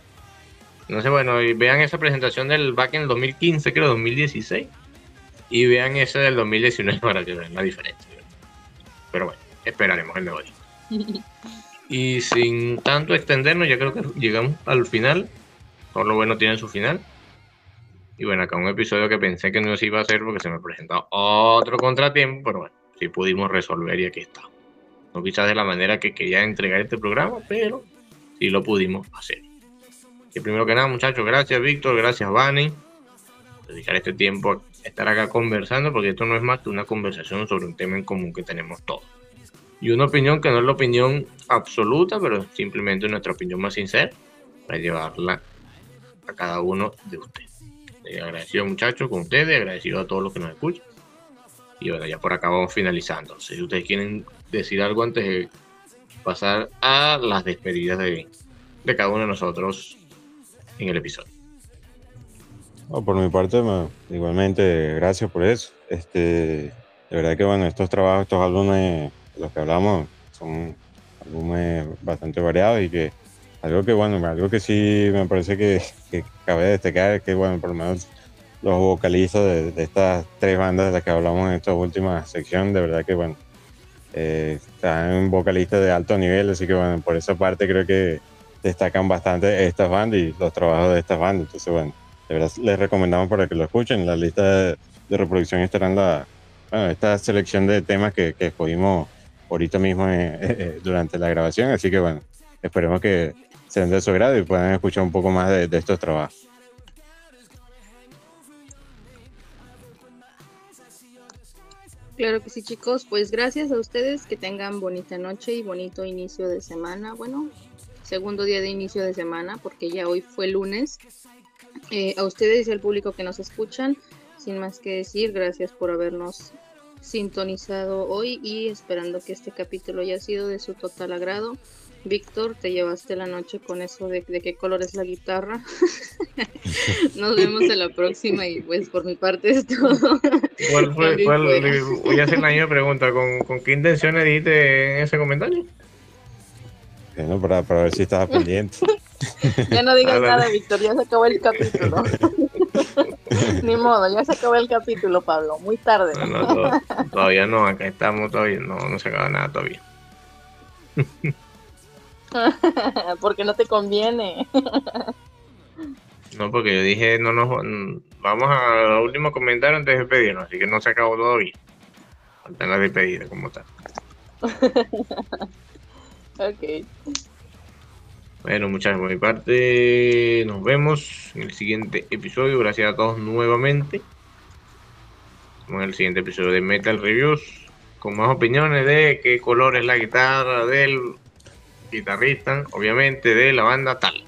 No sé, bueno, y vean esa presentación del back en el dos mil quince, creo, dos mil dieciséis, y vean ese del dos mil diecinueve para que vean la diferencia. Pero bueno, esperaremos el de hoy. Y sin tanto extendernos, ya creo que llegamos al final. Todo lo bueno tiene su final. Y bueno, acá un episodio que pensé que no se iba a hacer porque se me presentó otro contratiempo, pero bueno, sí pudimos resolver y aquí está. No quizás de la manera que quería entregar este programa, pero sí lo pudimos hacer. Y primero que nada, muchachos, gracias Víctor, gracias Vani, dedicar este tiempo a estar acá conversando, porque esto no es más que una conversación sobre un tema en común que tenemos todos. Y una opinión que no es la opinión absoluta, pero simplemente nuestra opinión más sincera, para llevarla a cada uno de ustedes. Eh, agradecido muchachos con ustedes, agradecido a todos los que nos escuchan. Y bueno, ya por acá vamos finalizando. No sé si ustedes quieren decir algo antes de pasar a las despedidas de, de cada uno de nosotros en el episodio. No, por mi parte, ma, igualmente, gracias por eso. Este, de verdad que bueno, estos trabajos, estos álbumes, de los que hablamos, son álbumes bastante variados y que algo que bueno, algo que sí me parece que, que cabe destacar es que bueno, por lo menos los vocalistas de, de estas tres bandas de las que hablamos en esta última sección, de verdad que bueno, eh, están vocalistas de alto nivel, así que bueno, por esa parte creo que destacan bastante estas bandas y los trabajos de estas bandas. Entonces bueno, de verdad les recomendamos para que lo escuchen. La lista de, de reproducción estará en la, bueno, esta selección de temas que, que escogimos ahorita mismo eh, eh, durante la grabación, así que bueno, esperemos que sean de su agrado y puedan escuchar un poco más de, de estos trabajos. Claro que sí, chicos. Pues gracias a ustedes, que tengan bonita noche y bonito inicio de semana. Bueno, segundo día de inicio de semana, porque ya hoy fue lunes. Eh, a ustedes y al público que nos escuchan, sin más que decir, gracias por habernos sintonizado hoy y esperando que este capítulo haya sido de su total agrado. Víctor, te llevaste la noche con eso de, de qué color es la guitarra. Nos vemos en la próxima y pues por mi parte es todo. ¿Cuál fue? También Cuál, fue. le- voy a hacer la misma pregunta. ¿Con, con qué intenciones dijiste en ese comentario? Bueno, para, para ver si estaba pendiente. Ya no digas Háblale. nada, Víctor, ya se acabó el capítulo. Ni modo, ya se acabó el capítulo, Pablo. Muy tarde. No, no, to- todavía no, acá estamos todavía, no, no se acaba nada todavía. Porque no te conviene. No, porque yo dije, no nos vamos a los últimos comentarios antes de despedirnos, así que no se acabó todavía. Faltan las despedidas como tal. Ok. Bueno, muchachos, por mi parte, nos vemos en el siguiente episodio. Gracias a todos nuevamente. En el siguiente episodio de Metal Reviews, con más opiniones de qué color es la guitarra del guitarrista, obviamente de la banda tal.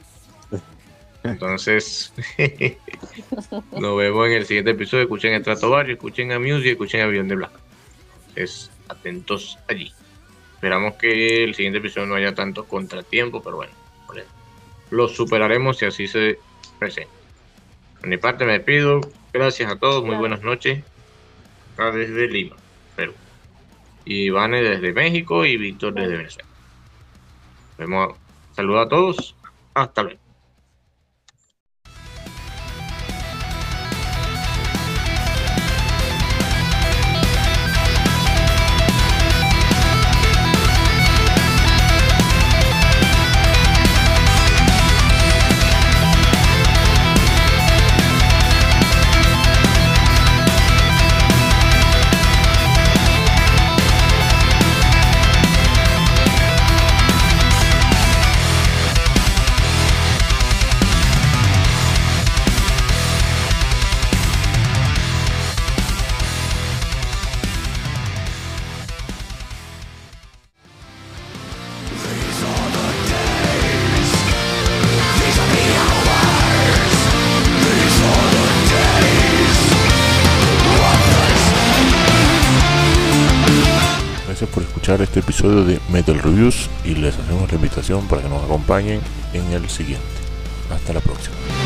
Entonces, nos vemos en el siguiente episodio. Escuchen el Trato Barrio, escuchen a Music, escuchen a Beyond the Black. Entonces, atentos allí. Esperamos que el siguiente episodio no haya tantos contratiempos, pero bueno, bueno, los superaremos si así se presenta. De mi parte me despido. Gracias a todos, muy buenas noches. Acá desde Lima, Perú. Y Vane desde México y Víctor desde Venezuela. Nos vemos. Saludos a todos. Hasta luego. por escuchar este episodio de Metal Reviews y les hacemos la invitación para que nos acompañen en el siguiente. Hasta la próxima.